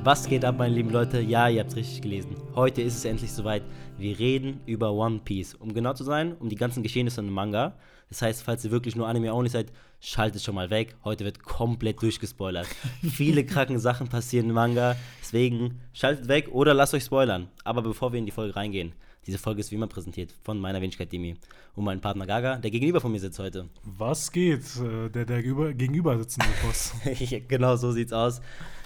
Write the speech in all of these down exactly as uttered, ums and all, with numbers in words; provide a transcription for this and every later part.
Was geht ab, meine lieben Leute? Ja, ihr habt es richtig gelesen. Heute ist es endlich soweit. Wir reden über One Piece. Um genau zu sein, um die ganzen Geschehnisse im Manga. Das heißt, falls ihr wirklich nur Anime-only seid, schaltet schon mal weg. Heute wird komplett durchgespoilert. Viele kranke Sachen passieren im Manga. Deswegen schaltet weg oder lasst euch spoilern. Aber bevor wir in die Folge reingehen, diese Folge ist wie immer präsentiert von meiner Wenigkeit Demi und meinem Partner Gaga, der gegenüber von mir sitzt heute. Was geht? Der, der gegenüber, gegenüber sitzende Boss. Genau, so sieht's aus.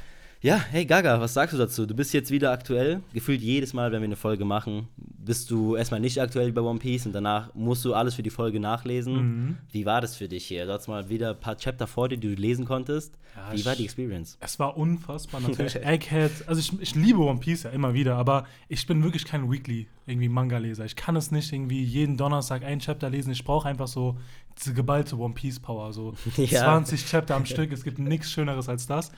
Ja, hey Gaga, was sagst du dazu? Du bist jetzt wieder aktuell. Gefühlt jedes Mal, wenn wir eine Folge machen, bist du erstmal nicht aktuell bei One Piece und danach musst du alles für die Folge nachlesen. Mhm. Wie war das für dich hier? Du hattest mal wieder ein paar Chapter vor dir, die du lesen konntest. Ja, Wie war die Experience? Es war unfassbar, natürlich. Egghead, also ich, ich liebe One Piece ja immer wieder, aber ich bin wirklich kein Weekly irgendwie Manga-Leser. Ich kann es nicht irgendwie jeden Donnerstag ein Chapter lesen. Ich brauche einfach so diese geballte One Piece-Power, so ja. zwanzig Chapter am Stück. Es gibt nichts Schöneres als das.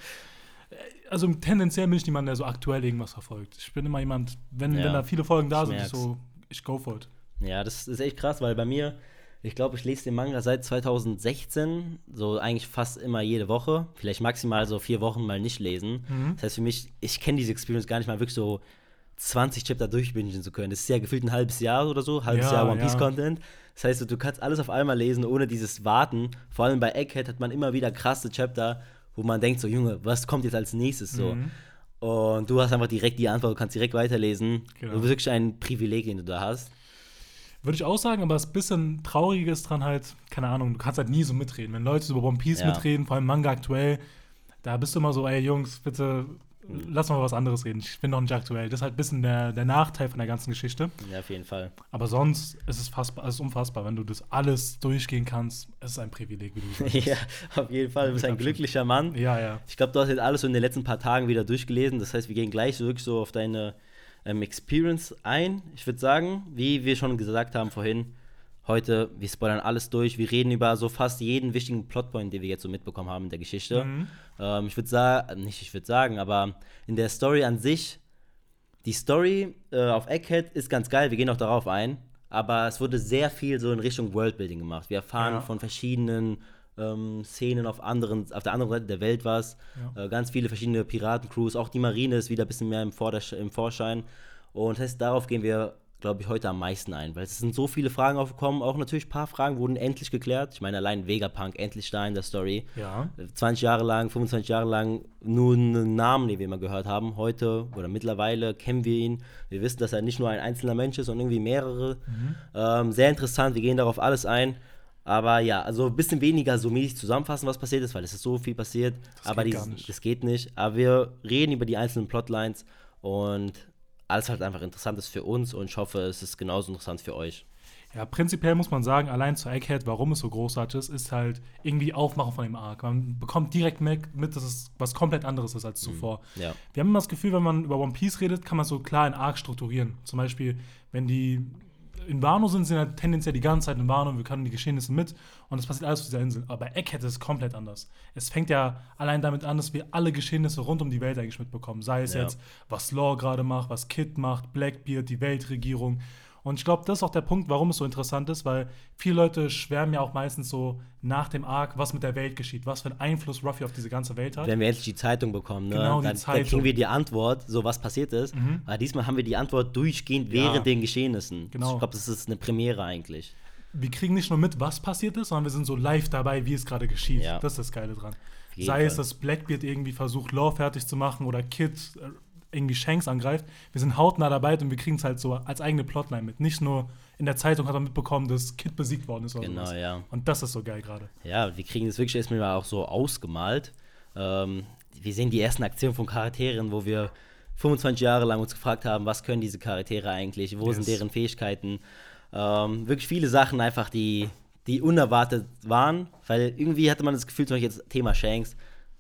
Also tendenziell bin ich niemand, der so aktuell irgendwas verfolgt. Ich bin immer jemand, wenn, ja, wenn da viele Folgen da sind, ich so, ich go for it. Ja, das ist echt krass, weil bei mir, ich glaube, ich lese den Manga seit zwanzig sechzehn, so eigentlich fast immer jede Woche. Vielleicht maximal so vier Wochen mal nicht lesen. Mhm. Das heißt für mich, ich kenne diese Experience gar nicht mal wirklich so zwanzig Chapter durchbingen zu können. Das ist ja gefühlt ein halbes Jahr oder so, halbes ja, Jahr One Piece ja. Content. Das heißt, du kannst alles auf einmal lesen, ohne dieses Warten. Vor allem bei Egghead hat man immer wieder krasse Chapter, wo man denkt so, Junge, was kommt jetzt als nächstes so? Mhm. Und du hast einfach direkt die Antwort, du kannst direkt weiterlesen. Genau. Das ist wirklich ein Privileg, den du da hast. Würde ich auch sagen, aber das bisschen Traurige ist dran halt, keine Ahnung, du kannst halt nie so mitreden. Wenn Leute über One Piece ja. mitreden, vor allem Manga aktuell, da bist du immer so, ey Jungs, bitte lass mal was anderes reden. Ich bin noch nicht aktuell. Das ist halt ein bisschen der, der Nachteil von der ganzen Geschichte. Ja, auf jeden Fall. Aber sonst ist es fassbar, es ist unfassbar, wenn du das alles durchgehen kannst. Es ist ein Privileg, wie du sagst. Ja, auf jeden Fall. Du bist ein glücklicher Mann. Ja, ja. Ich glaube, du hast jetzt alles so in den letzten paar Tagen wieder durchgelesen. Das heißt, wir gehen gleich so wirklich so auf deine ähm, Experience ein. Ich würde sagen, wie wir schon gesagt haben vorhin, heute, wir spoilern alles durch. Wir reden über so fast jeden wichtigen Plotpoint, den wir jetzt so mitbekommen haben in der Geschichte. Mhm. Ähm, ich würde sagen, nicht ich würde sagen, aber in der Story an sich, die Story äh, auf Egghead ist ganz geil, wir gehen auch darauf ein, aber es wurde sehr viel so in Richtung Worldbuilding gemacht. Wir erfahren ja. von verschiedenen ähm, Szenen auf, anderen, auf der anderen Seite der Welt was. Ja. Äh, ganz viele verschiedene Piratencrews, auch die Marine ist wieder ein bisschen mehr im, Vordersch- im Vorschein. Und das heißt, darauf gehen wir, glaube ich, heute am meisten ein, weil es sind so viele Fragen aufgekommen, auch natürlich ein paar Fragen wurden endlich geklärt. Ich meine, allein Vegapunk endlich da in der Story. Ja. zwanzig Jahre lang, fünfundzwanzig Jahre lang nur einen Namen, den wir immer gehört haben. Heute oder mittlerweile kennen wir ihn. Wir wissen, dass er nicht nur ein einzelner Mensch ist, sondern irgendwie mehrere. Mhm. Ähm, sehr interessant, wir gehen darauf alles ein. Aber ja, also ein bisschen weniger so mäßig zusammenfassen, was passiert ist, weil es ist so viel passiert. Das aber geht dieses, das geht nicht. Aber wir reden über die einzelnen Plotlines und alles halt einfach interessant ist für uns und ich hoffe, es ist genauso interessant für euch. Ja, prinzipiell muss man sagen, allein zu Egghead, warum es so großartig ist, ist halt irgendwie Aufmachen von dem Arc. Man bekommt direkt mit, dass es was komplett anderes ist als zuvor. Mhm, ja. Wir haben immer das Gefühl, wenn man über One Piece redet, kann man so klar einen Arc strukturieren. Zum Beispiel, wenn die in Wano sind, sind halt tendenziell die ganze Zeit in Wano und wir können die Geschehnisse mit und das passiert alles auf dieser Insel. Aber bei Egghead ist es komplett anders. Es fängt ja allein damit an, dass wir alle Geschehnisse rund um die Welt eigentlich mitbekommen. Sei es ja. jetzt, was Law gerade macht, was Kid macht, Blackbeard, die Weltregierung. Und ich glaube, das ist auch der Punkt, warum es so interessant ist, weil viele Leute schwärmen ja auch meistens so nach dem Arc, was mit der Welt geschieht, was für einen Einfluss Ruffy auf diese ganze Welt hat. Wenn wir endlich die Zeitung bekommen, ne? Genau, die dann, Zeitung. dann kriegen wir die Antwort, so was passiert ist. Mhm. Aber diesmal haben wir die Antwort durchgehend während ja. den Geschehnissen. Genau. Ich glaube, das ist eine Premiere eigentlich. Wir kriegen nicht nur mit, was passiert ist, sondern wir sind so live dabei, wie es gerade geschieht. Ja. Das ist das Geile dran. Sei es, dass Blackbeard irgendwie versucht, Law fertig zu machen oder Kid äh, irgendwie Shanks angreift. Wir sind hautnah dabei und wir kriegen es halt so als eigene Plotline mit. Nicht nur in der Zeitung hat man mitbekommen, dass Kid besiegt worden ist oder genau, sowas. Ja. Und das ist so geil gerade. Ja, wir kriegen das wirklich erstmal auch so ausgemalt. Ähm, wir sehen die ersten Aktionen von Charakteren, wo wir fünfundzwanzig Jahre lang uns gefragt haben, was können diese Charaktere eigentlich, wo yes. sind deren Fähigkeiten. Ähm, wirklich viele Sachen einfach, die, die unerwartet waren, weil irgendwie hatte man das Gefühl, zum Beispiel jetzt Thema Shanks,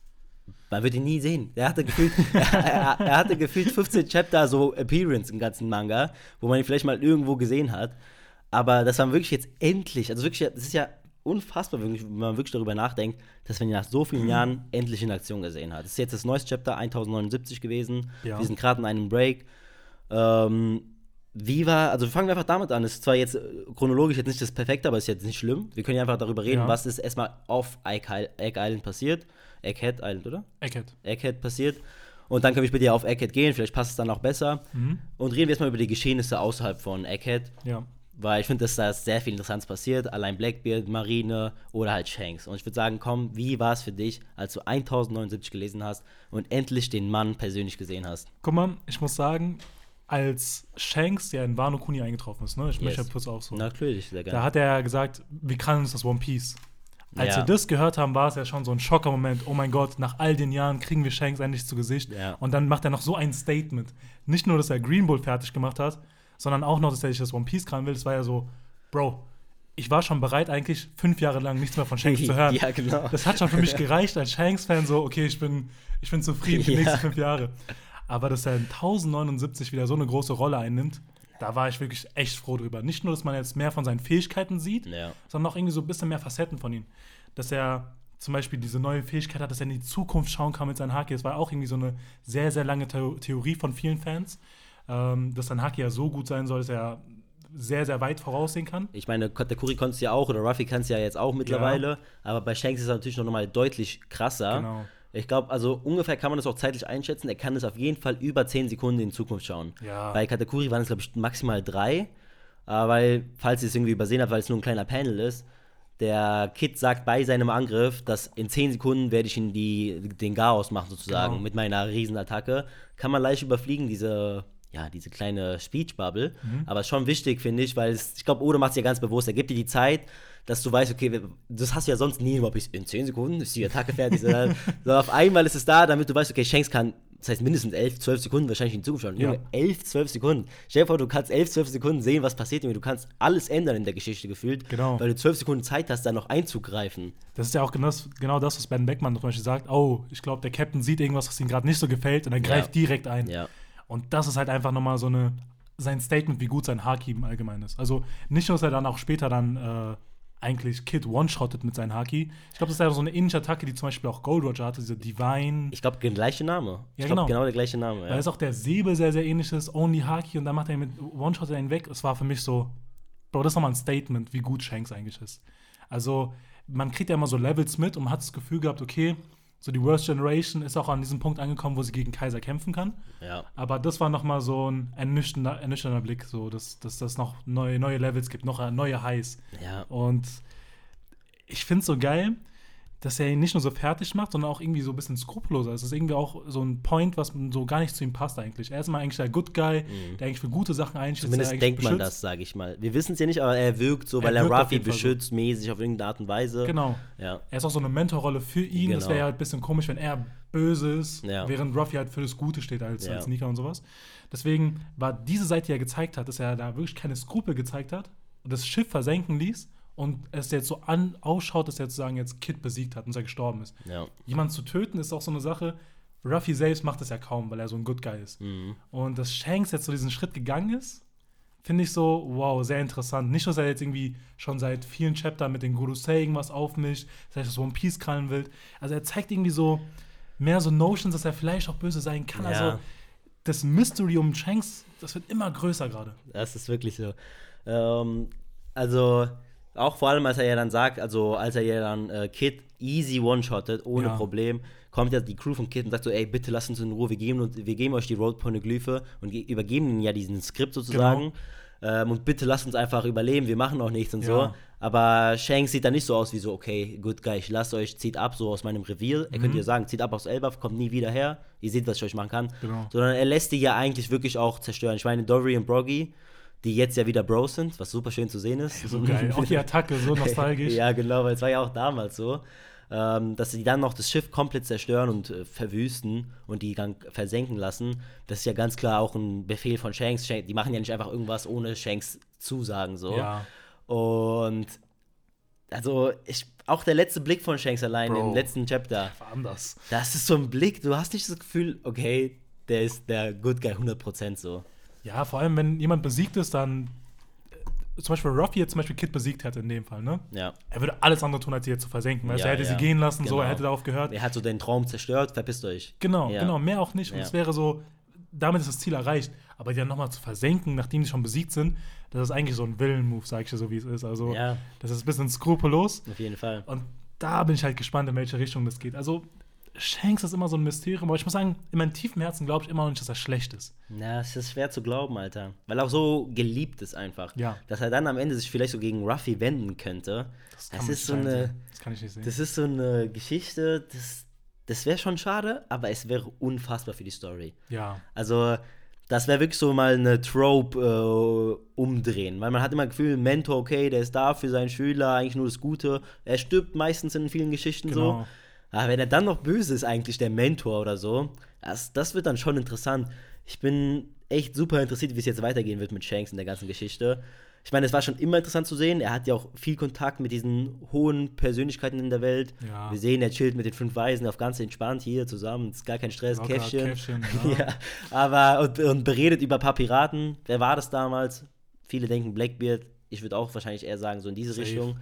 man wird ihn nie sehen. Er hatte gefühlt, er, er, er hatte gefühlt fünfzehn Chapter so Appearance im ganzen Manga, wo man ihn vielleicht mal irgendwo gesehen hat. Aber das war wirklich jetzt endlich, also wirklich, das ist ja unfassbar, wenn man wirklich darüber nachdenkt, dass man ihn nach so vielen mhm. Jahren endlich in Aktion gesehen hat. Das ist jetzt das neueste Chapter, tausendneunundsiebzig gewesen. Ja. Wir sind gerade in einem Break. Ähm, wie war, also fangen wir einfach damit an. Es ist zwar jetzt chronologisch jetzt nicht das Perfekte, aber es ist jetzt nicht schlimm. Wir können ja einfach darüber reden, ja. was ist erstmal auf Egg Island passiert. Egghead Island, oder? Egghead. Egghead passiert. Und dann können wir mit dir auf Egghead gehen, vielleicht passt es dann auch besser. Mhm. Und reden wir jetzt mal über die Geschehnisse außerhalb von Egghead. Ja. Weil ich finde, dass da sehr viel Interessantes passiert. Allein Blackbeard, Marine oder halt Shanks. Und ich würde sagen, komm, wie war es für dich, als du tausendneunundsiebzig gelesen hast und endlich den Mann persönlich gesehen hast? Guck mal, ich muss sagen, als Shanks, der in Wano Kuni eingetroffen ist, ne? Ich Yes. möchte ja kurz auch so. Natürlich, sehr gerne. Da hat er gesagt, wie kann uns das One Piece? Als Ja. wir das gehört haben, war es ja schon so ein Schocker-Moment. Oh mein Gott, nach all den Jahren kriegen wir Shanks endlich zu Gesicht. Ja. Und dann macht er noch so ein Statement. Nicht nur, dass er Green Bull fertig gemacht hat, sondern auch noch, dass er sich das One Piece krallen will. Das war ja so, Bro, ich war schon bereit, eigentlich fünf Jahre lang nichts mehr von Shanks zu hören. Ja, genau. Das hat schon für mich gereicht als Shanks-Fan, so, okay, ich bin, ich bin zufrieden für die Ja. nächsten fünf Jahre. Aber dass er in tausendneunundsiebzig wieder so eine große Rolle einnimmt, da war ich wirklich echt froh drüber. Nicht nur, dass man jetzt mehr von seinen Fähigkeiten sieht, Ja. sondern auch irgendwie so ein bisschen mehr Facetten von ihm. Dass er zum Beispiel diese neue Fähigkeit hat, dass er in die Zukunft schauen kann mit seinen Haki. Das war auch irgendwie so eine sehr, sehr lange Theo- Theorie von vielen Fans, ähm, dass sein Haki ja so gut sein soll, dass er sehr, sehr weit voraussehen kann. Ich meine, Katakuri konnte es ja auch, oder Ruffy kann es ja jetzt auch mittlerweile, aber bei Shanks ist es natürlich noch mal deutlich krasser. Genau. Ich glaube, also ungefähr kann man das auch zeitlich einschätzen. Er kann es auf jeden Fall über zehn Sekunden in Zukunft schauen. Ja. Bei Katakuri waren es, glaube ich, maximal drei. Äh, weil, falls ihr es irgendwie übersehen habt, weil es nur ein kleiner Panel ist, der Kid sagt bei seinem Angriff, dass in zehn Sekunden werde ich ihn die, den Garaus machen, sozusagen, Genau. mit meiner Riesenattacke. Kann man leicht überfliegen, diese, ja, diese kleine Speech-Bubble. Mhm. Aber schon wichtig, finde ich, weil es, ich glaube, Oda macht es ja ganz bewusst. Er gibt dir die Zeit, dass du weißt, okay, das hast du ja sonst nie, überhaupt in zehn Sekunden ist die Attacke fertig. sondern, sondern auf einmal ist es da, damit du weißt, okay, Shanks kann, das heißt mindestens elf, zwölf Sekunden wahrscheinlich in Zukunft schauen. Ja. Junge, elf, zwölf Sekunden. Stell dir vor, du kannst elf, zwölf Sekunden sehen, was passiert, und du kannst alles ändern in der Geschichte gefühlt, Genau. weil du zwölf Sekunden Zeit hast, da noch einzugreifen. Das ist ja auch genau das, genau das was Ben Beckmann zum Beispiel sagt. Oh, ich glaube, der Captain sieht irgendwas, was ihm gerade nicht so gefällt, und er greift Ja. direkt ein. Ja. Und das ist halt einfach nochmal so eine, sein Statement, wie gut sein Haki im Allgemeinen ist. Also nicht nur, dass er dann auch später dann äh, eigentlich Kid one-shottet mit seinem Haki. Ich glaube, das ist ja so eine ähnliche Attacke, die zum Beispiel auch Gold Roger hatte, diese Divine. Ich glaube, der gleiche Name. Ich Ja, glaube, genau. genau der gleiche Name. Da Ja. ist auch der Säbel sehr, sehr ähnliches, Only Haki, und dann macht er ihn mit One-Shot ihn weg. Es war für mich so, Bro, das ist nochmal ein Statement, wie gut Shanks eigentlich ist. Also, man kriegt ja immer so Levels mit und man hat das Gefühl gehabt, okay, so die Worst Generation ist auch an diesem Punkt angekommen, wo sie gegen Kaiser kämpfen kann. Ja. Aber das war nochmal so ein ernüchternder, ernüchternder Blick, so, dass, dass das noch neue, neue Levels gibt, noch neue Highs. Ja. Und ich finde es so geil, dass er ihn nicht nur so fertig macht, sondern auch irgendwie so ein bisschen skrupelloser. Es ist irgendwie auch so ein Point, was so gar nicht zu ihm passt eigentlich. Er ist mal eigentlich der Good Guy, Mhm. der eigentlich für gute Sachen einsteht. Zumindest der eigentlich denkt man beschützt. das, sage ich mal. Wir wissen es ja nicht, aber er wirkt so, Er weil er wirkt auf Ruffy jeden Fall so. beschützt, mäßig auf irgendeine Art und Weise. Genau. Ja. Er ist auch so eine Mentorrolle für ihn. Das Genau. wäre ja halt ein bisschen komisch, wenn er böse ist, Ja. während Ruffy halt für das Gute steht als, Ja. als Nika und sowas. Deswegen war diese Seite, die er gezeigt hat, dass er da wirklich keine Skrupel gezeigt hat und das Schiff versenken ließ und es jetzt so an, ausschaut, dass er sozusagen jetzt Kid besiegt hat und dass er gestorben ist. Ja. Jemanden zu töten ist auch so eine Sache. Ruffy selbst macht das ja kaum, weil er so ein Good Guy ist. Mhm. Und dass Shanks jetzt so diesen Schritt gegangen ist, finde ich so, wow, sehr interessant. Nicht, dass er jetzt irgendwie schon seit vielen Chaptern mit den Gurusei irgendwas aufmischt, dass er das One Piece krallen will. Also er zeigt irgendwie so mehr so Notions, dass er vielleicht auch böse sein kann. Ja. Also das Mystery um Shanks, das wird immer größer gerade. Das ist wirklich so. Ähm, also, auch vor allem, als er ja dann sagt, also als er ja dann äh, Kid easy one-shottet, ohne Ja. Problem, kommt ja die Crew von Kid und sagt so, ey, bitte lasst uns in Ruhe, wir geben, uns, wir geben euch die Road-Poneglyphe und ge- übergeben ihnen ja diesen Skript sozusagen. Ähm, und bitte lasst uns einfach überleben, wir machen auch nichts und Ja. so. Aber Shanks sieht dann nicht so aus wie so, okay, good guy, ich lasst euch, zieht ab so aus meinem Revier. Er Mhm. könnte ja sagen, zieht ab aus Elbaf, kommt nie wieder her. Ihr seht, was ich euch machen kann. Genau. Sondern er lässt die ja eigentlich wirklich auch zerstören. Ich meine, Dory und Broggy, die jetzt ja wieder Bros sind, was super schön zu sehen ist. So geil. Auch die Attacke, so nostalgisch. Ja, genau, weil es war ja auch damals so, ähm, dass sie dann noch das Schiff komplett zerstören und äh, verwüsten und die dann versenken lassen. Das ist ja ganz klar auch ein Befehl von Shanks. Shanks die machen ja nicht einfach irgendwas ohne Shanks Zusagen so. Ja. Und also ich, auch der letzte Blick von Shanks allein Bro. im letzten Chapter, War anders. das ist so ein Blick, du hast nicht das Gefühl, okay, der ist der Good Guy hundert Prozent so. Ja, vor allem, wenn jemand besiegt ist, dann äh, zum Beispiel Ruffy jetzt zum Beispiel Kid besiegt hätte in dem Fall, ne? Ja. Er würde alles andere tun, als sie jetzt zu versenken. Weißt du, Ja, er hätte ja. sie gehen lassen, so, Genau. er hätte darauf gehört. Er hat so den Traum zerstört, verpisst euch. Genau, Ja. genau, mehr auch nicht. Und Ja. es wäre so, damit ist das Ziel erreicht. Aber die dann nochmal zu versenken, nachdem sie schon besiegt sind, das ist eigentlich so ein Willen-Move, sag ich dir so, wie es ist. Also, Ja, das ist ein bisschen skrupellos. auf jeden Fall. Und da bin ich halt gespannt, in welche Richtung das geht. Also, Shanks ist immer so ein Mysterium, aber ich muss sagen, in meinem tiefen Herzen glaube ich immer noch nicht, dass er schlecht ist. Na, es ist schwer zu glauben, Alter. Weil auch so geliebt ist einfach. Ja. Dass er dann am Ende sich vielleicht so gegen Ruffy wenden könnte. Das, das ist so eine. Das kann ich nicht sehen. Das ist so eine Geschichte, das, das wäre schon schade, aber es wäre unfassbar für die Story. Ja. Also, das wäre wirklich so mal eine Trope äh, umdrehen. Weil man hat immer das Gefühl, ein Mentor, okay, der ist da für seinen Schüler, eigentlich nur das Gute. Er stirbt meistens in vielen Geschichten Genau. so. Aber wenn er dann noch böse ist, eigentlich der Mentor oder so, das, das wird dann schon interessant. Ich bin echt super interessiert, wie es jetzt weitergehen wird mit Shanks in der ganzen Geschichte. Ich meine, es war schon immer interessant zu sehen. Er hat ja auch viel Kontakt mit diesen hohen Persönlichkeiten in der Welt. Ja. Wir sehen, er chillt mit den fünf Weisen auf ganz entspannt hier zusammen. Ist gar kein Stress, Locker, Käffchen. Käffchen, ja. Ja, aber und, und beredet über ein paar Piraten. Wer war das damals? Viele denken Blackbeard. Ich würde auch wahrscheinlich eher sagen, so in diese Safe. Richtung.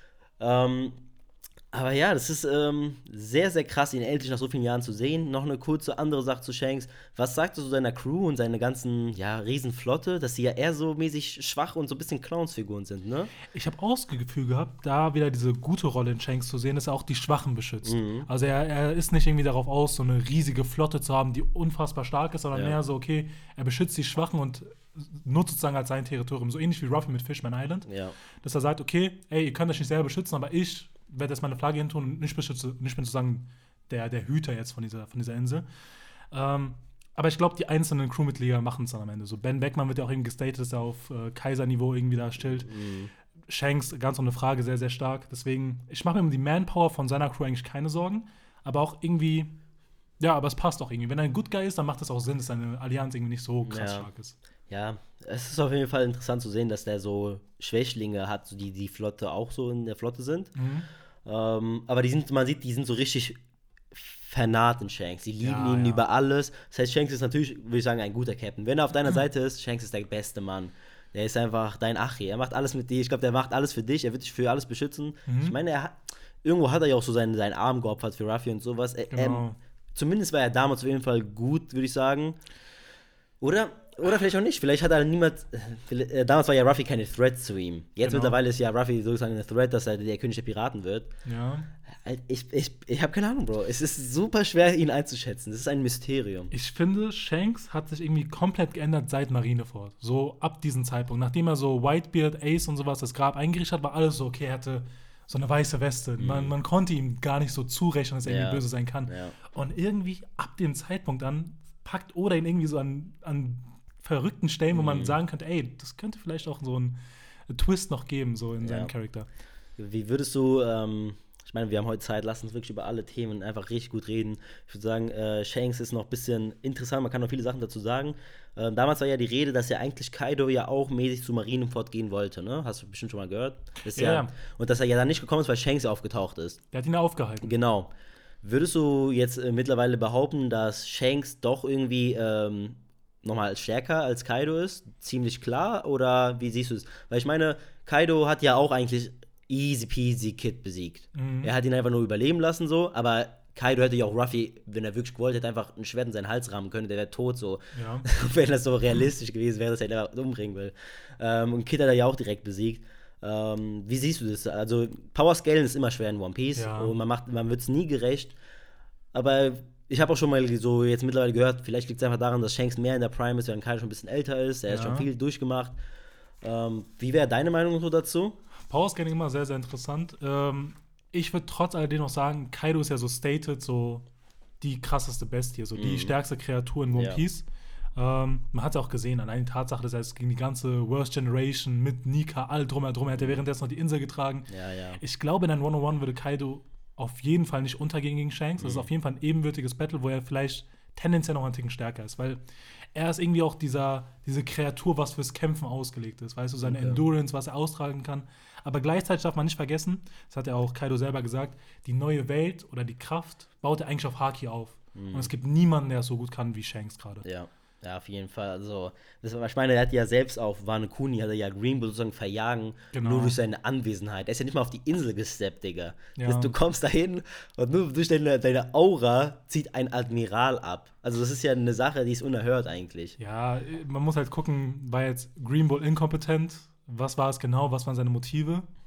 Ähm, aber ja, das ist ähm, sehr, sehr krass, ihn endlich nach so vielen Jahren zu sehen. Noch eine kurze andere Sache zu Shanks. Was sagst du zu seiner Crew und seiner ganzen, ja, Riesenflotte, dass sie ja eher so mäßig schwach und so ein bisschen Clownsfiguren sind, ne? Ich habe auch das Gefühl gehabt, da wieder diese gute Rolle in Shanks zu sehen, dass er auch die Schwachen beschützt. Mhm. Also er, er ist nicht irgendwie darauf aus, so eine riesige Flotte zu haben, die unfassbar stark ist, sondern Ja. mehr so, okay, er beschützt die Schwachen und nutzt sozusagen als sein Territorium. So ähnlich wie Ruffy mit Fishman Island. Ja. Dass er sagt, okay, ey, ihr könnt euch nicht selber beschützen, aber ich werde jetzt meine Flagge hin tun und nicht, beschütze, nicht bin sozusagen der, der Hüter jetzt von dieser, von dieser Insel. Ähm, aber ich glaube, die einzelnen Crewmitglieder machen es dann am Ende. So Ben Beckmann wird ja auch eben gestatet, dass er auf äh, Kaiserniveau irgendwie da stillt. Mhm. Shanks, ganz ohne Frage, sehr, sehr stark. Deswegen, ich mache mir um die Manpower von seiner Crew eigentlich keine Sorgen. Aber auch irgendwie, ja, aber es passt auch irgendwie. Wenn er ein Good Guy ist, dann macht es auch Sinn, dass seine Allianz irgendwie nicht so krass Ja. stark ist. Ja, es ist auf jeden Fall interessant zu sehen, dass der so Schwächlinge hat, so die die Flotte auch so in der Flotte sind. Mhm. Ähm, aber die sind, man sieht, die sind so richtig vernarrt in Shanks. Die lieben Ja, ihn ja. über alles. Das heißt, Shanks ist natürlich, würde ich sagen, ein guter Captain. Wenn er auf deiner Seite ist, Shanks ist der beste Mann. Der ist einfach dein Achi. Er macht alles mit dir. Ich glaube, der macht alles für dich. Er wird dich für alles beschützen. Mhm. Ich meine, er hat, irgendwo hat er ja auch so seinen, seinen Arm geopfert für Ruffy und sowas. Er, Genau. ähm, zumindest war er damals auf jeden Fall gut, würde ich sagen. Oder? Oder vielleicht auch nicht. Vielleicht hat er niemand. Äh, damals war ja Ruffy keine Threat zu ihm. Jetzt Genau. mittlerweile ist ja Ruffy sozusagen eine Threat, dass er der König der Piraten wird. Ja. Ich, ich, ich habe keine Ahnung, Bro. Es ist super schwer, ihn einzuschätzen. Das ist ein Mysterium. Ich finde, Shanks hat sich irgendwie komplett geändert seit Marineford. So ab diesem Zeitpunkt. Nachdem er so Whitebeard, Ace und sowas das Grab eingerichtet hat, war alles so, okay, er hatte so eine weiße Weste. Mhm. Man, man konnte ihm gar nicht so zurechnen, dass er Ja. irgendwie böse sein kann. Ja. Und irgendwie ab dem Zeitpunkt an packt Oda ihn irgendwie so an, an verrückten Stellen, wo Mhm. man sagen könnte, ey, das könnte vielleicht auch so einen Twist noch geben, so in Ja. seinem Charakter. Wie würdest du, ähm, ich meine, wir haben heute Zeit, lass uns wirklich über alle Themen einfach richtig gut reden. Ich würde sagen, äh, Shanks ist noch ein bisschen interessant, man kann noch viele Sachen dazu sagen. Ähm, damals war ja die Rede, dass ja eigentlich Kaido ja auch mäßig zu Marineford gehen wollte, ne? Hast du bestimmt schon mal gehört? Das ist Ja, ja, ja. Und dass er ja dann nicht gekommen ist, weil Shanks aufgetaucht ist. Der hat ihn aufgehalten. Genau. Würdest du jetzt äh, mittlerweile behaupten, dass Shanks doch irgendwie ähm, nochmal stärker als Kaido ist? Ziemlich klar? Oder wie siehst du es? Weil ich meine, Kaido hat ja auch eigentlich easy peasy Kid besiegt. Mhm. Er hat ihn einfach nur überleben lassen, so, aber Kaido hätte ja auch Ruffy, wenn er wirklich gewollt hätte, einfach ein Schwert in seinen Hals rammen können, der wäre tot, so. Ja. Wenn das so realistisch gewesen wäre, dass er ihn einfach umbringen will. Ähm, und Kid hat er ja auch direkt besiegt. Ähm, wie siehst du das? Also, Power-Scalen ist immer schwer in One Piece Ja. und man, macht, man wird es nie gerecht. Aber ich habe auch schon mal so jetzt mittlerweile gehört, vielleicht liegt es einfach daran, dass Shanks mehr in der Prime ist, während Kaido schon ein bisschen älter ist. Er Ja. ist schon viel durchgemacht. Ähm, wie wäre deine Meinung so dazu? Powerscaling immer sehr, sehr interessant. Ähm, ich würde trotz alledem noch sagen, Kaido ist ja so stated, so die krasseste Bestie, so die Mhm. stärkste Kreatur in One Ja. Piece. Ähm, man hat ja auch gesehen, allein die Tatsache, dass er es gegen die ganze Worst Generation mit Nika, all drum herum, er hat ja währenddessen noch die Insel getragen. Ja, ja. Ich glaube, in ein one-on-one würde Kaido auf jeden Fall nicht untergehen gegen Shanks. Das ist Mhm. auf jeden Fall ein ebenbürtiges Battle, wo er vielleicht tendenziell noch ein Ticken stärker ist, weil er ist irgendwie auch dieser, diese Kreatur, was fürs Kämpfen ausgelegt ist. Weißt du, seine Okay. Endurance, was er austragen kann. Aber gleichzeitig darf man nicht vergessen, das hat ja auch Kaido selber gesagt, die neue Welt oder die Kraft baut er eigentlich auf Haki auf. Mhm. Und es gibt niemanden, der es so gut kann wie Shanks gerade. Ja, ja, auf jeden Fall. Also, das, ich meine, er hat ja selbst auf Wano Kuni, hat er ja Green Bull sozusagen verjagen, Genau. nur durch seine Anwesenheit. Er ist ja nicht mal auf die Insel gesteppt, Digga. Ja. Das, du kommst dahin und nur durch deine, deine Aura zieht ein Admiral ab. Also, das ist ja eine Sache, die ist unerhört eigentlich. Ja, man muss halt gucken, war jetzt Green Bull inkompetent? Was war es genau? Was waren seine Motive?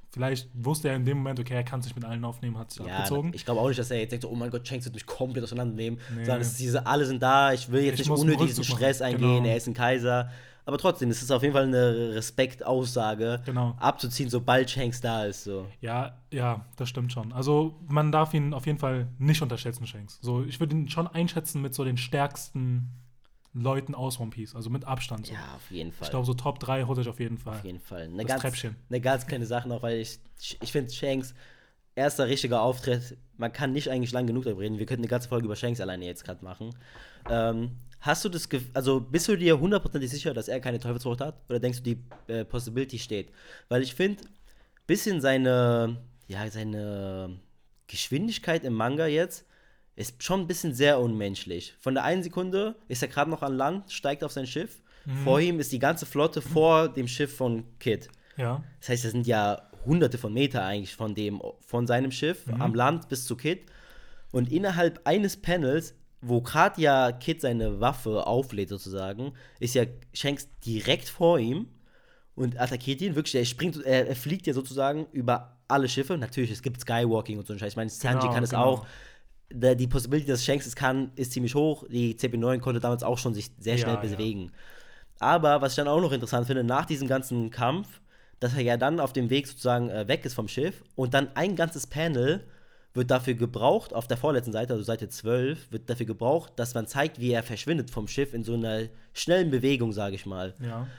Vielleicht wusste er in dem Moment, okay, er kann sich mit allen aufnehmen, hat sich Ja, abgezogen. ich glaube auch nicht, dass er jetzt denkt, so, oh mein Gott, Shanks wird mich komplett auseinandernehmen. Nee. Sondern es ist diese, alle sind da, ich will jetzt Ich nicht muss einen unnötig diesen Rückzug Stress machen. eingehen, Genau. er ist ein Kaiser. Aber trotzdem, es ist auf jeden Fall eine Respektaussage, Genau. abzuziehen, sobald Shanks da ist. So. Ja, ja, das stimmt schon. Also man darf ihn auf jeden Fall nicht unterschätzen, Shanks. So, ich würde ihn schon einschätzen mit so den stärksten Leuten aus One Piece, also mit Abstand. So. Ja, auf jeden Fall. Ich glaube, so Top drei holt euch auf jeden Fall. Auf jeden Fall. Eine, Das ganz, Treppchen. eine ganz kleine Sache noch, weil ich, ich finde, Shanks erster richtiger Auftritt, man kann nicht eigentlich lang genug darüber reden. Wir könnten eine ganze Folge über Shanks alleine jetzt gerade machen. Ähm, hast du das, Gef- also bist du dir hundertprozentig sicher, dass er keine Teufelsfrucht hat? Oder denkst du, die äh, Possibility steht? Weil ich finde, bisschen seine, ja, seine Geschwindigkeit im Manga jetzt ist schon ein bisschen sehr unmenschlich. Von der einen Sekunde ist er gerade noch an Land, steigt auf sein Schiff. Mhm. Vor ihm ist die ganze Flotte vor dem Schiff von Kid. Ja. Das heißt, das sind ja hunderte von Meter eigentlich von dem, von seinem Schiff Mhm. am Land bis zu Kid. Und innerhalb eines Panels, wo gerade ja Kid seine Waffe auflädt sozusagen, ist ja Shanks direkt vor ihm und attackiert ihn. Wirklich, er springt, er, er fliegt ja sozusagen über alle Schiffe. Natürlich, es gibt Skywalking und so ein Scheiß. Ich meine, Sanji Genau, kann es genau. auch. Da, die Possibility, dass Shanks es kann, ist ziemlich hoch. Die C P neun konnte damals auch schon sich sehr schnell Ja, ja. bewegen. Aber was ich dann auch noch interessant finde, nach diesem ganzen Kampf, dass er ja dann auf dem Weg sozusagen äh, weg ist vom Schiff und dann ein ganzes Panel wird dafür gebraucht, auf der vorletzten Seite, also Seite zwölf, wird dafür gebraucht, dass man zeigt, wie er verschwindet vom Schiff in so einer schnellen Bewegung, sage ich mal. Ja.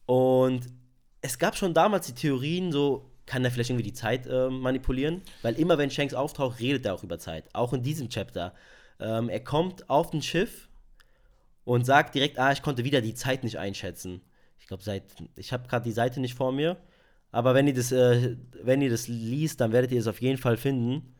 Und es gab schon damals die Theorien, so kann er vielleicht irgendwie die Zeit äh, manipulieren, weil immer wenn Shanks auftaucht, redet er auch über Zeit. Auch in diesem Chapter. Ähm, er kommt auf ein Schiff und sagt direkt, ah, ich konnte wieder die Zeit nicht einschätzen. Ich glaube, seit ich habe gerade die Seite nicht vor mir, aber wenn ihr das, äh, wenn ihr das liest, dann werdet ihr es auf jeden Fall finden.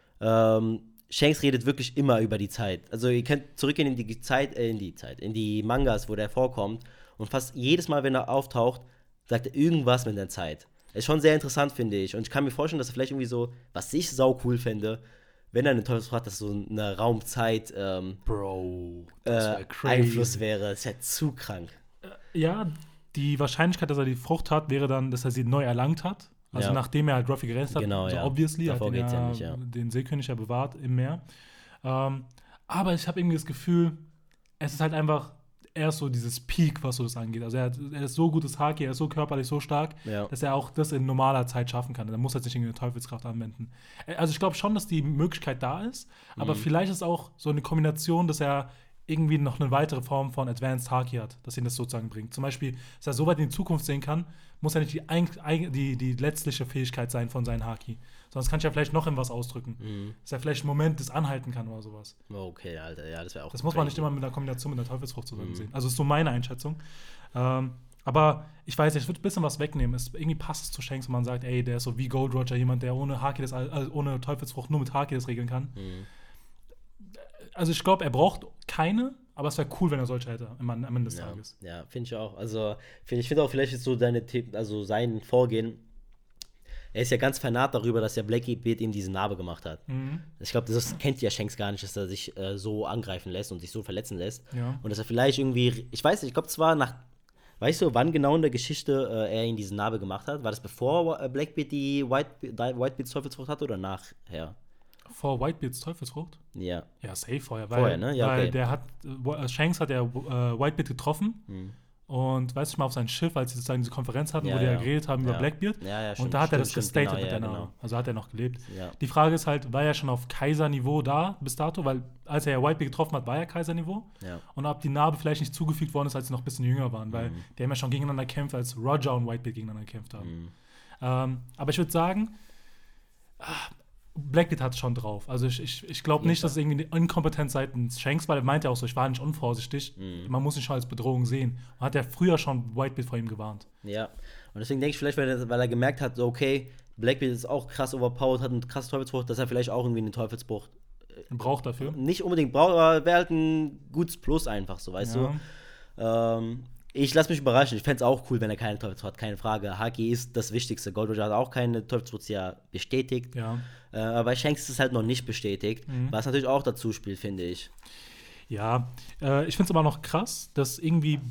Ähm, Shanks redet wirklich immer über die Zeit. Also ihr könnt zurückgehen in die Zeit, äh, in die Zeit, in die Mangas, wo der vorkommt und fast jedes Mal, wenn er auftaucht, sagt er irgendwas mit der Zeit. Ist schon sehr interessant, finde ich. Und ich kann mir vorstellen, dass er vielleicht irgendwie so, was ich sau cool fände, wenn er eine Teufelsfrucht hat, dass so eine Raumzeit ähm, Bro, äh, wär Einfluss wäre. Das ist ja zu krank. Ja, die Wahrscheinlichkeit, dass er die Frucht hat, wäre dann, dass er sie neu erlangt hat. Also Ja. nachdem er halt Ruffy gerettet hat, Genau, so ja. obviously, Davor hat ihn geht's ja, ja nicht, ja. den Seekönig ja bewahrt im Meer. Ähm, aber ich habe irgendwie das Gefühl, es ist halt einfach erst so dieses Peak, was so das angeht. Also er, hat, er ist so gutes Haki, er ist so körperlich so stark, Ja. dass er auch das in normaler Zeit schaffen kann. Da muss er sich irgendeine Teufelskraft anwenden. Also ich glaube schon, dass die Möglichkeit da ist, aber Mhm. vielleicht ist auch so eine Kombination, dass er irgendwie noch eine weitere Form von Advanced Haki hat, dass ihn das sozusagen bringt. Zum Beispiel, dass er so weit in die Zukunft sehen kann, muss ja nicht die, ein, ein- die, die letztliche Fähigkeit sein von seinen Haki. Sondern es kann sich ja vielleicht noch in was ausdrücken. Mhm. Dass er vielleicht einen Moment das anhalten kann oder sowas. Okay, Alter, ja, das wäre auch Das muss man nicht crazy. immer mit einer Kombination mit einer Teufelsfrucht zusammen Mhm. sehen. Also ist so meine Einschätzung. Ähm, aber ich weiß nicht, ich würde ein bisschen was wegnehmen. Es, irgendwie passt es zu Shanks, wenn man sagt, ey, der ist so wie Gold Roger, jemand, der ohne Haki das, also ohne Teufelsfrucht nur mit Haki das regeln kann. Mhm. Also ich glaube, er braucht keine, aber es wäre cool, wenn er solche hätte am, am Ende des Ja, Tages. ja finde ich auch. Also, find, ich finde auch, vielleicht ist so deine Tipp, also sein Vorgehen. Er ist ja ganz vernarrt darüber, dass ja Blackbeard ihm diese Narbe gemacht hat. Mhm. Ich glaube, das kennt ja Shanks gar nicht, dass er sich äh, so angreifen lässt und sich so verletzen lässt. Ja. Und dass er vielleicht irgendwie, ich weiß nicht, ich glaube zwar nach, weißt du, wann genau in der Geschichte äh, er ihm diese Narbe gemacht hat? War das bevor äh, Blackbeard die White, Whitebeards Teufelsfrucht hatte oder nachher? Vor Whitebeards Teufelsfrucht? Ja. Ja, safe vorher. Weil, Vorher, ne? Ja, weil okay. der hat, äh, Shanks hat ja äh, Whitebeard getroffen Hm. und weißt du mal auf sein Schiff, als sie sozusagen diese Konferenz hatten, Ja, wo die ja ja. geredet haben über Ja. Blackbeard. Ja, ja, Und stimmt, da hat er das stimmt, gestatet genau, mit ja, der Narbe. genau. Also hat er noch gelebt. Ja. Die Frage ist halt, war er schon auf Kaiserniveau da bis dato? Weil als er ja Whitebeard getroffen hat, war er Kaiserniveau. Ja. Und ob die Narbe vielleicht nicht zugefügt worden ist, als sie noch ein bisschen jünger waren. Weil Mhm. die haben ja schon gegeneinander gekämpft, als Roger und Whitebeard gegeneinander gekämpft haben. Mhm. Ähm, aber ich würde sagen, ah, Blackbeard hat es schon drauf. Also ich, ich, ich glaube Jeden nicht, Fall. dass es irgendwie eine Inkompetenz seitens Shanks war. Er meinte ja auch so, ich war nicht unvorsichtig. Mhm. Man muss ihn schon als Bedrohung sehen. Und hat er früher schon Whitebeard vor ihm gewarnt. Ja. Und deswegen denke ich vielleicht, weil er, weil er gemerkt hat, so, okay, Blackbeard ist auch krass overpowered, hat einen krassen Teufelsbruch, dass er vielleicht auch irgendwie einen Teufelsbruch Er braucht dafür. nicht unbedingt braucht, aber wäre halt ein gutes Plus einfach so, weißt Ja. du? Ähm, ich lasse mich überraschen. Ich fände es auch cool, wenn er keine Teufelsbruch hat, keine Frage. Haki ist das Wichtigste. Gold Roger hat auch keine Teufelsbruch ja bestätigt. Ja. Äh, aber bei Shanks ist es halt noch nicht bestätigt, Mhm. was natürlich auch dazu spielt, finde ich. Ja, äh, ich finde es aber noch krass, dass irgendwie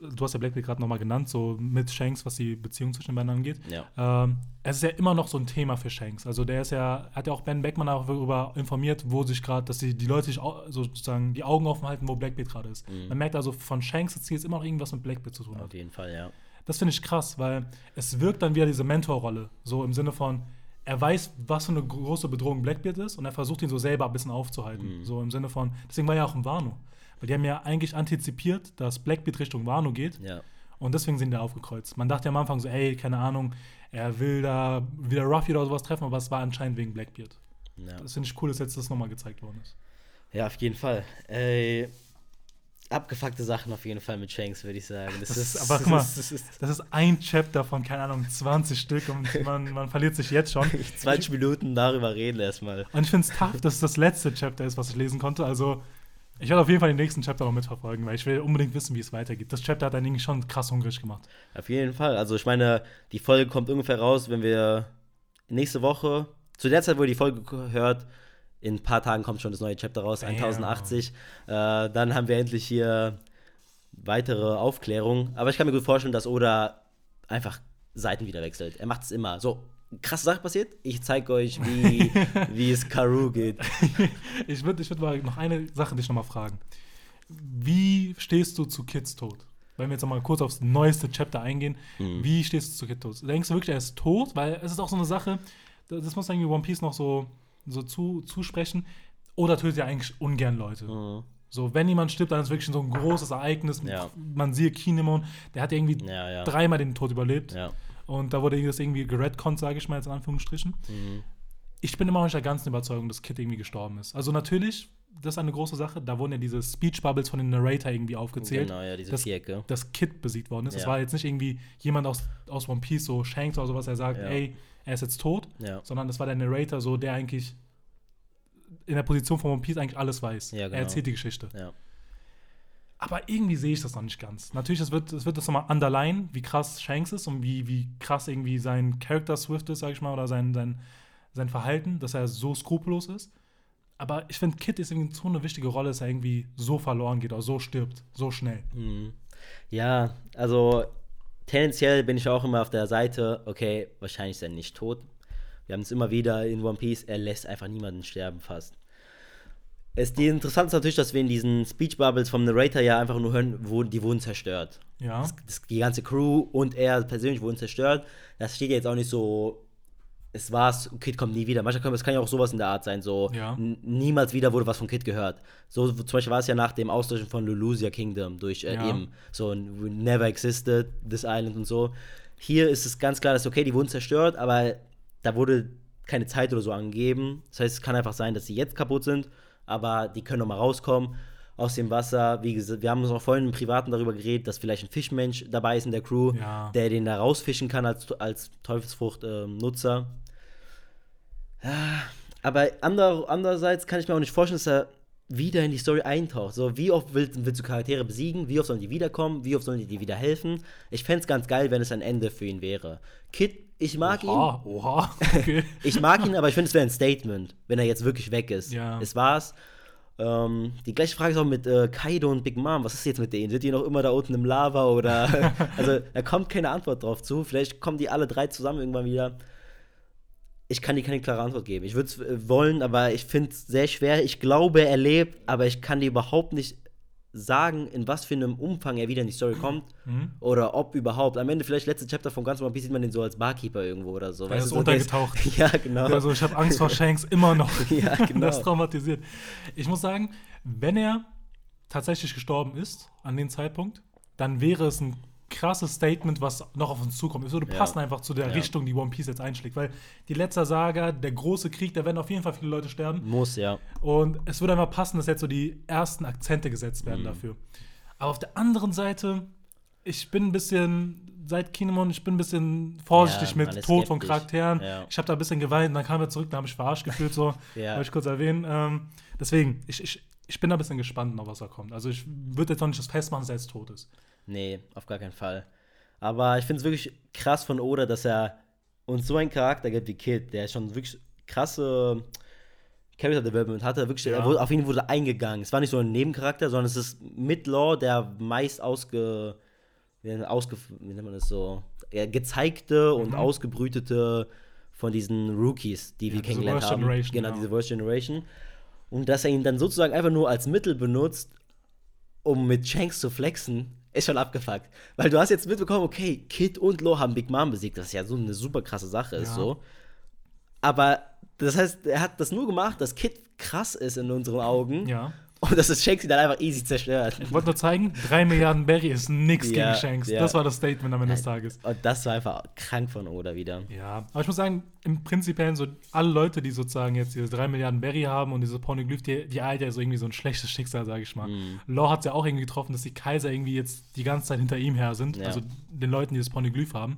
du hast ja Blackbeard gerade nochmal genannt, so mit Shanks, was die Beziehung zwischen den beiden angeht. Ja. Ähm, es ist ja immer noch so ein Thema für Shanks. Also der ist ja, hat ja auch Ben Beckmann auch darüber informiert, wo sich gerade, dass die, die Leute sich au- sozusagen die Augen offen halten, wo Blackbeard gerade ist. Mhm. Man merkt also, von Shanks Ziel ist immer noch irgendwas mit Blackbeard zu tun hat. Auf jeden Fall, ja. Das finde ich krass, weil es wirkt dann wieder diese Mentorrolle. So im Sinne von, er weiß, was für eine große Bedrohung Blackbeard ist und er versucht ihn so selber ein bisschen aufzuhalten. Mhm. So im Sinne von, deswegen war er auch im Wano. Weil die haben ja eigentlich antizipiert, dass Blackbeard Richtung Wano geht. Ja. Und deswegen sind die aufgekreuzt. Man dachte ja am Anfang so, ey, keine Ahnung, er will da wieder Ruffy oder sowas treffen, aber es war anscheinend wegen Blackbeard. Ja. Das finde ich cool, dass jetzt das nochmal gezeigt worden ist. Ja, auf jeden Fall. Ey, abgefuckte Sachen auf jeden Fall mit Shanks, würde ich sagen. Das, Das ist, ist, aber guck mal, das ist, das ist das ist ein Chapter von, keine Ahnung, zwanzig Stück und man, man verliert sich jetzt schon. zwanzig Minuten darüber reden erstmal. Und ich finde es tough, dass es das letzte Chapter ist, was ich lesen konnte. Also, ich werde auf jeden Fall den nächsten Chapter noch mitverfolgen, weil ich will unbedingt wissen, wie es weitergeht. Das Chapter hat einen irgendwie schon krass hungrig gemacht. Auf jeden Fall. Also ich meine, die Folge kommt ungefähr raus, wenn wir nächste Woche, zu der Zeit, wo ihr die Folge hört, in ein paar Tagen kommt schon das neue Chapter raus, Damn. tausendachtzig. Äh, dann haben wir endlich hier weitere Aufklärung. Aber ich kann mir gut vorstellen, dass Oda einfach Seiten wieder wechselt. Er macht es immer. So, krasse Sache passiert. Ich zeige euch, wie, wie es Karoo geht. ich würde ich würd mal noch eine Sache dich noch mal fragen. Wie stehst du zu Kids Tod? Wenn wir jetzt noch mal kurz aufs neueste Chapter eingehen. Mhm. Wie stehst du zu Kids Tod? Denkst du wirklich, er ist tot? Weil es ist auch so eine Sache, das muss irgendwie One Piece noch so, so zu, zusprechen. Oder tötet er eigentlich ungern Leute? Mhm. So, wenn jemand stirbt, dann ist es wirklich so ein großes Ereignis. Ja. Man sieht Kinemon, der hat irgendwie Ja, ja. dreimal den Tod überlebt. Ja. Und da wurde das irgendwie geredconnt, sage ich mal jetzt in Anführungsstrichen. Mhm. Ich bin immer noch nicht der ganzen Überzeugung, dass Kid irgendwie gestorben ist. Also natürlich, das ist eine große Sache. Da wurden ja diese Speech-Bubbles von dem Narrator irgendwie aufgezählt, Genau, ja, diese dass, Vierecke. dass Kid besiegt worden ist. Ja. Das war jetzt nicht irgendwie jemand aus, aus One Piece, so Shanks oder sowas, der sagt, Ja. ey, er ist jetzt tot. Ja. Sondern das war der Narrator, so der eigentlich in der Position von One Piece eigentlich alles weiß. Ja, genau. Er erzählt die Geschichte. Ja. Aber irgendwie sehe ich das noch nicht ganz. Natürlich, es wird, es wird das nochmal underline, wie krass Shanks ist und wie, wie krass irgendwie sein Character Swift ist, sag ich mal, oder sein, sein, sein Verhalten, dass er so skrupellos ist. Aber ich finde, Kid ist irgendwie so eine wichtige Rolle, dass er irgendwie so verloren geht oder so stirbt, so schnell. Mhm. Ja, also tendenziell bin ich auch immer auf der Seite, okay, wahrscheinlich ist er nicht tot. Wir haben es immer wieder in One Piece, er lässt einfach niemanden sterben fast. Es, die interessant ist natürlich, dass wir in diesen Speech-Bubbles vom Narrator ja einfach nur hören, wo, die wurden zerstört. Ja. Das, das, die ganze Crew und er persönlich wurden zerstört. Das steht ja jetzt auch nicht so, es war's, Kid kommt nie wieder. Manchmal kann, es kann ja auch sowas in der Art sein, so Ja. n- niemals wieder wurde was von Kid gehört. So zum Beispiel war es ja nach dem Auslöschen von Lulusia Kingdom durch äh, Ja. eben so never existed, this island und so. Hier ist es ganz klar, dass okay, die wurden zerstört, aber da wurde keine Zeit oder so angegeben. Das heißt, es kann einfach sein, dass sie jetzt kaputt sind, aber die können noch mal rauskommen aus dem Wasser. Wie gesagt, wir haben uns auch vorhin im Privaten darüber geredet, dass vielleicht ein Fischmensch dabei ist in der Crew, Ja. der den da rausfischen kann als, als Teufelsfrucht-Nutzer. Ja, aber ander, andererseits kann ich mir auch nicht vorstellen, dass er wieder in die Story eintaucht. So, wie oft willst, willst du Charaktere besiegen? Wie oft sollen die wiederkommen? Wie oft sollen die dir wieder helfen? Ich fände es ganz geil, wenn es ein Ende für ihn wäre. Kid, ich mag ihn. Oha, oha, okay. Ich mag ihn, aber ich finde, es wäre ein Statement, wenn er jetzt wirklich weg ist. Ja. Es war's. Ähm, die gleiche Frage ist auch mit äh, Kaido und Big Mom. Was ist jetzt mit denen? Sind die noch immer da unten im Lava oder? Also, da kommt keine Antwort drauf zu. Vielleicht kommen die alle drei zusammen irgendwann wieder. Ich kann dir keine klare Antwort geben. Ich würde es äh, wollen, aber ich finde es sehr schwer. Ich glaube, er lebt, aber ich kann dir überhaupt nicht sagen, in was für einem Umfang er wieder in die Story kommt. Mhm. Oder ob überhaupt. Am Ende vielleicht letzte Chapter von ganz One Piece sieht man den so als Barkeeper irgendwo oder so. Der weißt ist du, so, der untergetaucht. ja, genau. Also ich habe Angst vor Shanks immer noch. Ja, genau. Das traumatisiert. Ich muss sagen, wenn er tatsächlich gestorben ist an dem Zeitpunkt, dann wäre es ein krasses Statement, was noch auf uns zukommt. Es würde Ja. passen einfach zu der Ja. Richtung, die One Piece jetzt einschlägt. Weil die letzte Saga, der große Krieg, da werden auf jeden Fall viele Leute sterben. Muss, ja. Und es würde einfach passen, dass jetzt so die ersten Akzente gesetzt werden Mhm. dafür. Aber auf der anderen Seite, ich bin ein bisschen, seit Kinemon, ich bin ein bisschen vorsichtig Ja, mit man ist Tod von skeptisch. Charakteren. Ja. Ich habe da ein bisschen geweint, und dann kam er zurück, dann habe ich verarscht gefühlt, so. Ja. Wollte ich kurz erwähnen. Ähm, deswegen, ich, ich, ich bin da ein bisschen gespannt, noch was da kommt. Also ich würde jetzt noch nicht das festmachen, dass er jetzt tot ist. Nee, auf gar keinen Fall. Aber ich finde es wirklich krass von Oda, dass er uns so einen Charakter gibt wie Kid, der schon wirklich krasse Character Development hatte. Wirklich, Ja. er wurde, auf ihn wurde eingegangen. Es war nicht so ein Nebencharakter, sondern es ist mit Law der meist ausge, wie, ausge, wie nennt man das so, ja, gezeigte und mhm. ausgebrütete von diesen Rookies, die ja, wir kennengelernt haben. Genau, genau, diese Worst Generation. Und dass er ihn dann sozusagen einfach nur als Mittel benutzt, um mit Shanks zu flexen, ist schon abgefuckt. Weil du hast jetzt mitbekommen, okay, Kid und Law haben Big Mom besiegt, was ja so eine super krasse Sache ist, ja. so. Aber das heißt, er hat das nur gemacht, dass Kid krass ist in unseren Augen. Ja. Und dass es Shanks ihn dann einfach easy zerstört. Ich wollte nur zeigen, drei Milliarden Berry ist nix ja, gegen Shanks. Ja. Das war das Statement am Ende des Tages. Und das war einfach krank von Oda wieder. Ja, aber ich muss sagen, im Prinzip so alle Leute, die sozusagen jetzt diese drei Milliarden Berry haben und diese Poneglyph, die, die eilt ja so irgendwie so ein schlechtes Schicksal, sage ich mal. Mhm. Law hat es ja auch irgendwie getroffen, dass die Kaiser irgendwie jetzt die ganze Zeit hinter ihm her sind. Ja. Also den Leuten, die das Poneglyph haben.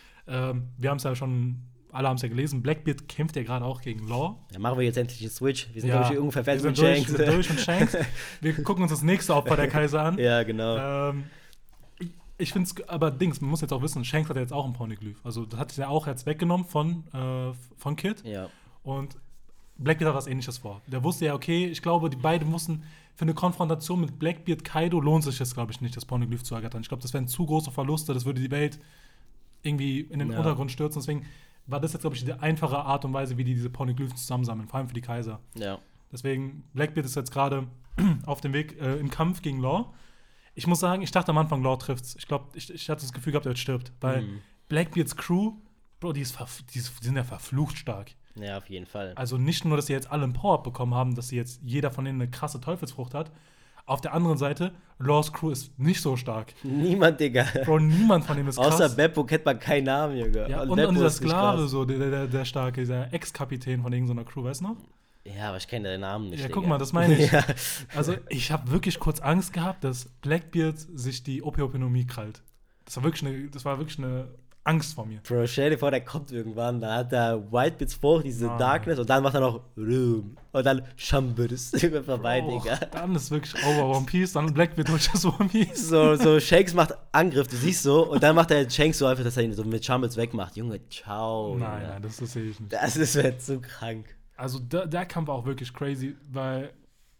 Ähm, wir haben es ja schon... Alle haben es ja gelesen, Blackbeard kämpft ja gerade auch gegen Law. Ja, machen wir jetzt endlich einen Switch. Wir sind, ja, glaube ich, ungefähr fertig mit Shanks. Wir sind durch mit Shanks. Wir gucken uns das nächste Opfer der Kaiser an. Ja, genau. Ähm, ich ich finde es, aber Dings, man muss jetzt auch wissen, Shanks hat ja jetzt auch einen Poneglyph. Also das hat er auch jetzt weggenommen von, äh, von Kid. Ja. Und Blackbeard hat was Ähnliches vor. Der wusste ja, okay, ich glaube, die beiden mussten für eine Konfrontation mit Blackbeard Kaido lohnt sich jetzt, glaube ich, nicht, das Poneglyph zu ergattern. Ich glaube, das wären zu große Verluste, das würde die Welt irgendwie in den ja. Untergrund stürzen. Deswegen war das jetzt, glaube ich, die einfache Art und Weise, wie die diese Poneglyphen zusammensammeln, vor allem für die Kaiser. Ja. Deswegen, Blackbeard ist jetzt gerade auf dem Weg äh, im Kampf gegen Law. Ich muss sagen, ich dachte am Anfang, Law trifft's. Ich glaube, ich, ich hatte das Gefühl gehabt, er stirbt. Weil mhm. Blackbeards Crew, Bro, die, ist verf- die, ist, die sind ja verflucht stark. Ja, auf jeden Fall. Also nicht nur, dass sie jetzt alle ein Power-Up bekommen haben, dass sie jetzt jeder von denen eine krasse Teufelsfrucht hat. Auf der anderen Seite, Laws Crew ist nicht so stark. Niemand, Digga. Bro, niemand von denen ist krass. Außer Beppo kennt man keinen Namen, Junge. Ja, und, und dieser Sklave, so, der, der, der starke, dieser Ex-Kapitän von irgendeiner Crew, weißt du noch? Ja, aber ich kenne den Namen nicht. Ja, Digga. Guck mal, das meine ich. Ja. Also, ich habe wirklich kurz Angst gehabt, dass Blackbeard sich die Opeopenomie krallt. Das war wirklich eine, das war wirklich eine Angst vor mir. Bro, stell dir vor, der kommt irgendwann, da hat der Whitebeards vor, diese ah. Darkness, und dann macht er noch Room. Und dann Shambers vorbei, Bro, Digga. Dann ist wirklich over One Piece, dann Blackbeard durch das One Piece. So, so, Shanks macht Angriff, du siehst so, und dann macht er Shanks so einfach, dass er ihn so mit Shambers wegmacht. Junge, ciao. Nein, Junge. nein, das, das sehe ich nicht. Das ist jetzt so krank. Also, der, der Kampf war auch wirklich crazy, weil,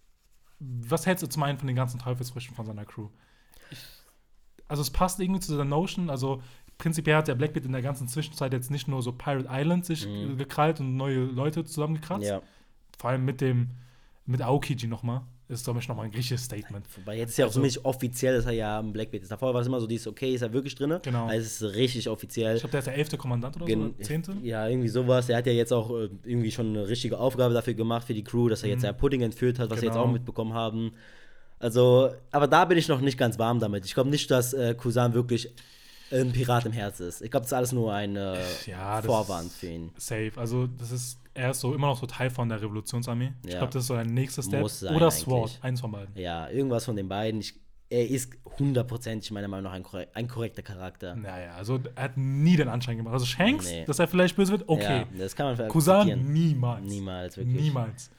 was hältst du zum einen von den ganzen Teufelsfrüchten von seiner Crew? Ich, also, es passt irgendwie zu der Notion, also, prinzipiell hat der Blackbeard in der ganzen Zwischenzeit jetzt nicht nur so Pirate Island sich mhm. gekrallt und neue Leute zusammengekratzt. Ja. Vor allem mit dem, mit Aokiji nochmal. Ist, glaube ich, nochmal ein griechisches Statement. Wobei jetzt ist ja auch also, für mich offiziell, dass er ja ein Blackbeard ist. Davor war es immer so, dieses, okay, ist er wirklich drin? Genau. Also es ist richtig offiziell. Ich glaube, der ist der elfte Kommandant oder Gen- so, oder zehnte? Ja, irgendwie sowas. Er hat ja jetzt auch äh, irgendwie schon eine richtige Aufgabe dafür gemacht für die Crew, dass er mhm. jetzt ja Pudding entführt hat, was genau. wir jetzt auch mitbekommen haben. Also, aber da bin ich noch nicht ganz warm damit. Ich glaube nicht, dass äh, Kusan wirklich ein Pirat im Herz ist. Ich glaube, das ist alles nur ein äh, ja, Vorwand für ihn. Safe. Also, das ist, er ist so immer noch so Teil von der Revolutionsarmee. Ich ja. glaube, das ist so ein nächster Step. Muss sein, oder Sword, eigentlich. Eins von beiden. Ja, irgendwas von den beiden. Ich, er ist hundertprozentig meiner Meinung nach ein, korrekt, ein korrekter Charakter. Naja, also er hat nie den Anschein gemacht. Also Shanks, nee. dass er vielleicht böse wird, okay. Ja, das kann man Kusan, niemals. Niemals, wirklich. Niemals.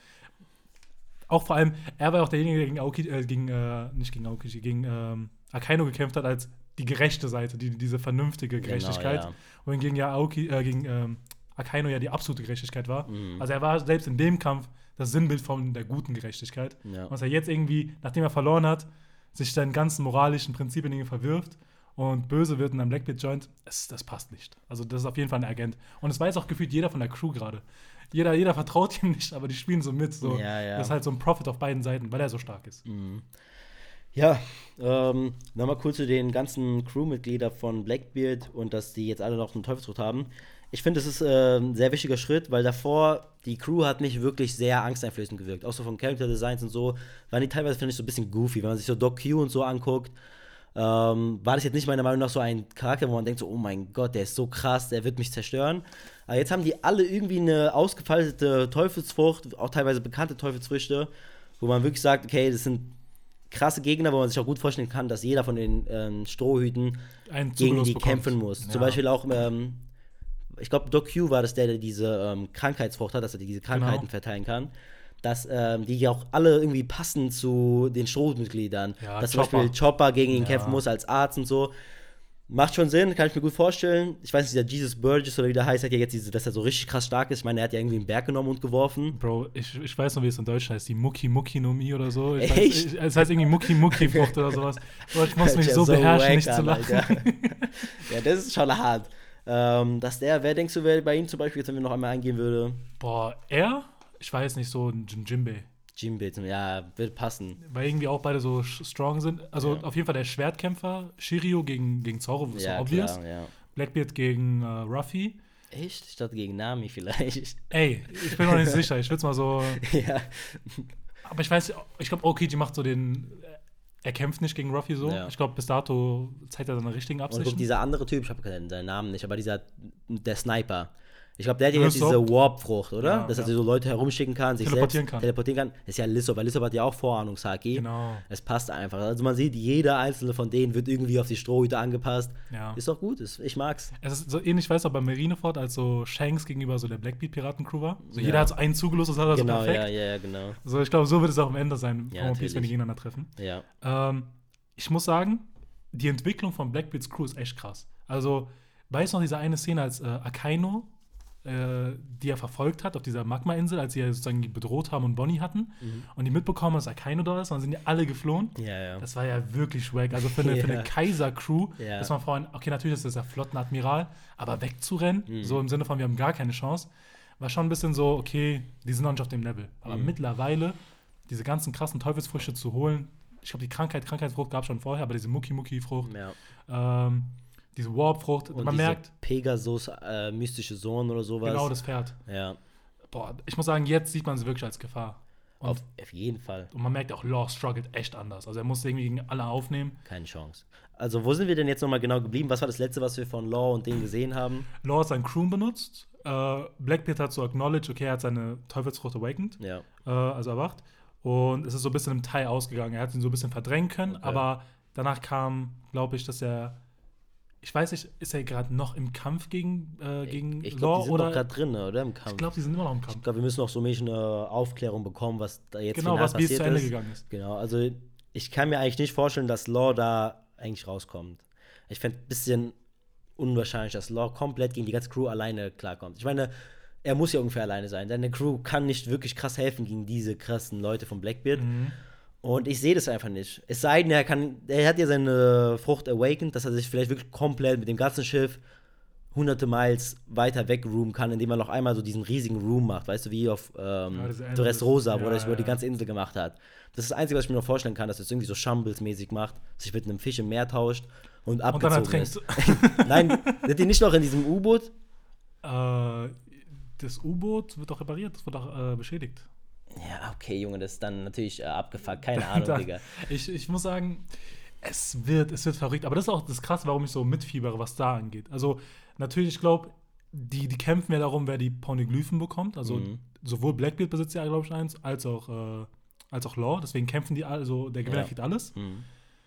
Auch vor allem, er war auch derjenige, der gegen Aoki, äh, gegen, äh, nicht gegen Aoki, gegen ähm, Akainu gekämpft hat, als die gerechte Seite, die, diese vernünftige Gerechtigkeit. Genau, ja. Und gegen ja Aoki, äh, gegen ähm, Akainu ja die absolute Gerechtigkeit war. Mhm. Also er war selbst in dem Kampf das Sinnbild von der guten Gerechtigkeit. Ja. Und dass er jetzt irgendwie, nachdem er verloren hat, sich seinen ganzen moralischen Prinzipien irgendwie verwirft und böse wird und am Blackbeard joint, es, das passt nicht. Also das ist auf jeden Fall ein Agent. Und es weiß auch gefühlt jeder von der Crew gerade. Jeder, jeder vertraut ihm nicht, aber die spielen so mit. So. Ja, ja. Das ist halt so ein Profit auf beiden Seiten, weil er so stark ist. Mhm. Ja, ähm, nochmal kurz zu den ganzen Crewmitgliedern von Blackbeard und dass die jetzt alle noch einen Teufelsfrucht haben. Ich finde, das ist äh, ein sehr wichtiger Schritt, weil davor, die Crew hat nicht wirklich sehr angsteinflößend gewirkt. Auch so von Character Designs und so, waren die teilweise, finde ich, so ein bisschen goofy. Wenn man sich so Doc Q und so anguckt, ähm, war das jetzt nicht meiner Meinung nach so ein Charakter, wo man denkt so, oh mein Gott, der ist so krass, der wird mich zerstören. Aber jetzt haben die alle irgendwie eine ausgefaltete Teufelsfrucht, auch teilweise bekannte Teufelsfrüchte, wo man wirklich sagt, okay, das sind krasse Gegner, wo man sich auch gut vorstellen kann, dass jeder von den ähm, Strohhüten Ein gegen die bekommt. kämpfen muss. Ja. Zum Beispiel auch, ähm, ich glaube, Doc Q war das der, der diese ähm, Krankheitsfrucht hat, dass er diese Krankheiten genau. verteilen kann. Dass ähm, die auch alle irgendwie passen zu den Strohmitgliedern. Ja, dass Chopper. zum Beispiel Chopper gegen ihn ja. kämpfen muss als Arzt und so. Macht schon Sinn, kann ich mir gut vorstellen. Ich weiß nicht, der Jesus Burgess oder wie der heißt, hat ja jetzt diese, dass er so richtig krass stark ist. Ich meine, er hat ja irgendwie einen Berg genommen und geworfen. Bro, ich, ich weiß noch, wie es in Deutsch heißt. Die Mucki Mucki no Mi oder so. Ich Echt? Weiß, ich, es heißt irgendwie Mucki Mucki Frucht oder sowas. Bro, ich muss mich Ja, so, so beherrschen, wack nicht an, zu lachen. Alter. Ja, das ist schon hart. Ähm, dass der, wer denkst du, wer bei ihm zum Beispiel, jetzt wenn wir noch einmal eingehen würde? Boah, er? Ich weiß nicht, so ein Jinbe. Jimbe, ja, wird passen. Weil irgendwie auch beide so strong sind. Also Ja. auf jeden Fall der Schwertkämpfer, Shiryu gegen, gegen Zoro, ist Ja, so obvious. klar, ja. Blackbeard gegen äh, Ruffy. Echt? Ich dachte gegen Nami vielleicht. Ey, ich bin noch nicht sicher. Ich will es mal so. Ja. Aber ich weiß, ich glaube, Aokiji macht so den. Er kämpft nicht gegen Ruffy so. Ja. Ich glaube, bis dato zeigt er seine richtigen Und Absichten. guck, dieser andere Typ, ich habe seinen Namen nicht, aber dieser, der Sniper. Ich glaube, der hat ja jetzt Lysop. diese Warp-Frucht, oder? Ja, Dass er ja. so Leute herumschicken kann, sich Teleportieren selbst kann. teleportieren kann. Das ist ja Lissop, weil Lissop hat ja auch Vorahnungshaki. Genau. Es passt einfach. Also man sieht, jeder einzelne von denen wird irgendwie auf die Strohhüte angepasst. Ja. Ist doch gut, ist, ich mag's. Es ist so ähnlich, weißt du, bei Marineford, als so Shanks gegenüber so der Blackbeard-Piratencrew war. So Ja. jeder hat so einen zugelost, das hat er Genau, so perfekt. ja, ja, ja, genau. So, ich glaube, so wird es auch am Ende sein, Ja, von One Piece, wenn die natürlich. gegeneinander treffen. Ja. Ähm, ich muss sagen, die Entwicklung von Blackbeards Crew ist echt krass. Also, weißt du noch diese eine Szene, als äh, Akaino, äh, die er verfolgt hat auf dieser Magma-Insel, als sie ja sozusagen die bedroht haben und Bonnie hatten Mhm. und die mitbekommen, dass Akaino da ist und dann sind die alle geflohen. Ja, ja. Das war ja wirklich wack. Also für eine, für eine Ja. Kaiser-Crew, Ja. dass man vorhin, okay, natürlich ist das der Flottenadmiral, aber wegzurennen, Mhm. so im Sinne von, wir haben gar keine Chance, war schon ein bisschen so, okay, die sind noch nicht auf dem Level. Aber Mhm. mittlerweile, diese ganzen krassen Teufelsfrüchte zu holen, ich glaube, die Krankheit, Krankheitsfrucht gab es schon vorher, aber diese Muki-Muki-Frucht, ja. ähm, diese Warp-Frucht, Und man diese merkt, Pegasus, äh, mystische Sohn oder sowas. genau das Pferd. Ja, Boah, ich muss sagen, jetzt sieht man sie wirklich als Gefahr. Und, auf, auf jeden Fall. und man merkt auch, Law struggelt echt anders. Also er muss irgendwie gegen alle aufnehmen. Keine Chance. Also, wo sind wir denn jetzt nochmal genau geblieben? Was war das Letzte, was wir von Law und denen gesehen haben? Law hat seinen Crew benutzt. Äh, Blackbeard hat so acknowledged, okay, er hat seine Teufelsfrucht awakened, Ja. äh, also erwacht. Und es ist so ein bisschen im Teil ausgegangen. Er hat ihn so ein bisschen verdrängen können, Okay. aber danach kam, glaube ich, dass er. Ich weiß nicht, ist er gerade noch im Kampf gegen, äh, gegen Ich Law glaube, die sind oder? doch gerade drin, oder? Im Kampf. Ich glaube, die sind immer noch im Kampf. Ich glaube, wir müssen noch so ein bisschen eine Aufklärung bekommen, was da jetzt Genau, final was wie es passiert zu Ende ist. gegangen ist. Genau, also ich kann mir eigentlich nicht vorstellen, dass Law da eigentlich rauskommt. Ich fände ein bisschen unwahrscheinlich, dass Law komplett gegen die ganze Crew alleine klarkommt. Ich meine, er muss ja ungefähr alleine sein. Deine Crew kann nicht wirklich krass helfen gegen diese krassen Leute von Blackbeard. Mhm. Und ich sehe das einfach nicht. Es sei denn, er kann, er hat ja seine Frucht awakened, dass er sich vielleicht wirklich komplett mit dem ganzen Schiff hunderte Miles weiter weg roomen kann, indem er noch einmal so diesen riesigen Room macht, weißt du, wie auf ähm, Ja, diese Endless- Dress Rosa, wo ja, er das über ja, die ja. ganze Insel gemacht hat. Das ist das Einzige, was ich mir noch vorstellen kann, dass er es irgendwie so Shambles-mäßig macht, sich mit einem Fisch im Meer tauscht und Und dann abgezogen ertrinkt. ist. Nein, sind die nicht noch in diesem U-Boot? Äh, das U-Boot wird doch repariert, das wird doch äh, beschädigt. Ja, okay, Junge, das ist dann natürlich äh, abgefuckt. Keine Ahnung, Da- Digga. Ich, ich muss sagen, es wird, es wird verrückt. Aber das ist auch das Krasse, warum ich so mitfiebere, was da angeht. Also, natürlich, ich glaube, die, die kämpfen ja darum, wer die Poneglyphen bekommt. Also, Mhm. sowohl Blackbeard besitzt ja, glaube ich, eins, als auch, äh, als auch Law. Deswegen kämpfen die alle, also der Gewinner Ja. kriegt alles. Mhm.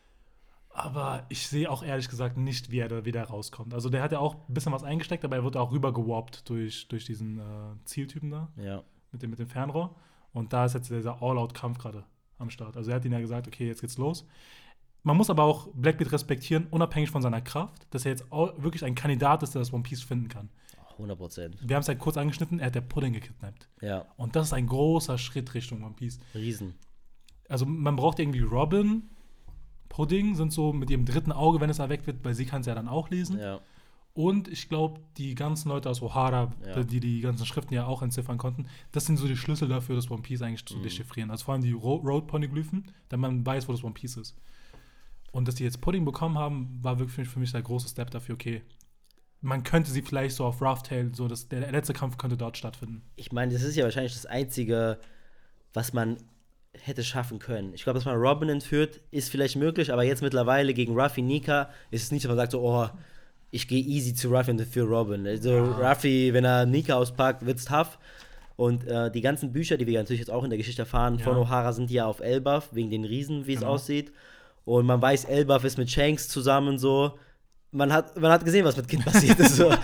Aber ich sehe auch ehrlich gesagt nicht, wie er da wieder rauskommt. Also, der hat ja auch ein bisschen was eingesteckt, aber er wird auch rüber gewarpt durch, durch diesen äh, Zieltypen da. Ja. mit dem, mit dem Fernrohr. Und da ist jetzt dieser All-Out-Kampf gerade am Start. Also er hat ihnen ja gesagt, okay, jetzt geht's los. Man muss aber auch Blackbeard respektieren, unabhängig von seiner Kraft, dass er jetzt auch wirklich ein Kandidat ist, der das One Piece finden kann. hundert Prozent. Wir haben es ja kurz angeschnitten, er hat der Pudding gekidnappt. Ja, Und das ist ein großer Schritt Richtung One Piece. Riesen. Also man braucht irgendwie Robin, Pudding sind so mit ihrem dritten Auge, wenn es erweckt wird, weil sie kann es ja dann auch lesen. Ja. Und ich glaube, die ganzen Leute aus O'Hara, Ja. die die ganzen Schriften ja auch entziffern konnten, das sind so die Schlüssel dafür, das One Piece eigentlich zu Mhm. dechiffrieren. Also vor allem die Ro Road Poneglyphen, damit man weiß, wo das One Piece ist. Und dass die jetzt Pudding bekommen haben, war wirklich für mich, für mich der große Step dafür, okay, man könnte sie vielleicht so auf Rough Tail, so dass der letzte Kampf könnte dort stattfinden. Ich meine, das ist ja wahrscheinlich das Einzige, was man hätte schaffen können. Ich glaube, dass man Robin entführt, ist vielleicht möglich, aber jetzt mittlerweile gegen Ruffy Nika ist es nicht, dass man sagt so, oh, ich gehe easy zu Ruffy und entführe Robin. Also Ja. Ruffy, wenn er Nika auspackt, wird's tough. Und äh, die ganzen Bücher, die wir ja natürlich jetzt auch in der Geschichte erfahren, Ja. von O'Hara sind die ja auf Elbaf, wegen den Riesen, wie es Genau. aussieht. Und man weiß, Elbaf ist mit Shanks zusammen so. man hat, man hat gesehen, was mit Kind passiert ist. So.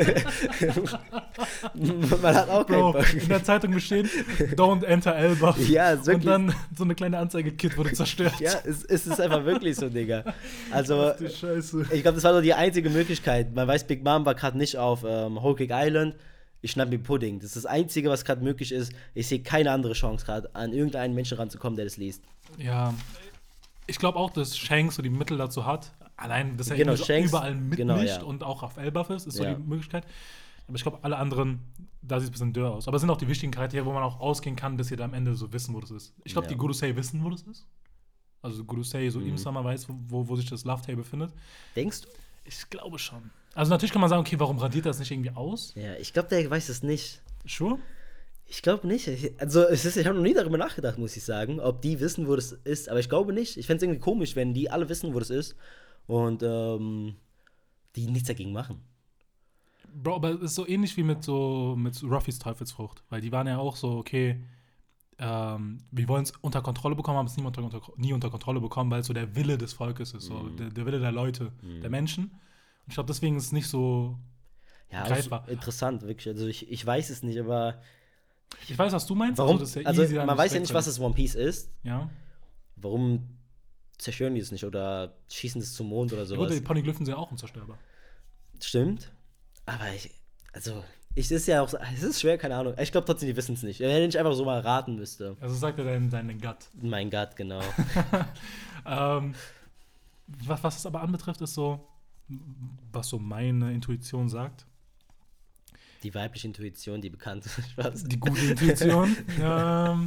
Man hat auch Bro, keinen Bock. in der Zeitung bestehen, don't enter Elbaf. Ja, ist wirklich. Und dann so eine kleine Anzeige, Kid wurde zerstört. Ja, es, es ist einfach wirklich so, Digga. Also, Ach, die Scheiße. ich glaube, das war so die einzige Möglichkeit. Man weiß, Big Mom war gerade nicht auf ähm, Whole Cake Island. Ich schnapp mir Pudding. Das ist das Einzige, was gerade möglich ist. Ich sehe keine andere Chance gerade, an irgendeinen Menschen ranzukommen, der das liest. Ja, ich glaube auch, dass Shanks so die Mittel dazu hat. Allein, dass er Genau, irgendwie so Shanks, überall mitmischt genau, ja. und auch auf Elbaf ist, ist so Ja. die Möglichkeit. Aber ich glaube, alle anderen, da sieht es ein bisschen dürr aus. Aber es sind auch die wichtigen Charaktere, wo man auch ausgehen kann, dass sie da am Ende so wissen, wo das ist. Ich glaube, Ja. die Gurusei wissen, wo das ist. Also Gurusei, so Mhm. Im-sama weiß, wo, wo sich das Love Tale befindet. Denkst du? Ich glaube schon. Also natürlich kann man sagen, okay, warum radiert er das nicht irgendwie aus? Ja, ich glaube, der weiß es nicht. Sure? Ich glaube nicht. Ich- Also, es ist, ich habe noch nie darüber nachgedacht, muss ich sagen, ob die wissen, wo das ist. Aber ich glaube nicht. Ich fände es irgendwie komisch, wenn die alle wissen, wo das ist und ähm, die nichts dagegen machen. Bro, aber es ist so ähnlich wie mit so mit Ruffys Teufelsfrucht. Weil die waren ja auch so, okay, ähm, wir wollen es unter Kontrolle bekommen, haben es nie unter, unter, nie unter Kontrolle bekommen, weil es so der Wille des Volkes ist, so Mhm. der, der Wille der Leute, Mhm. der Menschen. Und ich glaube, deswegen ist es nicht so Ja, greifbar. also, interessant, wirklich. Also, ich, ich weiß es nicht, aber Ich weiß, was du meinst. warum? das ist ja Also, easy, dann man das weiß ja nicht, was wegzunehmen. das One Piece ist. Ja. Warum zerstören die es nicht oder schießen es zum Mond oder Ja, sowas? gut, die Ponyglyphen sind ja auch unzerstörbar. Stimmt. Aber ich, also, ich es ist ja auch, so- es ist schwer, keine Ahnung. Ich glaube trotzdem, die wissen es nicht. Wenn ich einfach so mal raten müsste. Also sagt er dein, dein Gut. Mein Gott, genau. ähm, was, was es aber anbetrifft, ist so, was so meine Intuition sagt. Die weibliche Intuition, die bekannte. Spaß. Die gute Intuition. ähm,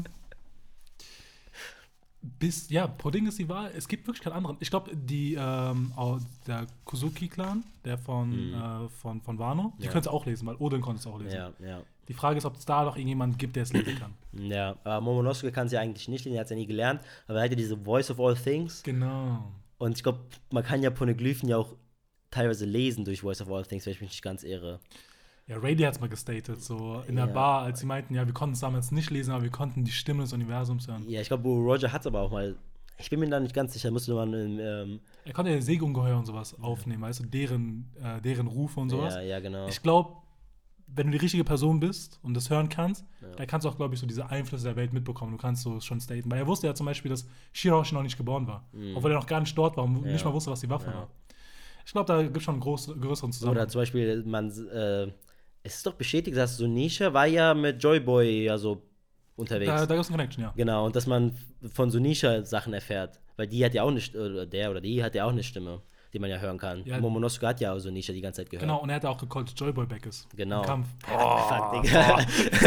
bis, ja, Pudding ist die Wahl. Es gibt wirklich keinen anderen. Ich glaube, die, ähm, au- der Kozuki-Clan, der von, Mhm. äh, von, von Wano, die Ja. können es auch lesen, weil Odin konnte es auch lesen. Ja, ja. Die Frage ist, ob es da noch irgendjemand gibt, der es lesen kann. Ja, aber Momonosuke kann sie eigentlich nicht, den hat sie ja nie gelernt. Aber er hat ja diese Voice of All Things. Genau. Und ich glaube, man kann ja Poneglyphen ja auch teilweise lesen durch Voice of All Things, wenn ich mich nicht ganz irre. Ja, Rady hat es mal gestatet, so in der Ja. Bar, als sie meinten, ja, wir konnten es damals nicht lesen, aber wir konnten die Stimme des Universums hören. Ja, ich glaube, Roger hat es aber auch mal. Ich bin mir da nicht ganz sicher, musste man in, ähm, Er konnte ja Seeungeheuer und sowas aufnehmen, weißt du, deren, äh, deren Rufe und sowas. ja, ja, genau. Ich glaube, wenn du die richtige Person bist und das hören kannst, Ja. dann kannst du auch, glaube ich, so diese Einflüsse der Welt mitbekommen. Du kannst so schon staten. Weil er wusste ja zum Beispiel, dass Shirahoshi noch nicht geboren war. Mhm. Obwohl er noch gar nicht dort war und Ja. nicht mal wusste, was die Waffe Ja. war. Ich glaube, da gibt es schon einen groß, größeren Oder Zusammenhang. zum Beispiel, man, äh, es ist doch bestätigt, dass Sunisha war ja mit Joyboy ja so unterwegs. Da, da gibt es eine Connection, ja. Genau, und dass man von Sunisha Sachen erfährt. Weil die hat ja auch eine, St- oder der oder die hat ja auch eine Stimme, die man ja hören kann. Ja. Momonosuke hat ja auch Sunisha die ganze Zeit gehört. Genau, und er hat auch gecallt, dass Joyboy back ist. Genau. Im Kampf. Fuck, Digga.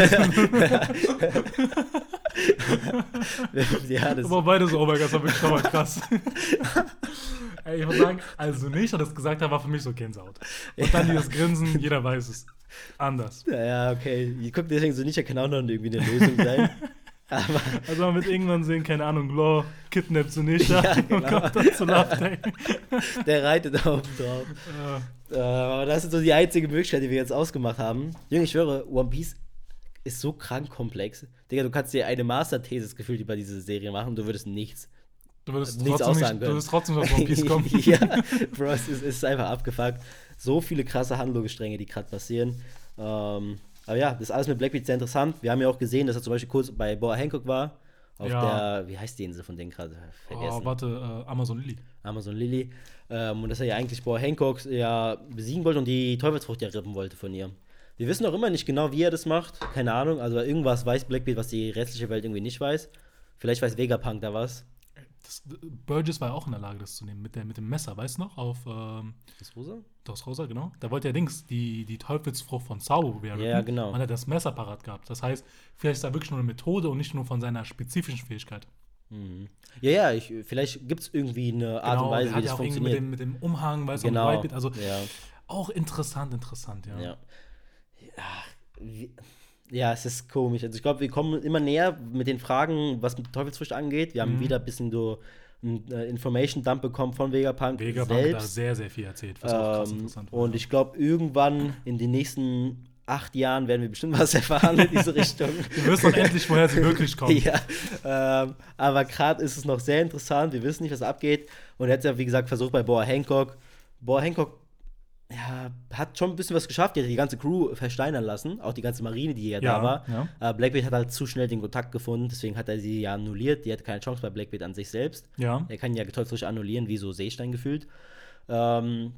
ja, das Aber beide so, oh mein Gott, das war wirklich schon mal krass. Ey, ich muss sagen, also nicht, das gesagt hat, war für mich so Gänsehaut. Und dann dieses Grinsen, jeder weiß es. Anders. ja, ja, okay. Ich guck, deswegen Sunisha kann auch noch irgendwie eine Lösung sein. Aber Also man wird irgendwann sehen, keine Ahnung, Law kidnappt Sunisha Ja, und genau. kommt dann zu Love Day. der reitet da oben drauf. Äh, Äh, Aber das ist so die einzige Möglichkeit, die wir jetzt ausgemacht haben. Junge, ich schwöre, One Piece ist so krank komplex. Digga, du kannst dir eine Master-Thesis gefühlt über diese Serie machen und du würdest nichts. du würdest Nichts trotzdem aussagen nicht, du können. würdest trotzdem auf One Piece kommen. ja, Bro, es ist, es ist einfach abgefuckt. So viele krasse Handlungsstränge, die gerade passieren. Ähm, aber ja, das ist alles mit Blackbeard sehr interessant. Wir haben ja auch gesehen, dass er zum Beispiel kurz bei Boa Hancock war. Auf Ja. der, wie heißt die Insel von denen gerade? Vergessen. Oh, warte, äh, Amazon Lily. Amazon Lily. Ähm, und dass er ja eigentlich Boa Hancock ja besiegen wollte und die Teufelsfrucht ja rippen wollte von ihr. Wir wissen auch immer nicht genau, wie er das macht. Keine Ahnung. Also irgendwas weiß Blackbeard, was die restliche Welt irgendwie nicht weiß. Vielleicht weiß Vegapunk da was. Das, Burgess war ja auch in der Lage, das zu nehmen, mit, der, mit dem Messer, weißt du noch? Auf ähm, Ist Rosa? Dos Rosa, genau. Da wollte er Dings, die, die Teufelsfrucht von Sao werden. Ja, genau. Und er hat das Messer parat gehabt. Das heißt, vielleicht ist da wirklich nur eine Methode und nicht nur von seiner spezifischen Fähigkeit. Mhm. Ja, ja, ich, vielleicht gibt es irgendwie eine Art und Genau, Weise, der wie hat das ja auch irgendwie funktioniert. mit dem, mit dem Umhang, weißt du, Genau. und Whitebeard, also ja, auch interessant, interessant, ja. ja. Ja, wie, ja, es ist komisch. Also ich glaube, wir kommen immer näher mit den Fragen, was mit Teufelsfrüchte angeht. Wir haben Mhm. wieder ein bisschen so ein äh, Information-Dump bekommen von Vegapunk, Vegapunk hat da selbst. sehr, sehr viel erzählt, was auch krass Ähm, interessant war. und ich glaube, irgendwann in den nächsten acht Jahren werden wir bestimmt was erfahren in diese Richtung. Wir wissen dann endlich, woher sie wirklich kommen. Ja, ähm, aber gerade ist es noch sehr interessant. Wir wissen nicht, was abgeht. Und er hat ja, wie gesagt, versucht bei Boa Hancock. Boa Hancock ja, hat schon ein bisschen was geschafft. Die hat die ganze Crew versteinern lassen, auch die ganze Marine, die ja, Ja, da war. ja. Aber Blackbeard hat halt zu schnell den Kontakt gefunden, deswegen hat er sie ja annulliert. Die hatte keine Chance bei Blackbeard an sich selbst. Ja. Er kann ja teuflisch annullieren, wie so Seestein gefühlt. Ähm,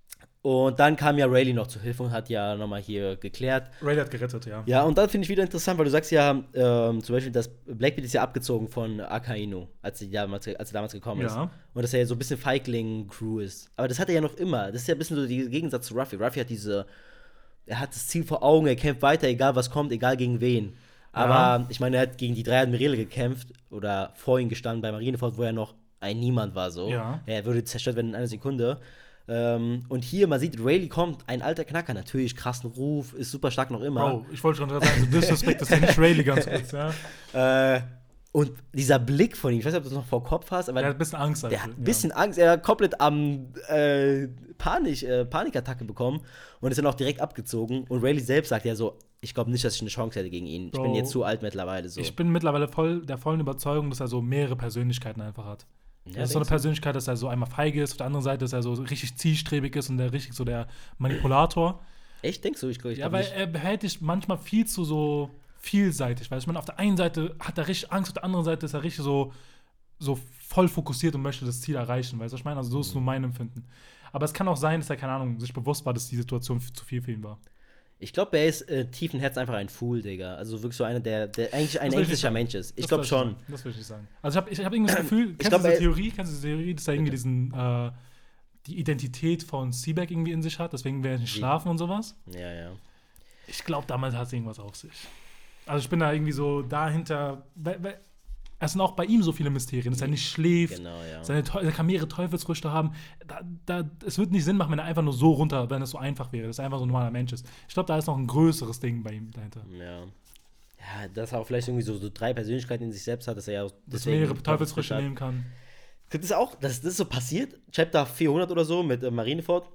und dann kam ja Rayleigh noch zur Hilfe und hat ja nochmal hier geklärt. Rayleigh hat gerettet, ja. Ja, und dann finde ich wieder interessant, weil du sagst ja, ähm, zum Beispiel, dass Blackbeard ist ja abgezogen von Akainu, als sie damals, als sie damals gekommen ist. Ja. Und dass er ja so ein bisschen Feigling-Crew ist. Aber das hat er ja noch immer. Das ist ja ein bisschen so der Gegensatz zu Ruffy. Ruffy hat diese, er hat das Ziel vor Augen, er kämpft weiter, egal was kommt, egal gegen wen. Aber Ja. ich meine, er hat gegen die drei Admirale gekämpft oder vor ihm gestanden bei Marineford, wo er noch ein Niemand war so. Ja. Er würde zerstört werden in einer Sekunde. Ähm, und hier, man sieht, Rayleigh kommt, ein alter Knacker, natürlich, krassen Ruf, ist super stark noch immer. Bro, ich wollte schon gerade sagen, du disrespektest ja nicht Rayleigh ganz kurz, ja. Äh, und dieser Blick von ihm, ich weiß nicht, ob du das noch vor Kopf hast, aber Der hat ein bisschen Angst. der hat ein bisschen Angst, er hat komplett am äh, Panik, äh, Panikattacke bekommen und ist dann auch direkt abgezogen. Und Rayleigh selbst sagt ja so, ich glaube nicht, dass ich eine Chance hätte gegen ihn. Ich Bro, bin jetzt zu alt mittlerweile so. Ich bin mittlerweile voll der vollen Überzeugung, dass er so mehrere Persönlichkeiten einfach hat. Ja, das ist so eine denkst du? Persönlichkeit, dass er so einmal feige ist, auf der anderen Seite, dass er so richtig zielstrebig ist und der richtig so der Manipulator. Echt, denkst du? Ich, glaub, ich Ja, glaub weil nicht. er behält dich manchmal viel zu so vielseitig. Weil ich meine, auf der einen Seite hat er richtig Angst, auf der anderen Seite ist er richtig so, so voll fokussiert und möchte das Ziel erreichen. Weißt du, was ich meine? Also so ist nur mein Empfinden. Aber es kann auch sein, dass er, keine Ahnung, sich bewusst war, dass die Situation f- zu viel für ihn war. Ich glaube, er ist äh, tief im Herzen einfach ein Fool, Digga. Also wirklich so einer, der, der eigentlich ein Das will ich nicht ängstlicher sagen. Mensch ist. Ich Das glaube will schon. nicht sagen. Das will ich nicht sagen. Also ich habe ich hab irgendwie das Gefühl, kennst glaub, du diese er- Theorie, kennst du diese Theorie, dass er irgendwie diesen, äh, die Identität von Seaback irgendwie in sich hat, deswegen will er nicht Wie? schlafen und sowas? Ja, ja. Ich glaube, damals hat es irgendwas auf sich. Also ich bin da irgendwie so dahinter, weil, weil es sind auch bei ihm so viele Mysterien, dass er nicht schläft, Genau, ja. seine Teu- er kann mehrere Teufelsfrüchte haben. Da, da, es würde nicht Sinn machen, wenn er einfach nur so runter, wenn es so einfach wäre, dass er einfach so ein normaler Mensch ist. Ich glaube, da ist noch ein größeres Ding bei ihm dahinter. Ja. Ja, dass er auch vielleicht irgendwie so, so drei Persönlichkeiten in sich selbst hat, dass er ja auch Dass deswegen mehrere Teufelsfrüchte hat. nehmen kann. Das ist auch, das, das ist so passiert, Chapter vierhundert oder so mit äh, Marineford,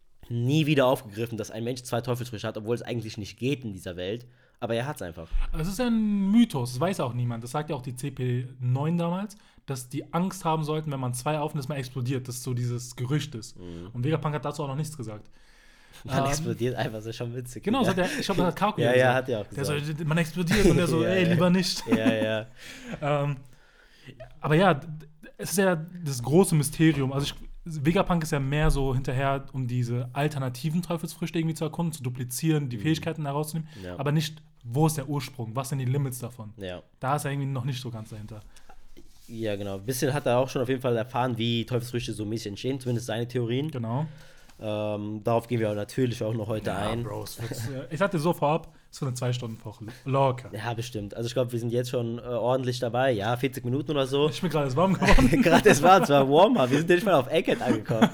nie wieder aufgegriffen, dass ein Mensch zwei Teufelsfrüchte hat, obwohl es eigentlich nicht geht in dieser Welt. Aber er hat es einfach. Das ist ja ein Mythos, das weiß auch niemand. Das sagt ja auch die C P neun damals, dass die Angst haben sollten, wenn man zwei aufnimmt, dass man explodiert. Das ist so dieses Gerücht ist. Mhm. Und Vegapunk hat dazu auch noch nichts gesagt. Man Ähm, explodiert einfach, das ist schon witzig. Genau, ja. das hat der, ich glaube, das hat Kaku Ja, gesagt. ja, hat er auch Der gesagt. so, man explodiert und der so, Ja, ey, ja. lieber nicht. Ja, ja. ähm, aber ja, d- es ist ja das große Mysterium. Also ich, Vegapunk ist ja mehr so hinterher, um diese alternativen Teufelsfrüchte irgendwie zu erkunden, zu duplizieren, die Fähigkeiten herauszunehmen. Ja. Aber nicht, wo ist der Ursprung, was sind die Limits davon. Ja. Da ist er irgendwie noch nicht so ganz dahinter. Ja, genau. Ein bisschen hat er auch schon auf jeden Fall erfahren, wie Teufelsfrüchte so mäßig entstehen, zumindest seine Theorien. Genau. Ähm, darauf gehen wir auch natürlich auch noch heute ein. Bro, es wird, äh, ich sagte so vorab, es wird eine zwei-Stunden-Woche. Locker. Ja, bestimmt. Also ich glaube, wir sind jetzt schon äh, ordentlich dabei. Ja, vierzig Minuten oder so. Ich bin gerade erst warm geworden. Gerade es war zwar Warm-up, wir sind nicht mal auf Egghead angekommen.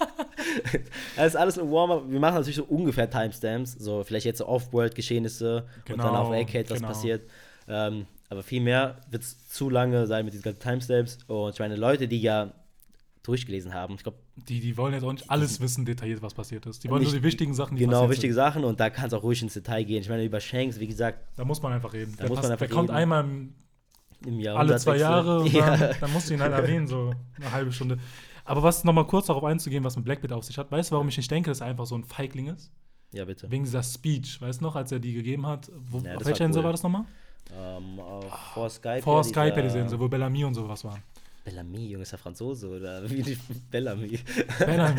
Das ist alles ein Warm-up. Wir machen natürlich so ungefähr Timestamps, so vielleicht jetzt so Off-World-Geschehnisse und dann Genau, auf Egghead, was genau. passiert. Ähm, aber viel mehr wird es zu lange sein mit diesen ganzen Timestamps. Und ich meine, Leute, die ja durchgelesen haben, ich glaube, Die, die wollen jetzt auch nicht alles wissen, detailliert, was passiert ist. Die wollen nur Nicht- die wichtigen Sachen, die genau, passiert wichtige sind. Sachen und da kann es auch ruhig ins Detail gehen. Ich meine, über Shanks, wie gesagt, Da muss man einfach reden. Da der muss man passt- einfach der kommt reden. einmal im im Jahr alle zwei Jahre und ja. dann, dann musst du ihn halt erwähnen, so eine halbe Stunde. Aber was nochmal kurz darauf einzugehen, was mit Blackbeard auf sich hat, weißt du, warum ich nicht denke, dass er einfach so ein Feigling ist? Ja, bitte. Wegen dieser Speech, weißt du noch, als er die gegeben hat? Wo, Ja, das auf welcher war Insel cool. war das nochmal? Ähm, auf, vor Skype. Vor ja, Skype, dieser- diese Insel, wo Bellamy und sowas waren. Bellamy, Junge, ist der Franzose oder wie die Bellamy. Bellamy.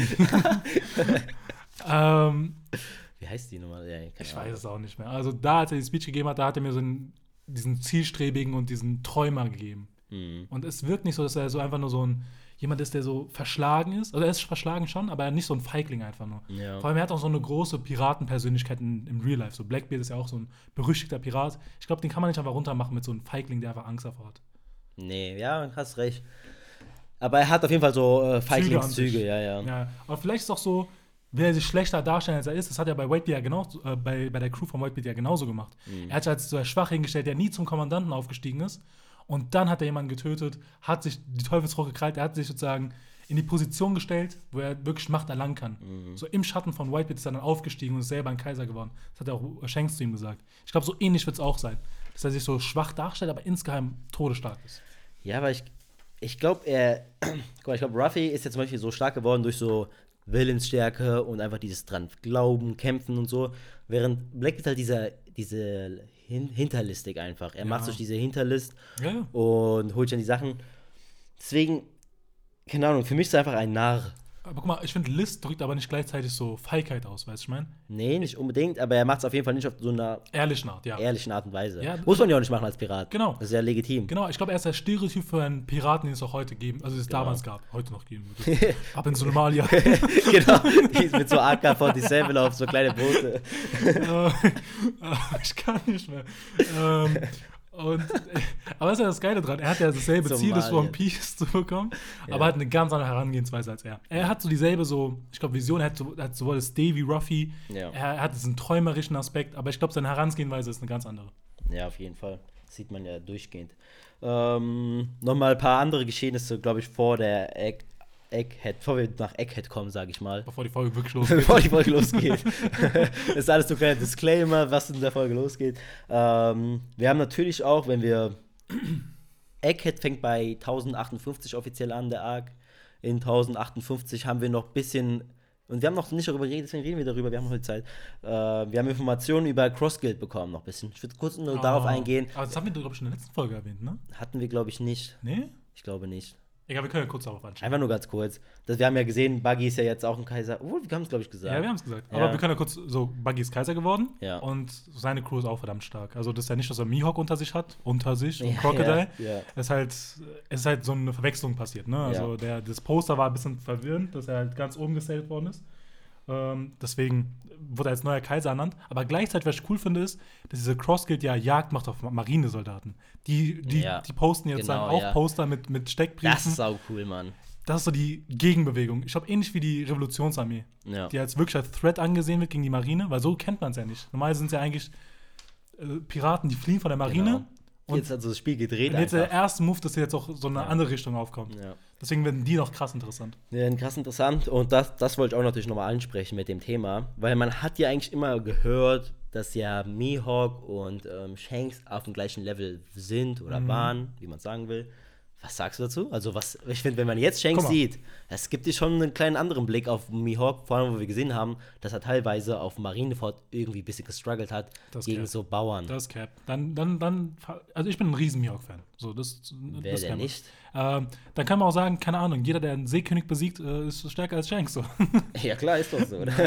ähm, Wie heißt die nochmal? Ja, keine ich Ahnung. weiß es auch nicht mehr. Also da, als er die Speech gegeben hat, da hat er mir so einen, diesen zielstrebigen und diesen Träumer gegeben. Mhm. Und es wirkt nicht so, dass er so einfach nur so ein jemand ist, der so verschlagen ist. Also er ist verschlagen schon, aber nicht so ein Feigling einfach nur. Ja. Vor allem, er hat auch so eine große Piratenpersönlichkeit in, im Real Life. So Blackbeard ist ja auch so ein berüchtigter Pirat. Ich glaube, den kann man nicht einfach runtermachen mit so einem Feigling, der einfach Angst davor hat. Nee, ja, hast recht. Aber er hat auf jeden Fall so äh, an Feiglingszüge, sich. ja, ja. Ja, aber vielleicht ist es auch so, will er sich schlechter darstellen, als er ist. Das hat er bei Whitebeard ja genauso, äh, bei, bei der Crew von Whitebeard ja genauso gemacht. Mhm. Er hat sich als so schwach hingestellt, der nie zum Kommandanten aufgestiegen ist. Und dann hat er jemanden getötet, hat sich die Teufelsfrucht gekrallt, er hat sich sozusagen in die Position gestellt, wo er wirklich Macht erlangen kann. Mhm. So im Schatten von Whitebeard ist er dann aufgestiegen und ist selber ein Kaiser geworden. Das hat er auch Shanks zu ihm gesagt. Ich glaube, so ähnlich wird es auch sein. Dass er sich so schwach darstellt, aber insgeheim todesstark ist. Ja, aber ich, ich glaube, er. Guck mal, ich glaube, Ruffy ist jetzt zum Beispiel so stark geworden durch so Willensstärke und einfach dieses dran glauben, kämpfen und so. Während Black ist halt dieser, diese Hin- Hinterlistig einfach. Er Ja. macht durch diese Hinterlist Ja, ja. und holt sich an die Sachen. Deswegen, keine Ahnung, für mich ist er einfach ein Narr. Aber guck mal, ich finde, List drückt aber nicht gleichzeitig so Feigheit aus, weißt du, ich meine? Nee, nicht unbedingt, aber er macht es auf jeden Fall nicht auf so einer Ehrlichen Art, ja. ehrlichen Art und Weise. Ja, Muss man ja auch nicht machen als Pirat. Genau. Das ist ja legitim. Genau, ich glaube, er ist der Stereotyp für einen Piraten, den es auch heute geben, also es Genau. damals gab, heute noch geben würde. Ab in Somalia. Genau, die ist mit so A K siebenundvierzig auf so kleine Boote. Äh, ich kann nicht mehr. Ähm, und, äh, aber das ist ja das Geile dran. Er hat ja dasselbe Ziel, das Somalien. One Piece zu bekommen, Ja. aber hat eine ganz andere Herangehensweise als er. Er hat so dieselbe, so, ich glaube, Vision, er hat, so, er hat sowohl das Davy Ruffy, Ja. er hat diesen träumerischen Aspekt, aber ich glaube, seine Herangehensweise ist eine ganz andere. Ja, auf jeden Fall. Das sieht man ja durchgehend. Ähm, Nochmal ein paar andere Geschehnisse, glaube ich, vor der Egg Egghead, bevor wir nach Egghead kommen, sage ich mal. Bevor die Folge wirklich losgeht. Bevor die Folge losgeht. Das ist alles so ein kleiner Disclaimer, was in der Folge losgeht. Ähm, wir haben natürlich auch, wenn wir Egghead fängt bei tausendachtundsechzig offiziell an, der Arc. In tausendachtundsechzig haben wir noch ein bisschen, und wir haben noch nicht darüber geredet, deswegen reden wir darüber, wir haben heute Zeit. Äh, wir haben Informationen über Cross-Guild bekommen, noch ein bisschen. Ich würde kurz nur darauf Ah. eingehen. Aber das haben wir, glaube ich, in der letzten Folge erwähnt, ne? Hatten wir, glaube ich, nicht. Nee? Ich glaube nicht. Egal, wir können ja kurz darauf anschauen. Einfach nur ganz kurz. Das, wir haben ja gesehen, Buggy ist ja jetzt auch ein Kaiser. Obwohl, wir haben es, glaube ich, gesagt. Ja, wir haben es gesagt. Ja. Aber wir können ja kurz so, Buggy ist Kaiser geworden Ja. und seine Crew ist auch verdammt stark. Also das ist ja nicht, dass er Mihawk unter sich hat, unter sich und Ja, Crocodile. ja, ja. Es ist halt, es ist halt so eine Verwechslung passiert, ne? Also Ja. der, das Poster war ein bisschen verwirrend, dass er halt ganz oben gestellt worden ist. Ähm, deswegen wurde er als neuer Kaiser ernannt. Aber gleichzeitig, was ich cool finde, ist, dass diese Cross-Guild ja Jagd macht auf Marinesoldaten. Die, die, Ja. die posten jetzt Genau, dann auch ja. Poster mit, mit Steckbriefen. Das ist sau cool, Mann. Das ist so die Gegenbewegung. Ich glaube, ähnlich wie die Revolutionsarmee, Ja. die als wirklich als Threat angesehen wird gegen die Marine, weil so kennt man es ja nicht. Normalerweise sind es ja eigentlich äh, Piraten, die fliehen von der Marine. Genau. Und Jetzt hat so das Spiel gedreht Und jetzt der einfach. erste Move, dass jetzt auch so eine Ja. andere Richtung aufkommt. Ja. Deswegen werden die noch krass interessant. Ja, krass interessant. Und das, das wollte ich auch natürlich nochmal ansprechen mit dem Thema. Weil man hat ja eigentlich immer gehört, dass ja Mihawk und ähm, Shanks auf dem gleichen Level sind oder Mhm. waren, wie man sagen will. Was sagst du dazu? Also, was, ich finde, wenn man jetzt Shanks Guck mal. sieht, es gibt dir schon einen kleinen anderen Blick auf Mihawk, vor allem, wo wir gesehen haben, dass er teilweise auf Marineford irgendwie ein bisschen gestruggelt hat Das gegen Cap. so Bauern. Das ist Cap. Dann, dann, dann, also ich bin ein riesen Mihawk-Fan. So, das, Wer das denn kann man. nicht? Ähm, dann kann man auch sagen, keine Ahnung, jeder, der einen Seekönig besiegt, äh, ist stärker als Shanks. So. Ja, klar, ist doch so, oder?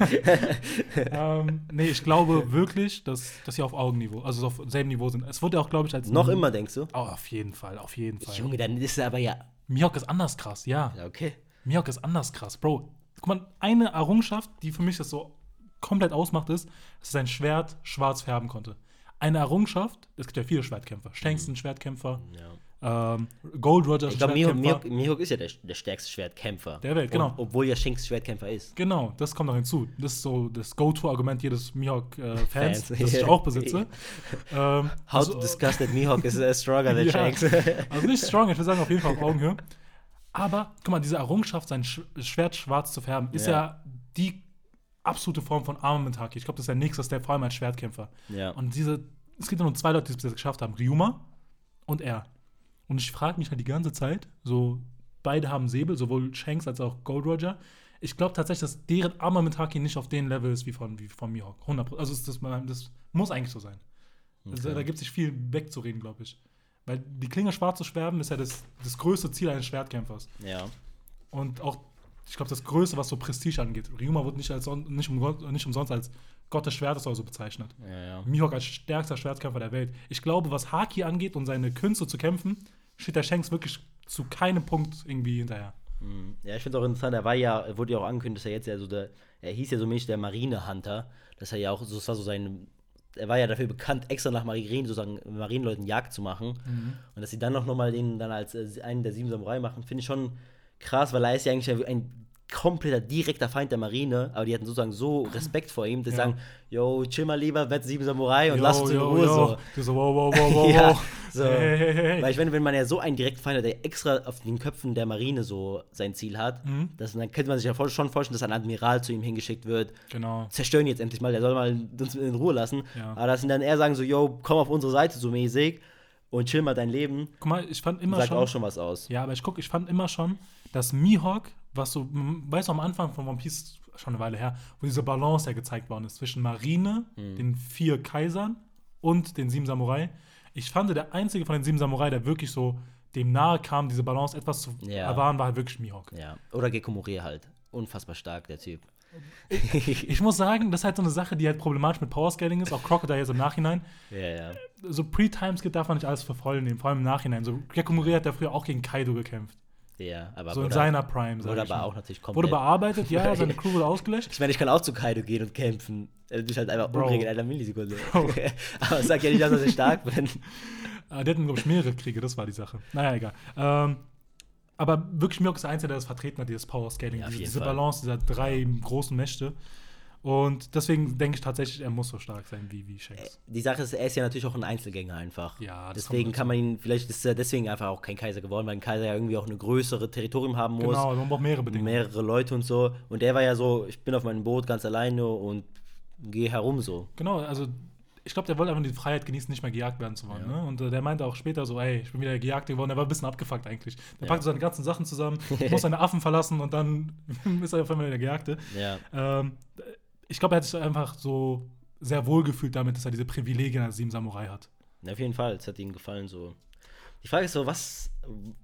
ähm, nee, ich glaube wirklich, dass, dass sie auf Augenniveau, also auf selben Niveau sind. Es wurde auch, glaube ich, als Noch immer, denkst du? Oh, auf jeden Fall, auf jeden Fall. Junge, dann ist er aber ja. Mihawk ist anders krass, ja. Ja, okay. Mihawk ist anders krass, Bro. Guck mal, eine Errungenschaft, die für mich das so komplett ausmacht, ist, dass er sein Schwert schwarz färben konnte. Eine Errungenschaft, es gibt ja viele Schwertkämpfer. Shanks ist ein Schwertkämpfer, Ja. ähm, Gold Roger ist Ich ein glaube, Mihawk, Schwertkämpfer. Mihawk, Mihawk ist ja der, der stärkste Schwertkämpfer. Der Welt, genau. Und, obwohl ja Shanks Schwertkämpfer ist. Genau, das kommt noch hinzu. Das ist so das Go-To-Argument jedes Mihawk-Fans, Fans, das ich ja. auch besitze. ähm, How also, to discuss that Mihawk is uh, stronger than Ja. Shanks. also nicht strong, ich würde sagen auf jeden Fall auf Augenhöhe. Aber, guck mal, diese Errungenschaft, sein Sch Schwert schwarz zu färben, ist ja, Ja. die absolute Form von Armament-Haki. Ich glaube, das ist der nächste Step, vor allem als Schwertkämpfer. Ja. Und diese, es gibt ja nur zwei Leute, die es bis jetzt geschafft haben: Ryuma und er. Und ich frage mich halt die ganze Zeit, so, beide haben Säbel, sowohl Shanks als auch Gold Roger. Ich glaube tatsächlich, dass deren Armament-Haki nicht auf dem Level ist wie von, wie von Mihawk. hundert Prozent. Also, das, das, das muss eigentlich so sein. Also, Okay. da gibt es sich viel wegzureden, glaube ich. Weil die Klinge schwarz zu schwärmen, ist ja das, das größte Ziel eines Schwertkämpfers. Ja. Und auch, ich glaube, das Größte, was so Prestige angeht. Ryuma wird nicht, als, nicht, um, nicht umsonst als Gott des Schwertes oder so bezeichnet. Ja, ja. Mihawk als stärkster Schwertkämpfer der Welt. Ich glaube, was Haki angeht und seine Künste zu kämpfen, steht der Shanks wirklich zu keinem Punkt irgendwie hinterher. Mhm. Ja, ich finde es auch interessant, er war ja, er wurde ja auch angekündigt, dass er jetzt ja so der, er hieß ja so mäßig der Marine-Hunter, dass er ja auch, so, das war so sein, er war ja dafür bekannt, extra nach Marinen, sozusagen Marineleuten Jagd zu machen. Mhm. Und dass sie dann noch mal den dann als äh, einen der sieben Samurai machen, finde ich schon krass, weil er ist ja eigentlich ein kompletter, direkter Feind der Marine, aber die hatten sozusagen so Respekt vor ihm, dass sie Ja. sagen, yo, chill mal lieber, werd sieben Samurai und Yo, lass uns in yo, Ruhe yo. so. Du so, wow, wow, wow, wow, Ja, wow. so. Hey, hey, hey. Weil ich meine, wenn man ja so einen direkten Feind hat, der extra auf den Köpfen der Marine so sein Ziel hat, Mhm. das, dann könnte man sich ja voll, schon vorstellen, dass ein Admiral zu ihm hingeschickt wird. Genau. Zerstören jetzt endlich mal, der soll mal uns in Ruhe lassen. Ja. Aber dass sie dann eher sagen so, yo, komm auf unsere Seite so mäßig. und chill mal dein Leben. Guck mal, ich fand immer sagt schon. auch schon was aus. Ja, aber ich guck, ich fand immer schon, dass Mihawk, was so, m- weißt du, am Anfang von One Piece, schon eine Weile her, wo diese Balance ja gezeigt worden ist zwischen Marine, Mhm. den vier Kaisern und den sieben Samurai. Ich fand, der einzige von den sieben Samurai, der wirklich so dem nahe kam, diese Balance etwas zu Ja. erwahren, war halt wirklich Mihawk. Ja. Oder Gekko Moria halt. Unfassbar stark, der Typ. Ich muss sagen, das ist halt so eine Sache, die halt problematisch mit Powerscaling ist, auch Crocodile jetzt im Nachhinein. Ja, ja. So Pre-Timeskip darf man nicht alles für voll nehmen, vor allem im Nachhinein. So Gekko Moria hat ja früher auch gegen Kaido gekämpft. Ja, aber So in wurde- seiner Prime, sag Wurde ich aber mal. auch natürlich Wurde komplett. bearbeitet, ja, seine Crew wurde ausgelöscht. Ich meine, ich kann auch zu Kaido gehen und kämpfen. Er mich halt einfach Bro. umbringen in einer Millisekunde. Bro. Aber ich sag ja nicht, dass ich stark bin. Äh, Die hatten, glaube ich, mehrere Kriege, das war die Sache. Naja, egal. Ähm, aber wirklich Mihawk ist der Einzige, der das vertreten hat, dieses Power-Scaling, Ja, auf diese, jeden diese Fall. Balance dieser drei großen Mächte. Und deswegen denke ich tatsächlich, er muss so stark sein wie, wie Shanks. Die Sache ist, er ist ja natürlich auch ein Einzelgänger einfach. Ja, das Deswegen kommt kann man ihn, vielleicht ist er deswegen einfach auch kein Kaiser geworden, weil ein Kaiser ja irgendwie auch eine größere Territorium haben muss. Genau, man braucht mehrere Bedingungen. Mehrere Leute und so. Und er war ja so, ich bin auf meinem Boot ganz alleine und gehe herum so. Genau, also ich glaube, der wollte einfach die Freiheit genießen, nicht mehr gejagt werden zu wollen. Ja. Ne? Und äh, der meinte auch später so, ey, ich bin wieder gejagt geworden. Der war ein bisschen abgefuckt eigentlich. Der Ja. packte seine ganzen Sachen zusammen, muss seine Affen verlassen und dann ist er auf einmal wieder Gejagte. Ja. Ähm, ich glaube, er hat sich einfach so sehr wohl gefühlt damit, dass er diese Privilegien als sieben Samurai hat. Auf jeden Fall, es hat ihm gefallen so. Die Frage ist so, was,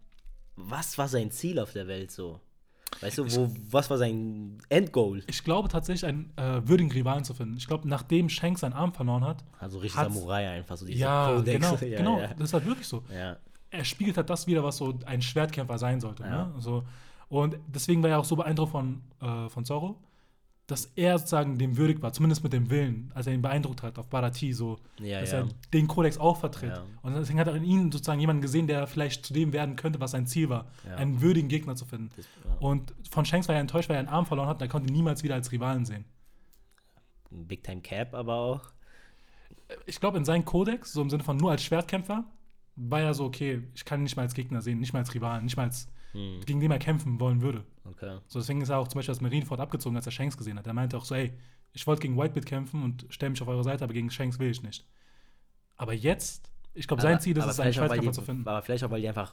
was war sein Ziel auf der Welt so? Weißt du, wo, was war sein Endgoal? Ich glaube tatsächlich, einen äh, würdigen Rivalen zu finden. Ich glaube, nachdem Shanks seinen Arm verloren hat, Also richtig Hat's- Samurai einfach, so diese ja, Codex. genau, ja, genau, ja. das ist halt wirklich so. Ja. Er spiegelt halt das wieder, was so ein Schwertkämpfer sein sollte. Ja. Ne? So, und deswegen war er auch so beeindruckt von, äh, von Zorro, dass er sozusagen dem würdig war, zumindest mit dem Willen, als er ihn beeindruckt hat auf Barati, so, Ja, dass ja. er den Kodex auch vertritt. Ja. Und deswegen hat er in ihm sozusagen jemanden gesehen, der vielleicht zu dem werden könnte, was sein Ziel war, Ja. einen würdigen Gegner zu finden. Das, ja. Und von Shanks war er enttäuscht, weil er einen Arm verloren hat und er konnte ihn niemals wieder als Rivalen sehen. Big Time Cap aber auch. Ich glaube, in seinem Kodex, so im Sinne von nur als Schwertkämpfer, war er so, okay, ich kann ihn nicht mal als Gegner sehen, nicht mal als Rivalen, nicht mal als Hm. gegen den er kämpfen wollen würde. Okay. So, deswegen ist er auch zum Beispiel aus Marineford abgezogen, als er Shanks gesehen hat. Er meinte auch so, ey, ich wollte gegen Whitebeard kämpfen und stelle mich auf eure Seite, aber gegen Shanks will ich nicht. Aber jetzt, ich glaube, sein Aber- Ziel ist aber es, einen vielleicht auch, weil Schwertkämpfer die- zu finden. Aber vielleicht auch, weil die einfach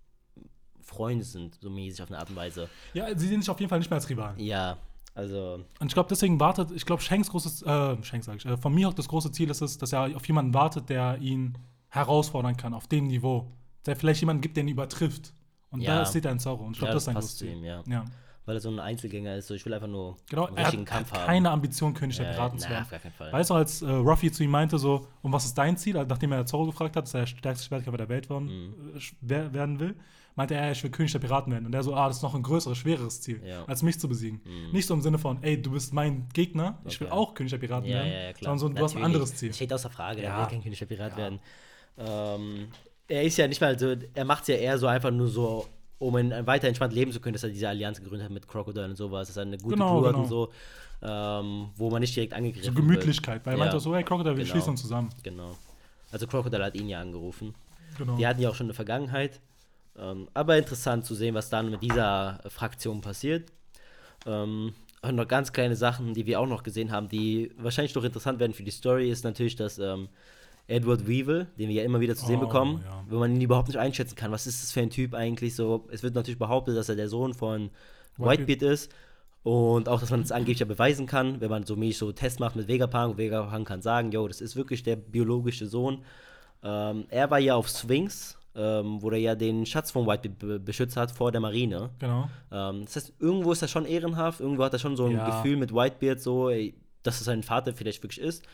Freunde sind, so mäßig auf eine Art und Weise. Ja, sie sehen sich auf jeden Fall nicht mehr als Rivalen. Ja, also, Und ich glaube, deswegen wartet, ich glaube, Shanks großes, äh, Shanks sag ich, äh, von Mihawk das große Ziel ist es, dass er auf jemanden wartet, der ihn herausfordern kann, auf dem Niveau. Der vielleicht jemanden gibt, der ihn übertrifft. Und Ja. da steht er in Zorro. Und ich glaube, ja, das ist sein passt großes zu Ziel. ihm, ja. Ja, Weil er so ein Einzelgänger ist, so ich will einfach nur genau. einen Er hat, richtigen er Kampf hat haben. keine Ambition, König der Ja, Piraten zu na, werden. auf gar keinen Fall. Weißt du, als äh, Ruffy zu ihm meinte, so, und was ist dein Ziel? Also, nachdem er Zorro gefragt hat, dass er der stärkste Schwertkämpfer der Welt worden, Mhm. äh, wer- werden will, meinte er, ich will König der Piraten werden. Und er so, ah, das ist noch ein größeres, schwereres Ziel, Ja. als mich zu besiegen. Mhm. Nicht so im Sinne von, ey, du bist mein Gegner, ich will Okay. auch König der Piraten Ja, werden, ja, ja, klar. sondern so, du hast ein Natürlich. anderes Ziel. Das steht außer Frage, der Ja. will kein König der Pirat Ja. werden. Ähm, er ist ja nicht mal so, er macht es ja eher so einfach nur so, um ein, ein weiter entspannt leben zu können, dass er diese Allianz gegründet hat mit Crocodile und sowas, dass er eine gute Genau, Crew hat genau. und so, ähm, wo man nicht direkt angegriffen So wird. Gemütlichkeit, weil er Ja. meinte auch so, hey, Crocodile, wir Genau. schließen uns zusammen. Genau. Also Crocodile hat ihn ja angerufen. Genau. Die hatten ja auch schon eine Vergangenheit. Ähm, aber interessant zu sehen, was dann mit dieser Fraktion passiert. Ähm, und noch ganz kleine Sachen, die wir auch noch gesehen haben, die wahrscheinlich noch interessant werden für die Story, ist natürlich, dass ähm, Edward Weevil, den wir ja immer wieder zu sehen Oh, bekommen, ja. wenn man ihn überhaupt nicht einschätzen kann. Was ist das für ein Typ eigentlich so? Es wird natürlich behauptet, dass er der Sohn von Whitebeard. Whitebeard ist. Und auch, dass man es angeblich ja beweisen kann, wenn man so mäßig so Tests macht mit Vegapunk. Vegapunk kann sagen, yo, das ist wirklich der biologische Sohn. Ähm, er war ja auf Sphinx, ähm, wo er ja den Schatz von Whitebeard be beschützt hat vor der Marine. Genau. Ähm, das heißt, irgendwo ist er schon ehrenhaft, irgendwo hat er schon so ein Ja. Gefühl mit Whitebeard, so, ey, dass es sein Vater vielleicht wirklich ist.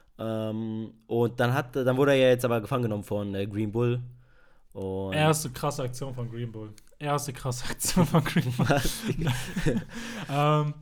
Ähm, und dann, hat, dann wurde er ja jetzt aber gefangen genommen von äh, Green Bull. Und Erste krasse Aktion von Green Bull. Erste krasse Aktion von Green Bull. ähm,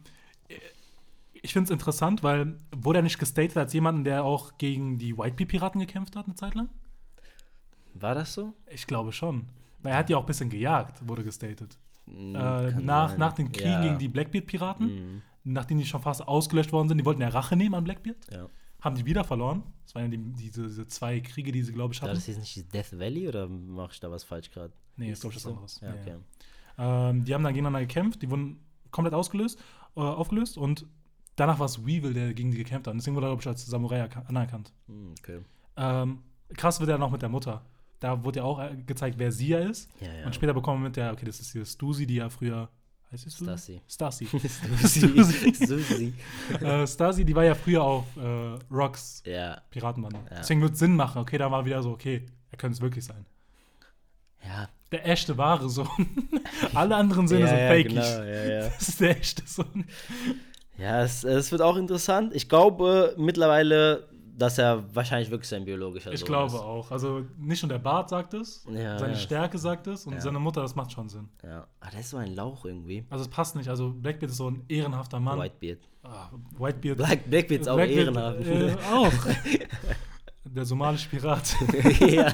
ich finde es interessant, weil wurde er nicht gestatet als jemanden, der auch gegen die Whitebeard-Piraten gekämpft hat eine Zeit lang? War das so? Ich glaube schon. Weil er hat ja auch ein bisschen gejagt, wurde gestatet. Mm, Äh, kann nach, sein. nach den Kriegen Ja. gegen die Blackbeard-Piraten, Mhm. nachdem die schon fast ausgelöscht worden sind, die wollten ja Rache nehmen an Blackbeard, Ja. haben die wieder verloren. Das waren ja die, diese, diese zwei Kriege, die sie, glaube ich, War hatten. das jetzt nicht die Death Valley oder mache ich da was falsch gerade? Nee, Ist ist, glaube ich, das was so? anderes. Ja, Ja, okay. ja. Ähm, die haben dann gegeneinander gekämpft, die wurden komplett ausgelöst, äh, aufgelöst und danach war es Weevil, der gegen die gekämpft hat. Und deswegen wurde er, glaube ich, als Samurai erka- anerkannt. Hm, okay. Ähm, krass wird er noch mit der Mutter. da wurde ja auch äh, gezeigt, wer sie ja ist. Ja, ja. Und später bekommen wir mit der, okay, das ist hier Stussy, die ja früher, heißt sie Stussy? Stassi. Stassi. Susi. Susi. äh, Stasi, die war ja früher auf äh, Rocks Ja. Piratenbande. Ja. Deswegen wird es Sinn machen. Okay, da war wieder so, okay, er könnte es wirklich sein. Ja. Der echte, wahre Sohn. Alle anderen Söhne ja, sind ja, fakig. genau, ja, ja. Das ist der echte Sohn. Ja, es, es wird auch interessant. Ich glaube mittlerweile, dass er wahrscheinlich wirklich sein biologischer Ich Sohn glaube ist. auch. Also nicht nur der Bart sagt es, Ja, seine ja. Stärke sagt es und Ja. seine Mutter, das macht schon Sinn. Ja. Ah, der ist so ein Lauch irgendwie. Also es passt nicht. Also Blackbeard ist so ein ehrenhafter Mann. Whitebeard. Ah, Whitebeard. Black, Blackbeard ist auch Blackbeard, ehrenhaft. Äh, auch. Der somalische Pirat. ja.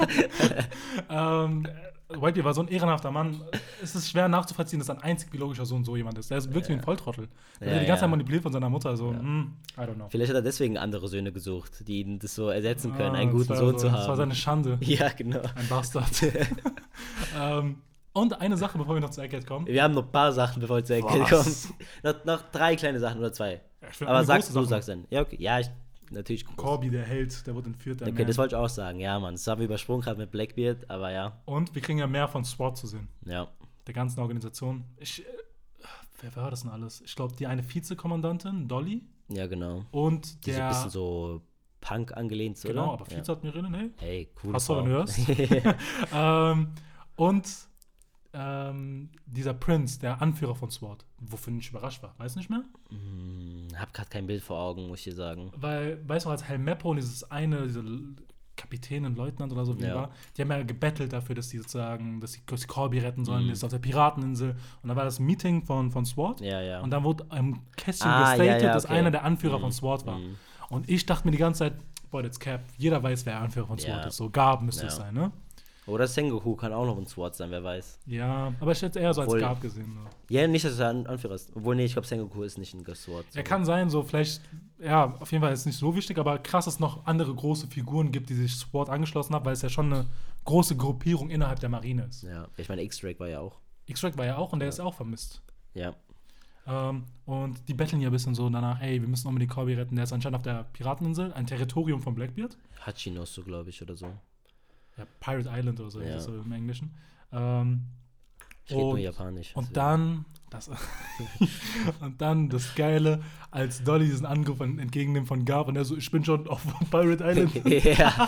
ähm, Whitebeard war so ein ehrenhafter Mann. Es ist schwer nachzuvollziehen, dass sein einzig biologischer Sohn so jemand ist. Der ist wirklich Ja. wie ein Volltrottel. Der Ja, wird die ganze ja. Zeit manipuliert von seiner Mutter. So, Ja. hm, I don't know. Vielleicht hat er deswegen andere Söhne gesucht, die ihn das so ersetzen können, Ah, einen das guten war Sohn so, zu haben. Das war seine Schande. Ja, genau. Ein Bastard. ähm, und eine Sache, bevor wir noch zu Egghead kommen. Wir haben noch ein paar Sachen, bevor wir zu Egghead kommen. Was? noch, noch drei kleine Sachen oder zwei. Ja, ich will Aber eine sag, große du Sache. sagst dann. Ja, okay. Ja, ich, natürlich. groß. Corby, der Held, der wurde entführt. Der Okay, Man. das wollte ich auch sagen. Ja, Mann, das haben wir übersprungen gerade mit Blackbeard, aber ja. Und wir kriegen ja mehr von SWAT zu sehen. Ja. Der ganzen Organisation. Ich, äh, wer war das denn alles? Ich glaube, die eine Vizekommandantin, Dolly. Ja, genau. Und Die so ein der. bisschen so Punk angelehnt, oder? Genau, aber ja. Vizeadmiralin, hey. Hey, cool. Hast du, wenn du hörst? ähm, und ähm, dieser Prince, der Anführer von SWAT, wovon ich überrascht war. Weißt du nicht mehr? hm, hab grad kein Bild vor Augen, muss ich dir sagen. Weil, weißt du, als Helmeppo und dieses eine, diese L- Kapitänin, Leutnant oder so, wie Ja. die war, die haben ja gebettelt dafür, dass die sozusagen, dass sie dass sie Corby retten sollen, Mhm. das ist auf der Pirateninsel. Und da war das Meeting von, von SWAT. Ja, ja. Und dann wurde im Kästchen Ah, gestatet, ja, ja, dass okay. einer der Anführer Mhm. von SWAT war. Mhm. Und ich dachte mir die ganze Zeit, boah, that's Cap, jeder weiß, wer Anführer von SWAT Ja. ist. So, Garb müsste Ja. es sein, ne? Oder Sengoku kann auch noch ein SWAT sein, wer weiß. Ja, aber ich hätte es eher so als Obwohl- Garb gesehen. So. Ja, nicht, dass er ein Anführer ist. Obwohl, nee, ich glaube, Sengoku ist nicht ein SWAT. Er kann sein, so vielleicht, ja, auf jeden Fall ist nicht so wichtig, aber krass, dass es noch andere große Figuren gibt, die sich SWAT angeschlossen haben, weil es ja schon eine große Gruppierung innerhalb der Marine ist. Ja, ich meine, X-Drake war ja auch. X-Track war ja auch und der ist auch vermisst. Ja. Ähm, und die betteln ja ein bisschen so danach, ey, wir müssen unbedingt Corby retten. Der ist anscheinend auf der Pirateninsel, ein Territorium von Blackbeard. Hachinosu, glaube ich, oder so. Ja, Pirate Island oder so, Ja. ist das so im Englischen. Ähm, Ich rede nur Und- Japanisch. Und dann, das, und dann das Geile, als Dolly diesen Angriff en- entgegennimmt von Garb und er so, ich bin schon auf Pirate Island. ja.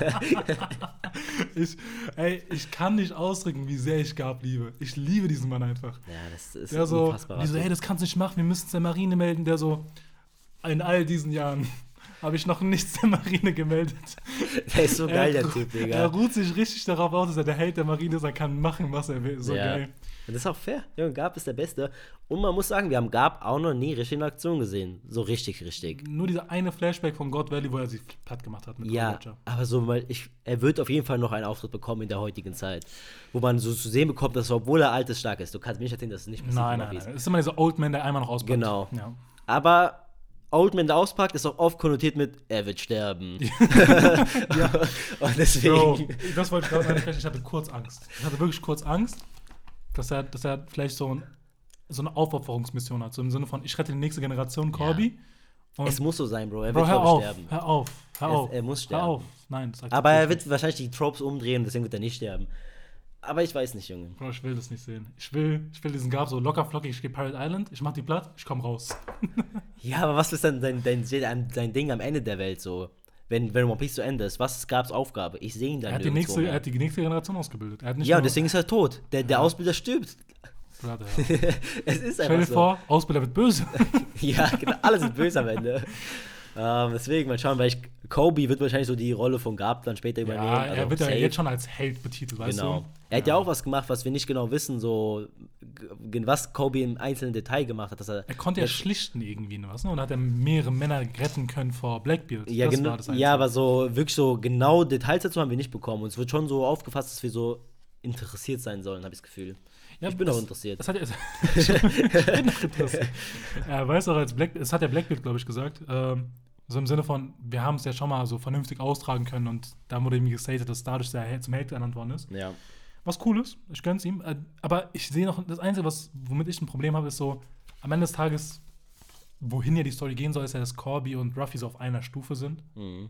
ich, ey, ich kann nicht ausdrücken, wie sehr ich Garb liebe. Ich liebe diesen Mann einfach. ja, das ist Der so, unfassbar. die so, hey, das kannst du nicht machen, wir müssen es der Marine melden. Der so, in all diesen Jahren habe ich noch nichts der Marine gemeldet. Der ist so geil, der Er- Typ, Er Digga. ruht sich richtig darauf aus, dass er der Held der Marine ist, er kann machen, was er will. So Ja. geil. Und das ist auch fair. Junge, Gab ist der Beste. Und man muss sagen, wir haben Gab auch noch nie richtig in Aktion gesehen. So richtig, richtig. Nur dieser eine Flashback von God Valley, wo er sich platt gemacht hat mit Ja, Roger. aber so, weil ich, er wird auf jeden Fall noch einen Auftritt bekommen in der heutigen Zeit. Wo man so zu sehen bekommt, dass obwohl er alt ist, stark ist. Du kannst mir nicht erzählen, dass es nicht passiert Nein, in nein, One nein. Piece. Es ist immer dieser Old Man, der einmal noch auspackt. Genau. Ja. Aber Old Man, der auspackt, ist auch oft konnotiert mit, er wird sterben. Ja. Und deswegen. Bro, das wollte ich gerade sagen, ich hatte kurz Angst. Ich hatte wirklich kurz Angst, dass er, dass er vielleicht so, ein, so eine Aufopferungsmission hat. So im Sinne von, ich rette die nächste Generation, Corby. Und Es muss so sein, Bro. Er Bro, wird, hör glaub ich, auf, sterben. hör auf, hör Er- auf. er muss sterben. Hör auf. Nein, das Aber er akzeptiere ich wird wahrscheinlich die Tropes umdrehen, deswegen wird er nicht sterben. Aber ich weiß nicht, Junge. nicht. Bro, ich will das nicht sehen. Ich will, ich will diesen Gab so locker flockig, ich gehe Pirate Island, ich mach die platt, ich komm raus. Ja, aber was ist dann dein, dein, dein, dein Ding am Ende der Welt so? Wenn, wenn One Piece zu Ende ist, was ist Gabs Aufgabe? Ich sehe ihn dann Er hat, die nirgendwo nächste, mehr. er hat die nächste Generation ausgebildet. Er hat nicht Ja, nur- deswegen ist er tot. Der, der Ausbilder stirbt. Brother, ja. Es ist Stell einfach dir so. vor, Ausbilder wird böse. Ja, genau, alle sind böse am Ende. Ähm, deswegen, mal schauen, weil ich, Kobe wird wahrscheinlich so die Rolle von Gab dann später übernehmen. Ja, also er wird ja safe. jetzt schon als Held betitelt, weißt Genau. du? Er hat ja auch was gemacht, was wir nicht genau wissen, so g- was Kobe im einzelnen Detail gemacht hat. Dass er, Er konnte ja jetzt- schlichten irgendwie, was, ne? Und hat er mehrere Männer retten können vor Blackbeard. Ja, Das genau, war das Einzige. ja, aber so wirklich so genau Details dazu haben wir nicht bekommen. Und es wird schon so aufgefasst, dass wir so interessiert sein sollen, habe ich das Gefühl. Ja, ich bin das- auch interessiert. Das hat er, ich bin noch interessiert. Er weiß auch, als Black, das hat der Blackbeard, glaube ich, gesagt. Ähm, so im Sinne von, wir haben es ja schon mal so vernünftig austragen können und da wurde ihm gestatet, dass dadurch der Held zum Held ernannt worden ist. Ja. Was cool ist, ich gönn's ihm. Äh, Aber ich sehe noch, das Einzige, was, womit ich ein Problem habe, ist so, am Ende des Tages, wohin ja die Story gehen soll, ist ja, dass Corby und Ruffy so auf einer Stufe sind. Mhm.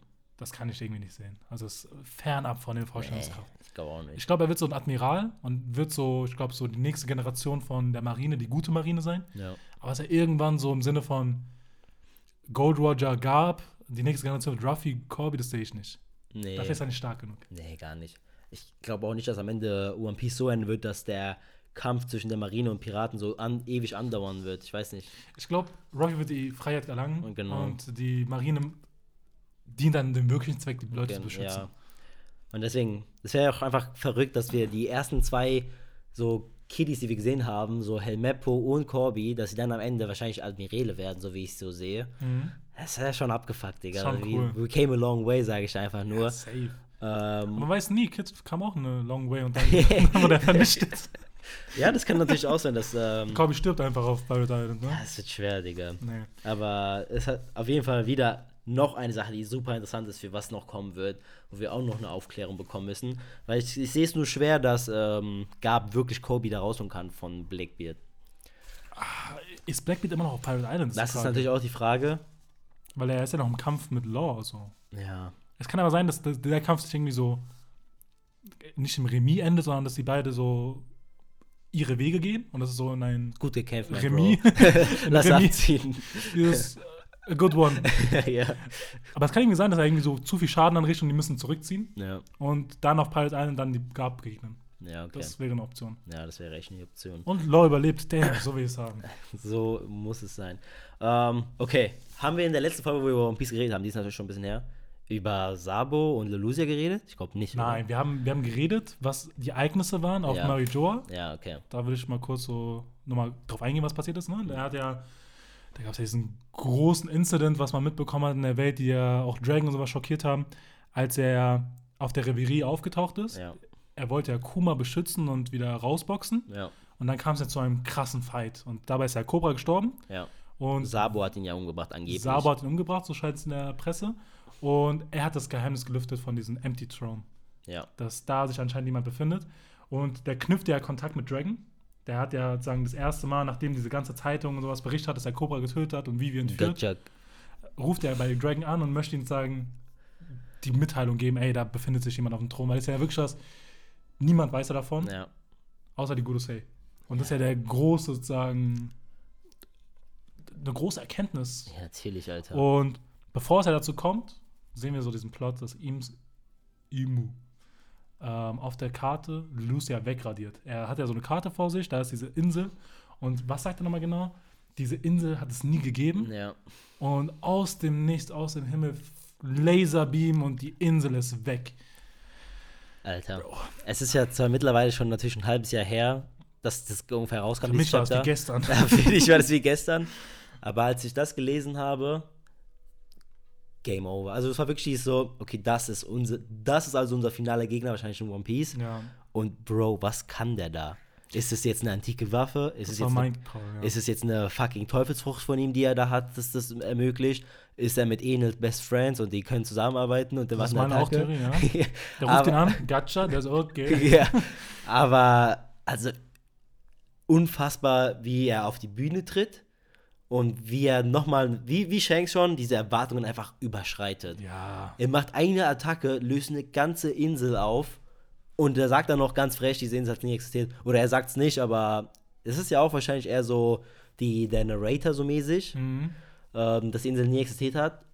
das kann ich irgendwie nicht sehen. Also es ist fernab von den Vorstellungskraft. Nee, ich glaube auch nicht. Ich glaube, er wird so ein Admiral und wird so, ich glaube, so die nächste Generation von der Marine, die gute Marine sein. Ja. Aber dass er irgendwann so im Sinne von Gold Roger Garb, die nächste Generation mit Ruffy, Corby, das sehe ich nicht. Nee. Dafür ist er nicht stark genug. Nee, gar nicht. Ich glaube auch nicht, dass am Ende One Piece so enden wird, dass der Kampf zwischen der Marine und Piraten so an, ewig andauern wird. Ich weiß nicht. Ich glaube, Ruffy wird die Freiheit erlangen Und genau. und die Marine dient dann dem wirklichen Zweck, die Leute Gen- zu beschützen. Ja. Und deswegen, es wäre auch einfach verrückt, dass wir die ersten zwei so Kiddies, die wir gesehen haben, so Helmeppo und Corby, dass sie dann am Ende wahrscheinlich Admirale werden, so wie ich es so sehe. Mhm. Das wäre schon abgefuckt, Digga. Schon We, cool. we came a long way, sage ich einfach nur. Ja, safe. Ähm, Man weiß nie, Kids kam auch eine long way und dann haben wir der vernichtet. ja, das kann natürlich auch sein, dass. Ähm, Corby stirbt einfach auf Pirate Island, ja, ne? es wird schwer, Digga. Nee. Aber es hat auf jeden Fall wieder noch eine Sache, die super interessant ist, für was noch kommen wird, wo wir auch noch eine Aufklärung bekommen müssen. Weil ich, ich sehe es nur schwer, dass ähm, Garb wirklich Kobe da rausholen kann von Blackbeard. Ist Blackbeard immer noch auf Pirate Island? Das ist natürlich auch die Frage. Weil er ist ja noch im Kampf mit Law, so. Ja. Es kann aber sein, dass das, der Kampf sich irgendwie so nicht im Remis endet, sondern dass die beide so ihre Wege gehen und das ist so in ein Gut gekämpft, mein Remis. Bro. in Lass Remis. abziehen. Dieses a good one. ja. Aber es kann irgendwie sein, dass er irgendwie so zu viel Schaden anrichtet und die müssen zurückziehen ja. und dann auf Pirate Island dann die Garb begegnen. Ja, okay. Das wäre eine Option. ja, das wäre echt eine Option. Und Law überlebt, damn, so will ich sagen. So muss es sein. Ähm, okay, haben wir in der letzten Folge, wo wir über One Piece geredet haben, die ist natürlich schon ein bisschen her, über Sabo und Lelousia geredet? Ich glaube nicht. Nein, wir haben, wir haben geredet, was die Ereignisse waren auf Ja. Marijoa. Oder? Ja, okay. Da würde ich mal kurz so nochmal drauf eingehen, was passiert ist. Ne? Er hat ja, da gab es ja diesen großen Incident, was man mitbekommen hat in der Welt, die ja auch Dragon und sowas schockiert haben, als er auf der Reverie aufgetaucht ist. Ja. Er wollte ja Kuma beschützen und wieder rausboxen. Ja. Und dann kam es ja zu einem krassen Fight. Und dabei ist ja Cobra gestorben. Ja. Und Sabo hat ihn ja umgebracht, angeblich. Sabo hat ihn umgebracht, so scheint es in der Presse. Und er hat das Geheimnis gelüftet von diesem Empty Throne. Ja. Dass da sich anscheinend niemand befindet. Und der knüpft ja Kontakt mit Dragon. Der hat ja sozusagen das erste Mal, nachdem diese ganze Zeitung und sowas berichtet hat, dass er Cobra getötet hat und Vivi entführt, Gotcha. ruft er bei Dragon an und möchte ihm sagen, die Mitteilung geben, ey, da befindet sich jemand auf dem Thron. Weil es ja wirklich was, niemand weiß ja davon, Ja. außer die Gurusei. Und das ist ja der große, sozusagen, eine große Erkenntnis. Ja, natürlich, Alter. Und bevor es ja dazu kommt, sehen wir so diesen Plot, dass Ims, Imu ähm, auf der Karte Lucia wegradiert. Er hat ja so eine Karte vor sich, da ist diese Insel. Und was sagt er nochmal genau? Diese Insel hat es nie gegeben. Ja. Und aus dem Nichts, aus dem Himmel, Laserbeam und die Insel ist weg. Alter. Bro. Es ist ja zwar mittlerweile schon natürlich ein halbes Jahr her, dass das ungefähr rauskam. Für mich dieses war es wie Chapter. gestern. Ja, für dich war das wie gestern. Aber als ich das gelesen habe, Game Over. Also es war wirklich so, okay, das ist unser, das ist also unser finaler Gegner, wahrscheinlich in One Piece. Ja, Und Bro, was kann der da? Ist es jetzt eine antike Waffe? Ist das es war jetzt eine, mein Call, ja. ist es jetzt eine fucking Teufelsfrucht von ihm, die er da hat, dass das ermöglicht? Ist er mit Enel Best Friends und die können zusammenarbeiten und der Das ist macht eine meine auch Attacke? Theorie, ja. Der ruft Aber- ihn an, Gacha, der ist okay. ja, aber also unfassbar, wie er auf die Bühne tritt und wie er nochmal, wie, wie Shanks schon, diese Erwartungen einfach überschreitet. Ja. Er macht eine Attacke, löst eine ganze Insel auf und er sagt dann noch ganz frech, diese Insel hat nie existiert. Oder er sagt es nicht, aber es ist ja auch wahrscheinlich eher so die, der Narrator so mäßig, Mhm. ähm, dass die Insel nie existiert hat.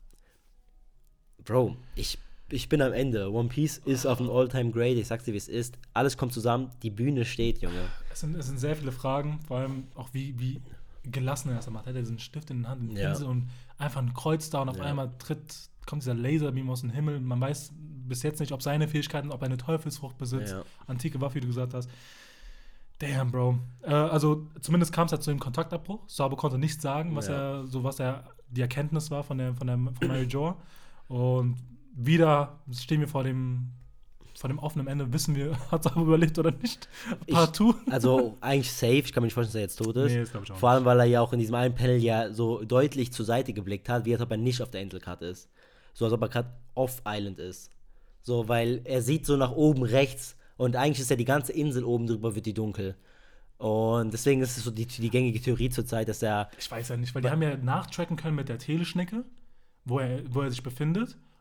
Bro, ich, ich bin am Ende. One Piece ist auf einem All-Time-Great, ich sag's dir, wie es ist. Alles kommt zusammen, die Bühne steht, Junge. Es sind, es sind sehr viele Fragen, vor allem auch wie, wie gelassen er das macht. Er hat ja diesen Stift in der Hand, in der Ja. Insel und einfach ein Kreuz da und auf Ja. einmal tritt, kommt dieser Laserbeam aus dem Himmel. Man weiß bis jetzt nicht, ob seine Fähigkeiten, ob er eine Teufelsfrucht besitzt. Ja. Antike Waffe, wie du gesagt hast. Damn, Bro. Äh, also zumindest kam es ja zu dem Kontaktabbruch. Sabo konnte nicht sagen, was Ja. er, so was er die Erkenntnis war von der von der von Mary Jo. Und wieder stehen wir vor dem vor dem offenen Ende. Wissen wir, hat Sabo überlebt oder nicht? Ich- Partout. Also eigentlich safe, ich kann mir nicht vorstellen, dass er jetzt tot ist. Nee, das glaub ich auch Vor allem, weil er ja auch in diesem einen Panel ja so deutlich zur Seite geblickt hat, wie als ob er nicht auf der Inselkarte ist. So als ob er gerade off-Island ist. So, weil er sieht so nach oben rechts und eigentlich ist ja die ganze Insel oben drüber, wird die dunkel. Und deswegen ist es so die, die gängige Theorie zurzeit, dass er. Ich weiß ja nicht, weil die haben ja nachtracken können mit der Teleschnecke, wo er, wo er sich befindet.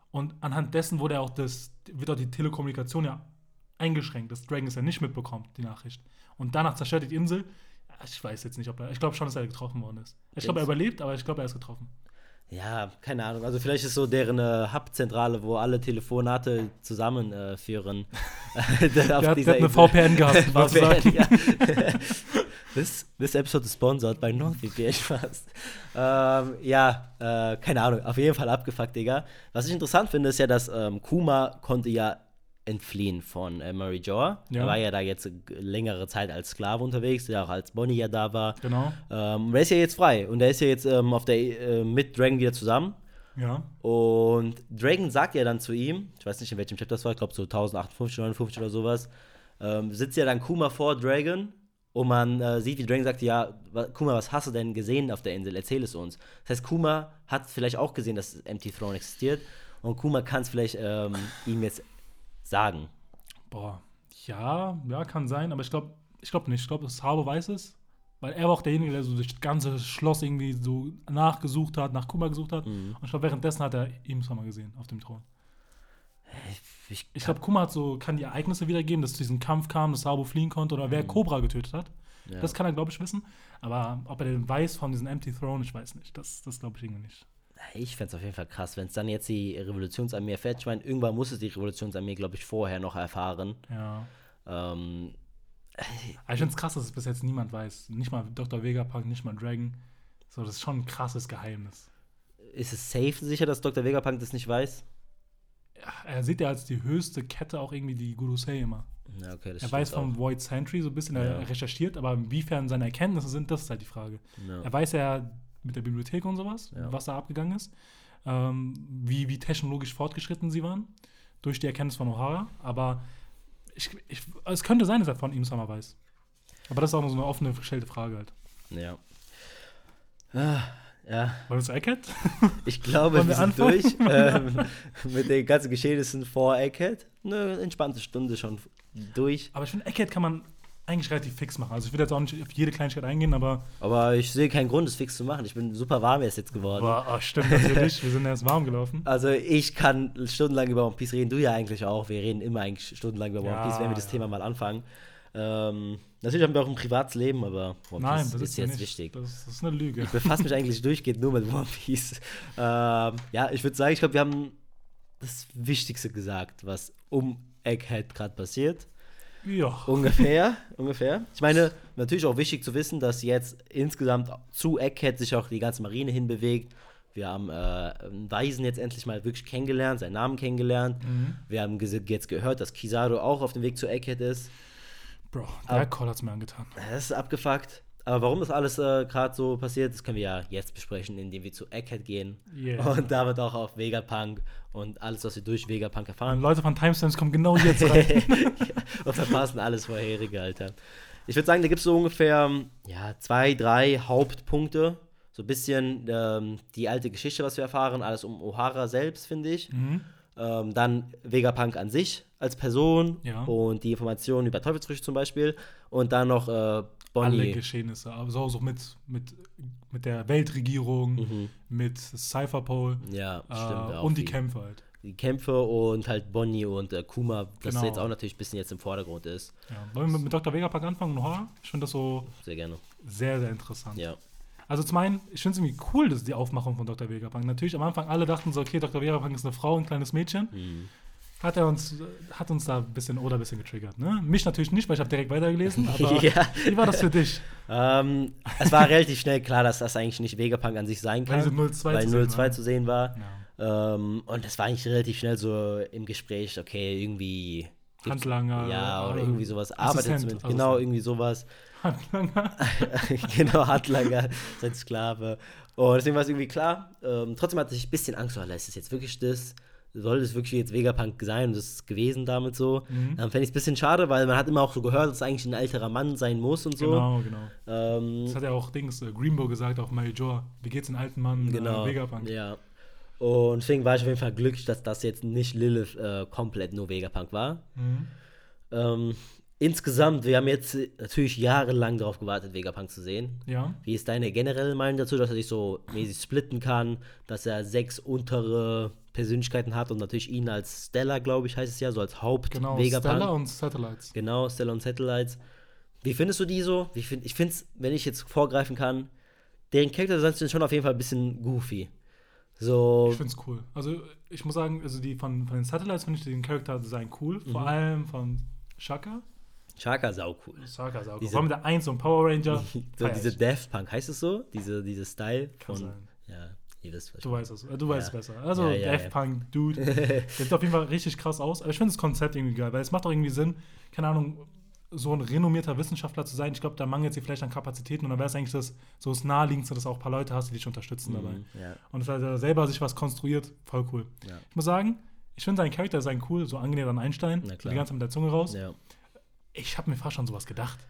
Und anhand dessen wurde auch das, wird auch die Telekommunikation ja eingeschränkt, dass Dragon es ja nicht mitbekommt, die Nachricht. Und danach zerstört er die Insel. Ich weiß jetzt nicht, ob er. Ich glaube schon, dass er getroffen worden ist. Ich glaube, er überlebt, aber ich glaube, er ist getroffen. Ja, keine Ahnung. Also vielleicht ist so deren äh, Hub-Zentrale, wo alle Telefonate zusammenführen. Äh, der, hat, der hat eine V P N gehabt. V P N, ja. this, this episode is sponsored by NordVPN fast. Ähm, ja, äh, keine Ahnung. Auf jeden Fall abgefuckt, Digga. Was ich interessant finde, ist ja, dass ähm, Kuma konnte ja entfliehen von äh, Mary Joa. Ja. Er war ja da jetzt längere Zeit als Sklave unterwegs, der auch als Bonnie ja da war. Genau. Ähm, der ist ja jetzt frei und der ist ja jetzt ähm, auf der, äh, mit Dragon wieder zusammen. Ja. Und Dragon sagt ja dann zu ihm, ich weiß nicht, in welchem Chapter das war, ich glaube so tausendachthundertachtundfünfzig, neunundfünfzig oder sowas, ähm, sitzt ja dann Kuma vor Dragon und man äh, sieht, wie Dragon sagt, ja, Kuma, was hast du denn gesehen auf der Insel? Erzähl es uns. Das heißt, Kuma hat vielleicht auch gesehen, dass Empty Throne existiert und Kuma kann es vielleicht ähm, ihm jetzt sagen. Boah, ja, ja, kann sein, aber ich glaube ich glaub nicht. Ich glaube, dass Sabo weiß es, weil er war auch derjenige, der so das ganze Schloss irgendwie so nachgesucht hat, nach Kuma gesucht hat. Mhm. Und ich glaube, währenddessen hat er ihn zweimal gesehen auf dem Thron. Ich, ich glaube, Kuma hat so, kann die Ereignisse wiedergeben, dass zu diesem Kampf kam, dass Sabo fliehen konnte oder mhm. wer Cobra getötet hat. Ja. Das kann er, glaube ich, wissen. Aber ob er den weiß von diesem Empty Throne, ich weiß nicht. Das, das glaube ich irgendwie nicht. Ich fände es auf jeden Fall krass, wenn es dann jetzt die Revolutionsarmee erfährt. Ich meine, irgendwann muss es die Revolutionsarmee, glaube ich, vorher noch erfahren. Ja. Ähm, Aber ich finde es krass, dass es bis jetzt niemand weiß. Nicht mal Doktor Vegapunk, nicht mal Dragon. So, das ist schon ein krasses Geheimnis. Ist es safe sicher, dass Doktor Vegapunk das nicht weiß? Ja, er sieht ja als die höchste Kette auch irgendwie die Gurusei immer. Ja, okay, das er weiß vom auch. Void Sentry so ein bisschen, ja. Er recherchiert, aber inwiefern seine Erkenntnisse sind, das ist halt die Frage. Ja. Er weiß ja mit der Bibliothek und sowas, ja. was da abgegangen ist, ähm, wie, wie technologisch fortgeschritten sie waren, durch die Erkenntnis von Ohara, aber ich, ich, es könnte sein, dass er von ihm Sama weiß. Aber das ist auch noch so eine offene, gestellte Frage halt. Ja. Ah, ja. Wollen wir zu Egghead? Ich glaube, wir, wir sind anfangen? durch ähm, mit den ganzen Geschehnissen vor Egghead. Eine entspannte Stunde schon durch. Aber ich finde, Egghead kann man eigentlich relativ fix machen. Also ich will jetzt auch nicht auf jede Kleinigkeit eingehen, aber... Aber ich sehe keinen Grund, es fix zu machen. Ich bin super warm erst jetzt geworden. Boah, oh, stimmt natürlich. Wir sind erst warm gelaufen. Also ich kann stundenlang über One Piece reden. Du ja eigentlich auch. Wir reden immer eigentlich stundenlang über One ja, Piece, wenn wir das ja. Thema mal anfangen. Ähm, natürlich haben wir auch ein privates Leben, aber One Nein, Piece das ist, ist jetzt nicht. wichtig. Das, das ist eine Lüge. Ich befasse mich eigentlich durchgehend nur mit One Piece. Ähm, ja, ich würde sagen, ich glaube, wir haben das Wichtigste gesagt, was um Egghead gerade passiert. Ja. Ungefähr, ungefähr. Ich meine, natürlich auch wichtig zu wissen, dass jetzt insgesamt zu Egghead sich auch die ganze Marine hinbewegt. Wir haben äh, einen Weisen jetzt endlich mal wirklich kennengelernt, seinen Namen kennengelernt. Mhm. Wir haben ge- jetzt gehört, dass Kizaru auch auf dem Weg zu Egghead ist. Bro, der Call hat's mir angetan. Das ist abgefuckt. Aber warum das alles äh, gerade so passiert, das können wir ja jetzt besprechen, indem wir zu Egghead gehen. Yeah. Und damit auch auf Vegapunk und alles, was wir durch Vegapunk erfahren. Und Leute von Timestamps kommen genau jetzt rein. Und verpassen alles Vorherige, Alter. Ich würde sagen, da gibt es so ungefähr ja, zwei, drei Hauptpunkte. So ein bisschen ähm, die alte Geschichte, was wir erfahren, alles um Ohara selbst, finde ich. Mhm. Ähm, dann Vegapunk an sich als Person ja. und die Informationen über Teufelsfrüchte zum Beispiel. Und dann noch äh, Bonnie. Alle Geschehnisse, aber so, so mit, mit, mit der Weltregierung, mhm. mit Cypherpole ja, äh, stimmt, auch und die viel. Kämpfe halt. Die Kämpfe und halt Bonnie und äh, Kuma, das genau. jetzt auch natürlich ein bisschen jetzt im Vordergrund ist. Ja. Wollen wir mit, mit Doktor Vegapunk anfangen und Horror? Ich finde das so sehr gerne. Sehr, sehr interessant. Ja. Also zum einen, ich finde es irgendwie cool, dass die Aufmachung von Doktor Vegapunk. Natürlich am Anfang alle dachten so, okay, Doktor Vegapunk ist eine Frau, ein kleines Mädchen. Mhm. Hat er uns, hat uns da ein bisschen oder ein bisschen getriggert, ne? Mich natürlich nicht, weil ich habe direkt weitergelesen, aber ja. Wie war das für dich? Ähm, es war relativ schnell klar, dass das eigentlich nicht Vegapunk an sich sein kann, weil null zwei weil zu, null zwei zu sehen war. Ja. Ähm, und das war eigentlich relativ schnell so im Gespräch, okay, irgendwie Handlanger. Ja, oder äh, irgendwie sowas. Arbeitet zumindest. Genau, irgendwie sowas. Handlanger. Genau, Handlanger, sein Sklave. Und deswegen war es irgendwie klar. Ähm, trotzdem hatte ich ein bisschen Angst, ist das jetzt wirklich das? Soll das wirklich jetzt Vegapunk sein und das ist gewesen damit so? Mhm. Dann fände ich es ein bisschen schade, weil man hat immer auch so gehört, dass es eigentlich ein älterer Mann sein muss und so. Genau, genau. Ähm, das hat ja auch Dings, äh, Greenbow gesagt, auch Major. Wie geht's den alten Mann genau, äh, Vegapunk? Ja. Und deswegen war ich auf jeden Fall glücklich, dass das jetzt nicht Lilith äh, komplett nur Vegapunk war. Mhm. Ähm, insgesamt, wir haben jetzt natürlich jahrelang darauf gewartet, Vegapunk zu sehen. Ja. Wie ist deine generelle Meinung dazu, dass er sich so mäßig splitten kann, dass er sechs untere Persönlichkeiten hat und natürlich ihn als Stella, glaube ich, heißt es ja, so als Haupt Genau, Vegapunk. Stella und Satellites. Genau, Stella und Satellites. Wie findest du die so? Wie find, ich finde es, wenn ich jetzt vorgreifen kann, deren Charakter sind schon auf jeden Fall ein bisschen goofy. So. Ich finde es cool. Also ich muss sagen, also die von, von den Satellites finde ich den Charakter-Design cool. Vor Mhm. allem von Shaka. Shaka sau cool. Shaka sau cool. Diese- Vor allem der eins und Power Ranger. So feier diese ich. Daft Punk, heißt es so? Diese, diese Style Kann von. sein. Ja, ihr wisst was. Du weißt es. Du weißt Ja. es besser. Also Ja, ja, Daft ja. Punk, Dude. Der sieht auf jeden Fall richtig krass aus. Aber ich finde das Konzept irgendwie geil, weil es macht auch irgendwie Sinn, keine Ahnung, so ein renommierter Wissenschaftler zu sein. Ich glaube, da mangelt sie vielleicht an Kapazitäten und dann wäre es eigentlich das, so das Naheliegendste, dass du auch ein paar Leute hast, die dich unterstützen dabei. Mhm, ja. Und dass er selber sich was konstruiert, voll cool. Ja. Ich muss sagen, ich finde seinen Charakter sein cool, so angenähert an Einstein, Na so klar. die ganze Zeit mit der Zunge raus. Ja. Ich habe mir fast schon sowas gedacht.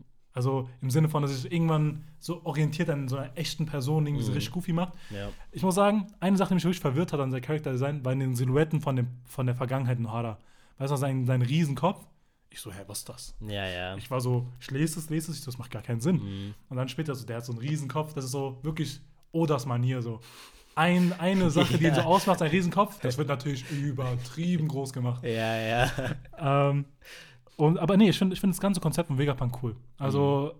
Also im Sinne von, dass ich irgendwann so orientiert an so einer echten Person irgendwie so Mhm. richtig goofy macht. Ja. Ich muss sagen, eine Sache, die mich wirklich verwirrt hat an seinem Charakterdesign, war in den Silhouetten von, dem, von der Vergangenheit in Nohara. Weißt du, sein, sein Riesenkopf. Ich so, hä, was ist das? Ja, ja. Ich war so, ich lese es, lese es, ich so, das macht gar keinen Sinn. Mhm. Und dann später so, der hat so einen Riesenkopf, das ist so wirklich Odas Manier so. Ein, eine Sache, die ihn so Ja. ausmacht, sein Riesenkopf, das wird natürlich übertrieben groß gemacht. Ja, ja. Ähm, und, aber nee, ich finde ich find das ganze Konzept von Vegapunk cool. Also,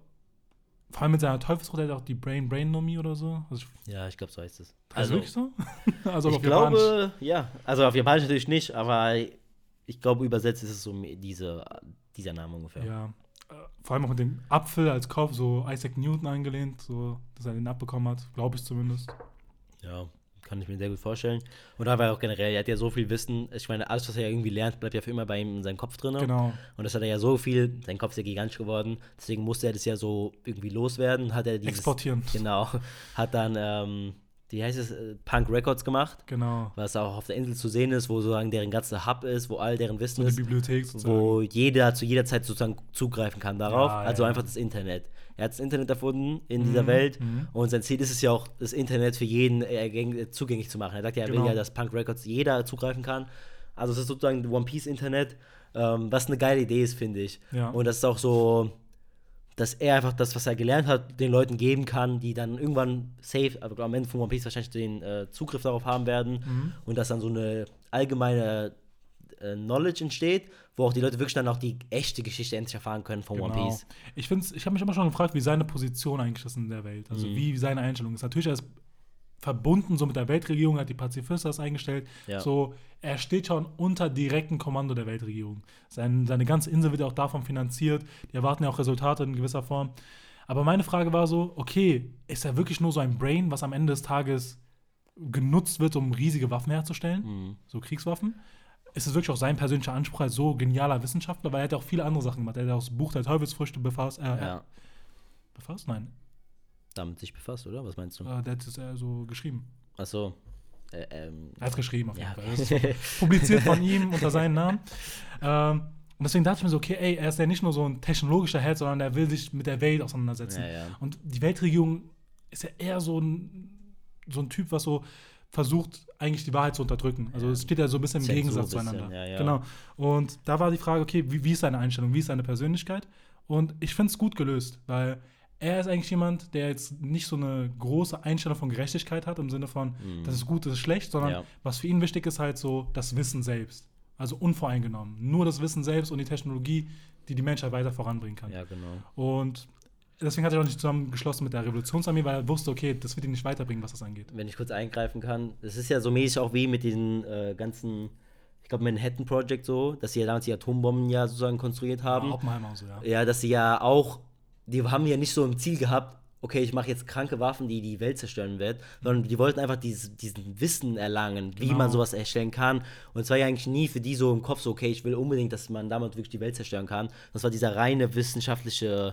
vor allem mit seiner Teufelsrute, der hat auch die Brain Brain Nomi oder so. Also, ich, Ja, ich glaube, so heißt es. also wirklich so? also ich auf Japanisch. glaube, ja. Also auf Japanisch natürlich nicht, aber ich glaube, übersetzt ist es so diese, dieser Name ungefähr. Ja. Äh, vor allem auch mit dem Apfel als Kopf, so Isaac Newton angelehnt, so, dass er den abbekommen hat, glaube ich zumindest. Ja, kann ich mir sehr gut vorstellen. Und da war er auch generell, er hat ja so viel Wissen. Ich meine, alles, was er irgendwie lernt, bleibt ja für immer bei ihm in seinem Kopf drin. Genau. Und das hat er ja so viel, sein Kopf ist ja gigantisch geworden, deswegen musste er das ja so irgendwie loswerden. Hat er dieses, Exportieren. Genau. Hat dann, ähm, wie heißt es, äh, Punk Records gemacht, Genau. was auch auf der Insel zu sehen ist, wo sozusagen deren ganzer Hub ist, wo all deren Wissen So die ist. Bibliothek sozusagen. Wo jeder zu jeder Zeit sozusagen zugreifen kann darauf. Ja, also ja. einfach das Internet. Er hat das Internet erfunden in dieser Mhm, Welt mhm. und sein Ziel ist es ja auch, das Internet für jeden äh, gäng- zugänglich zu machen. Er sagt ja, er Genau. will ja, dass Punk Records jeder zugreifen kann. Also es ist sozusagen One Piece Internet, ähm, was eine geile Idee ist, finde ich. Ja. Und das ist auch so, dass er einfach das, was er gelernt hat, den Leuten geben kann, die dann irgendwann safe, aber am Ende von One Piece wahrscheinlich den äh, Zugriff darauf haben werden Mhm. und dass dann so eine allgemeine äh, Knowledge entsteht, wo auch die Leute wirklich dann auch die echte Geschichte endlich erfahren können von One Genau. Piece. Ich find's, ich habe mich immer schon gefragt, wie seine Position eigentlich ist in der Welt. Also Mhm. wie seine Einstellung ist. Natürlich, er ist verbunden so mit der Weltregierung, hat die Pazifistas eingestellt. Ja. So, er steht schon unter direktem Kommando der Weltregierung. Sein, seine ganze Insel wird ja auch davon finanziert. Die erwarten ja auch Resultate in gewisser Form. Aber meine Frage war so, okay, ist er wirklich nur so ein Brain, was am Ende des Tages genutzt wird, um riesige Waffen herzustellen? Mhm. So Kriegswaffen? Ist es wirklich auch sein persönlicher Anspruch als so genialer Wissenschaftler? Weil er hat ja auch viele andere Sachen gemacht. Er hat ja auch das Buch der Teufelsfrüchte befasst. Äh, Ja, Befasst? Nein. damit sich befasst, oder? Was meinst du? Äh, der hat es äh, so geschrieben. Achso. Äh, ähm, Er hat es geschrieben auf jeden ja, Fall. Das ist so publiziert von ihm unter seinem Namen. Ähm, und deswegen dachte ich mir so, okay, ey, er ist ja nicht nur so ein technologischer Head, sondern er will sich mit der Welt auseinandersetzen. Ja, ja. Und die Weltregierung ist ja eher so ein, so ein Typ, was so versucht, eigentlich die Wahrheit zu unterdrücken. Also Ja. es steht ja so ein bisschen im Zensur Gegensatz bisschen, zueinander. ja, ja. Genau. Und da war die Frage, okay, wie, wie ist seine Einstellung, wie ist seine Persönlichkeit? Und ich finde es gut gelöst, weil er ist eigentlich jemand, der jetzt nicht so eine große Einstellung von Gerechtigkeit hat, im Sinne von, Mhm. das ist gut, das ist schlecht, sondern Ja. was für ihn wichtig ist, halt so das Wissen selbst. Also unvoreingenommen. Nur das Wissen selbst und die Technologie, die die Menschheit weiter voranbringen kann. Ja, genau. Und deswegen hat er auch nicht zusammengeschlossen mit der Revolutionsarmee, weil er wusste, okay, das wird ihn nicht weiterbringen, was das angeht. Wenn ich kurz eingreifen kann, es ist ja so mäßig auch wie mit den äh, ganzen, ich glaube, Manhattan Project so, dass sie ja damals die Atombomben ja sozusagen konstruiert haben. Ja, Oppenheimer und so, ja. Ja, dass sie ja auch, die haben ja nicht so im Ziel gehabt, okay, ich mache jetzt kranke Waffen, die die Welt zerstören werden, sondern die wollten einfach dieses, diesen Wissen erlangen, wie Genau. man sowas erstellen kann. Und es war ja eigentlich nie für die so im Kopf so, okay, ich will unbedingt, dass man damit wirklich die Welt zerstören kann. Das war dieser reine wissenschaftliche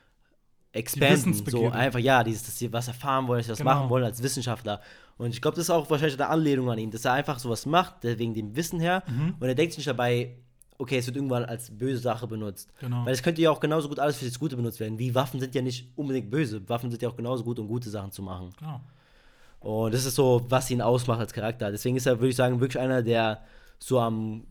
Expanden, so Wissensbegierde. einfach, ja, dieses, dass sie was erfahren wollen, dass sie was Genau. machen wollen als Wissenschaftler. Und ich glaube, das ist auch wahrscheinlich eine Anlehnung an ihn, dass er einfach sowas macht, der- wegen dem Wissen her. Mhm. Und er denkt sich nicht dabei, okay, es wird irgendwann als böse Sache benutzt. Genau. Weil es könnte ja auch genauso gut alles für das Gute benutzt werden. Wie Waffen sind ja nicht unbedingt böse. Waffen sind ja auch genauso gut, um gute Sachen zu machen. Genau. Und das ist so, was ihn ausmacht als Charakter. Deswegen ist er, würde ich sagen, wirklich einer, der so am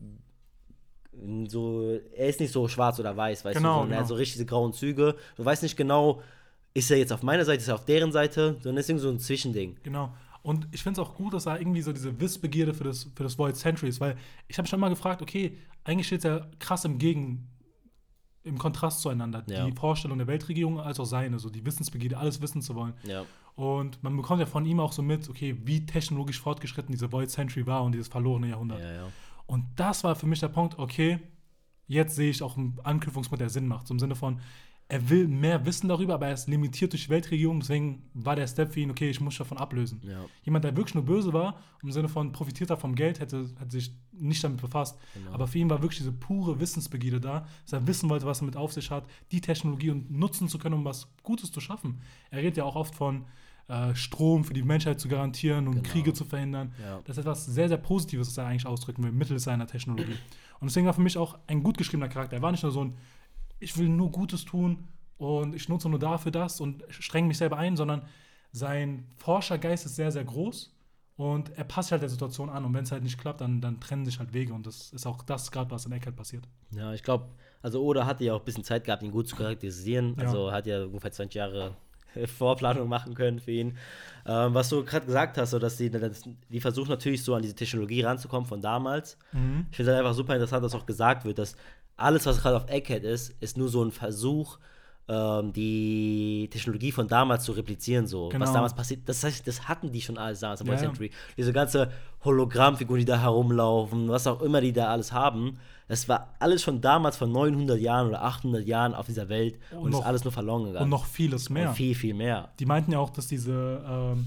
so, er ist nicht so schwarz oder weiß, weißt Genau, du, sondern er hat genau. so richtig diese grauen Züge. Du weißt nicht genau, ist er jetzt auf meiner Seite, ist er auf deren Seite, sondern ist irgendwie so ein Zwischending. Genau. Und ich finde es auch gut, dass da irgendwie so diese Wissbegierde für das, für das Void Century ist, weil ich habe schon mal gefragt, okay, eigentlich steht es ja krass im Gegen, im Kontrast zueinander. Ja. Die Vorstellung der Weltregierung als auch seine, so die Wissensbegierde, alles wissen zu wollen. Ja. Und man bekommt ja von ihm auch so mit, okay, wie technologisch fortgeschritten diese Void Century war und dieses verlorene Jahrhundert. Ja, ja. Und das war für mich der Punkt, okay, jetzt sehe ich auch einen Anknüpfungspunkt, der Sinn macht. So im Sinne von, er will mehr wissen darüber, aber er ist limitiert durch die Weltregierung, deswegen war der Step für ihn, okay, ich muss mich davon ablösen. Ja. Jemand, der wirklich nur böse war, im Sinne von profitiert er vom Geld, hätte, hätte sich nicht damit befasst. Genau. Aber für ihn war wirklich diese pure Wissensbegierde da, dass er wissen wollte, was er mit auf sich hat, die Technologie und nutzen zu können, um was Gutes zu schaffen. Er redet ja auch oft von äh, Strom für die Menschheit zu garantieren und Genau. Kriege zu verhindern. Ja. Das ist etwas sehr, sehr Positives, was er eigentlich ausdrücken will, mittels seiner Technologie. Und deswegen war für mich auch ein gut geschriebener Charakter. Er war nicht nur so ein, ich will nur Gutes tun und ich nutze nur dafür das und streng mich selber ein, sondern sein Forschergeist ist sehr, sehr groß und er passt halt der Situation an. Und wenn es halt nicht klappt, dann, dann trennen sich halt Wege. Und das ist auch das gerade, was in Eckart passiert. Ja, ich glaube, also Oda hatte ja auch ein bisschen Zeit gehabt, ihn gut zu charakterisieren. Ja. Also hat ja ungefähr zwanzig Jahre Vorplanung machen können für ihn. Ähm, was du gerade gesagt hast, so dass die, dass die versuchen natürlich so an diese Technologie ranzukommen von damals. Mhm. Ich finde es einfach super interessant, dass auch gesagt wird, dass alles, was gerade auf Egghead ist, ist nur so ein Versuch, ähm, die Technologie von damals zu replizieren, so. Genau. Was damals passiert, das heißt, das hatten die schon alles damals im Ja, Void ja. Century. Diese ganze Hologrammfiguren, die da herumlaufen, was auch immer die da alles haben, das war alles schon damals vor neunhundert Jahren oder achthundert Jahren auf dieser Welt und, Und ist noch- alles nur verloren gegangen. Und noch vieles mehr. Und viel, viel mehr. Die meinten ja auch, dass diese ähm,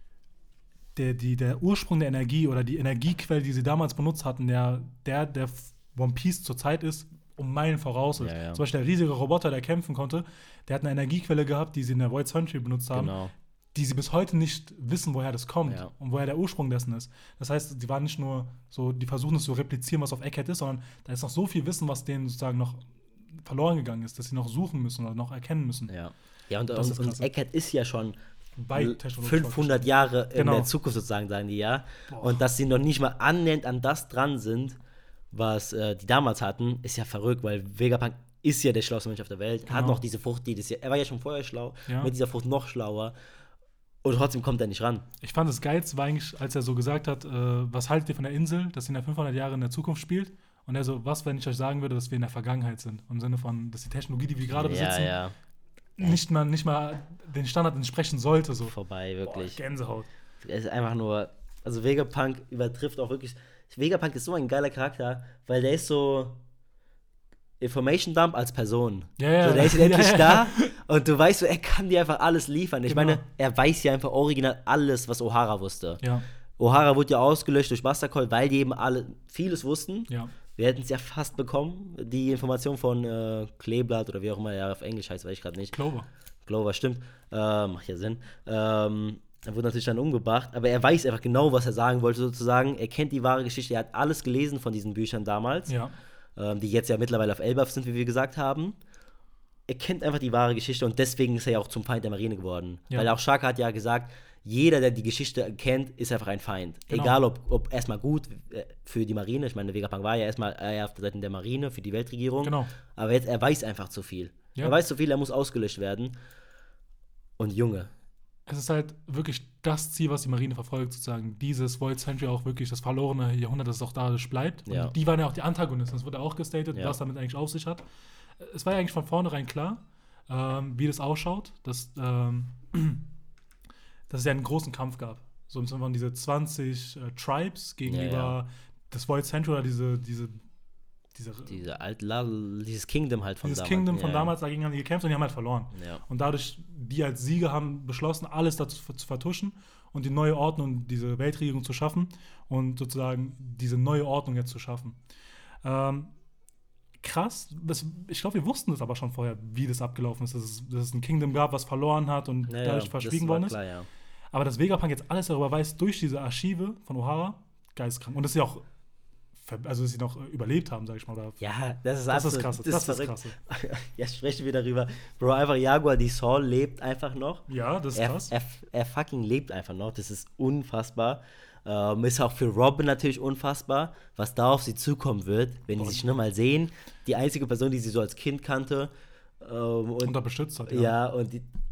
der, die, der Ursprung der Energie oder die Energiequelle, die sie damals benutzt hatten, der, der, der One Piece zurzeit ist, um Meilen voraus ist. Ja, ja. Zum Beispiel der riesige Roboter, der kämpfen konnte, der hat eine Energiequelle gehabt, die sie in der Void Century benutzt haben, Genau. die sie bis heute nicht wissen, woher das kommt Ja. und woher der Ursprung dessen ist. Das heißt, die waren nicht nur so, die versuchen es zu replizieren, was auf Egghead ist, sondern da ist noch so viel Wissen, was denen sozusagen noch verloren gegangen ist, dass sie noch suchen müssen oder noch erkennen müssen. Ja. Ja, und, Das und, ist und krass. Egghead ist ja schon Weit technologisch fünfhundert Jahre in Genau. der Zukunft sozusagen, sagen die ja. Boah. Und dass sie noch nicht mal annähernd an das dran sind, was äh, die damals hatten, ist ja verrückt, weil Vegapunk ist ja der schlauste Mensch auf der Welt, hat Genau. noch diese Frucht, die das ja, er war ja schon vorher schlau, Ja. mit dieser Frucht noch schlauer und trotzdem kommt er nicht ran. Ich fand das Geilste war eigentlich, als er so gesagt hat, äh, was haltet ihr von der Insel, dass sie in der fünfhundert Jahre in der Zukunft spielt? Und er so, was, wenn ich euch sagen würde, dass wir in der Vergangenheit sind? Im Sinne von, dass die Technologie, die wir gerade ja, besitzen, ja, Nicht, mal, nicht mal den Standard entsprechen sollte. So. vorbei, wirklich. Boah, Gänsehaut. Er ist einfach nur, also Vegapunk übertrifft auch wirklich, Vegapunk ist so ein geiler Charakter, weil der ist so Information Dump als Person. Ja, ja. So, der ist endlich Ja, ja. da und du weißt so, er kann dir einfach alles liefern. Ich Genau. meine, er weiß ja einfach original alles, was O'Hara wusste. Ja, O'Hara wurde ja ausgelöscht durch Master Call, weil die eben alle vieles wussten. ja. Wir hätten es ja fast bekommen, die Information von äh, Kleeblatt oder wie auch immer er auf Englisch heißt, weiß ich gerade nicht. Clover. Clover, stimmt. Ähm, macht ja Sinn. Ähm, er wurde natürlich dann umgebracht, aber er weiß einfach genau, was er sagen wollte, sozusagen. Er kennt die wahre Geschichte, er hat alles gelesen von diesen Büchern damals, Ja. ähm, die jetzt ja mittlerweile auf Elbaf sind, wie wir gesagt haben. Er kennt einfach die wahre Geschichte und deswegen ist er ja auch zum Feind der Marine geworden. Ja. Weil auch Shaka hat ja gesagt, jeder, der die Geschichte kennt, ist einfach ein Feind. Genau. Egal, ob, ob erstmal gut äh, für die Marine, ich meine, Vegapunk war ja erstmal eher auf der Seite der Marine, für die Weltregierung. Genau. Aber jetzt, er weiß einfach zu viel. Ja. Er weiß zu viel, er muss ausgelöscht werden. Und Junge, Es ist halt wirklich das Ziel, was die Marine verfolgt, sozusagen. Dieses Void Century auch wirklich das verlorene Jahrhundert, das es auch dadurch bleibt. Und Ja. die waren ja auch die Antagonisten, das wurde auch gestatet, Ja. was damit eigentlich auf sich hat. Es war ja eigentlich von vornherein klar, ähm, wie das ausschaut, dass, ähm, dass es ja einen großen Kampf gab. So im Sinne von diese zwanzig äh, Tribes gegenüber Ja, ja. das Void Century oder diese, diese, diese diese alt, dieses Kingdom halt von dieses damals. Kingdom von Ja, damals, dagegen haben die gekämpft und die haben halt verloren. Ja. Und dadurch, die als Sieger haben beschlossen, alles dazu zu vertuschen und die neue Ordnung, diese Weltregierung zu schaffen und sozusagen diese neue Ordnung jetzt zu schaffen. Ähm, krass, das, ich glaube, wir wussten das aber schon vorher, wie das abgelaufen ist, dass es, dass es ein Kingdom gab, was verloren hat und Ja, dadurch ja, verschwiegen das war worden ist. klar, ja. Aber dass Vegapunk jetzt alles darüber weiß, durch diese Archive von O'Hara, geistkrank. Und dass sie auch, ver- also dass sie noch äh, überlebt haben, sag ich mal. Oder Ja, das ist das ist absolut- krass. Das, ist verrückt. krass. Jetzt sprechen wir darüber. Bro, einfach Jaguar die Saul lebt einfach noch. Ja, das ist Er, krass. er, er fucking lebt einfach noch. Das ist unfassbar. Ähm, ist auch für Robin natürlich unfassbar, was da auf sie zukommen wird, wenn die Boah. sich nur mal sehen. Die einzige Person, die sie so als Kind kannte. Ähm, und Und da bestützt hat, ja. und die,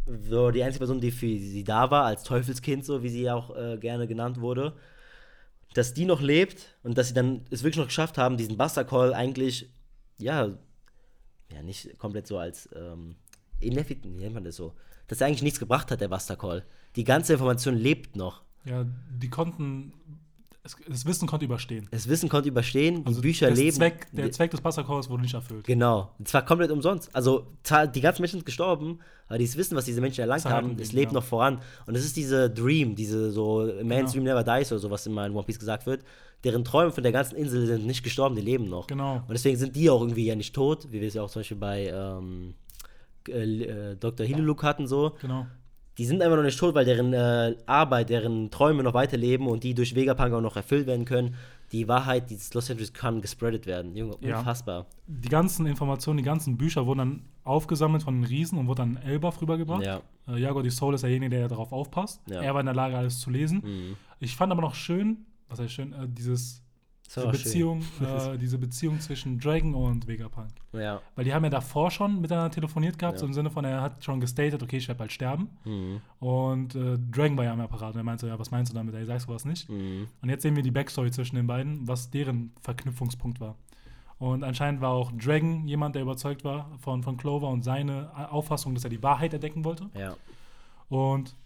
so die einzige Person, die für sie da war, als Teufelskind, so wie sie auch äh, gerne genannt wurde, dass die noch lebt und dass sie dann es wirklich noch geschafft haben, diesen Buster Call eigentlich, ja, ja nicht komplett so als ähm, ineffizient, wie nennt man das so, dass er eigentlich nichts gebracht hat, der Buster Call. Die ganze Information lebt noch. Ja, die konnten, es, das Wissen konnte überstehen. Das Wissen konnte überstehen, die Also Bücher das leben. Zweck, der Zweck des Buster Calls wurde nicht erfüllt. Genau, und zwar komplett umsonst. Also zwar die ganzen Menschen sind gestorben, aber dieses Wissen, was diese Menschen erlangt Das erhalten haben, die, es lebt ja. noch voran. Und es ist diese Dream, diese so Man's Genau. Dream Never Dies oder so, was immer in One Piece gesagt wird, deren Träume von der ganzen Insel sind nicht gestorben, die leben noch. Genau. Und deswegen sind die auch irgendwie ja nicht tot, wie wir es ja auch zum Beispiel bei ähm, äh, äh, Doktor Hiluluk hatten so. Genau. Die sind einfach noch nicht tot, weil deren äh, Arbeit, deren Träume noch weiterleben und die durch Vegapunk auch noch erfüllt werden können. Die Wahrheit, dieses Lost Centuries kann gespreadet werden. Junge, Ja. unfassbar. Die ganzen Informationen, die ganzen Bücher wurden dann aufgesammelt von den Riesen und wurden dann Elbaf rübergebracht. Ja. Äh, Jaguar die Soul ist derjenige, der darauf aufpasst. Ja. Er war in der Lage, alles zu lesen. Mhm. Ich fand aber noch schön, was heißt schön, äh, dieses Das war diese auch schön. Beziehung, äh, diese Beziehung zwischen Dragon und Vegapunk. Ja. Weil die haben ja davor schon miteinander telefoniert gehabt, Ja. so im Sinne von, er hat schon gestated, okay, ich werde bald sterben. Mhm. Und äh, Dragon war ja am Apparat und er meinte so, ja, was meinst du damit? Ey, sagst du was nicht? Mhm. Und jetzt sehen wir die Backstory zwischen den beiden, was deren Verknüpfungspunkt war. Und anscheinend war auch Dragon jemand, der überzeugt war von, von Clover und seine Auffassung, dass er die Wahrheit entdecken wollte. Ja. Und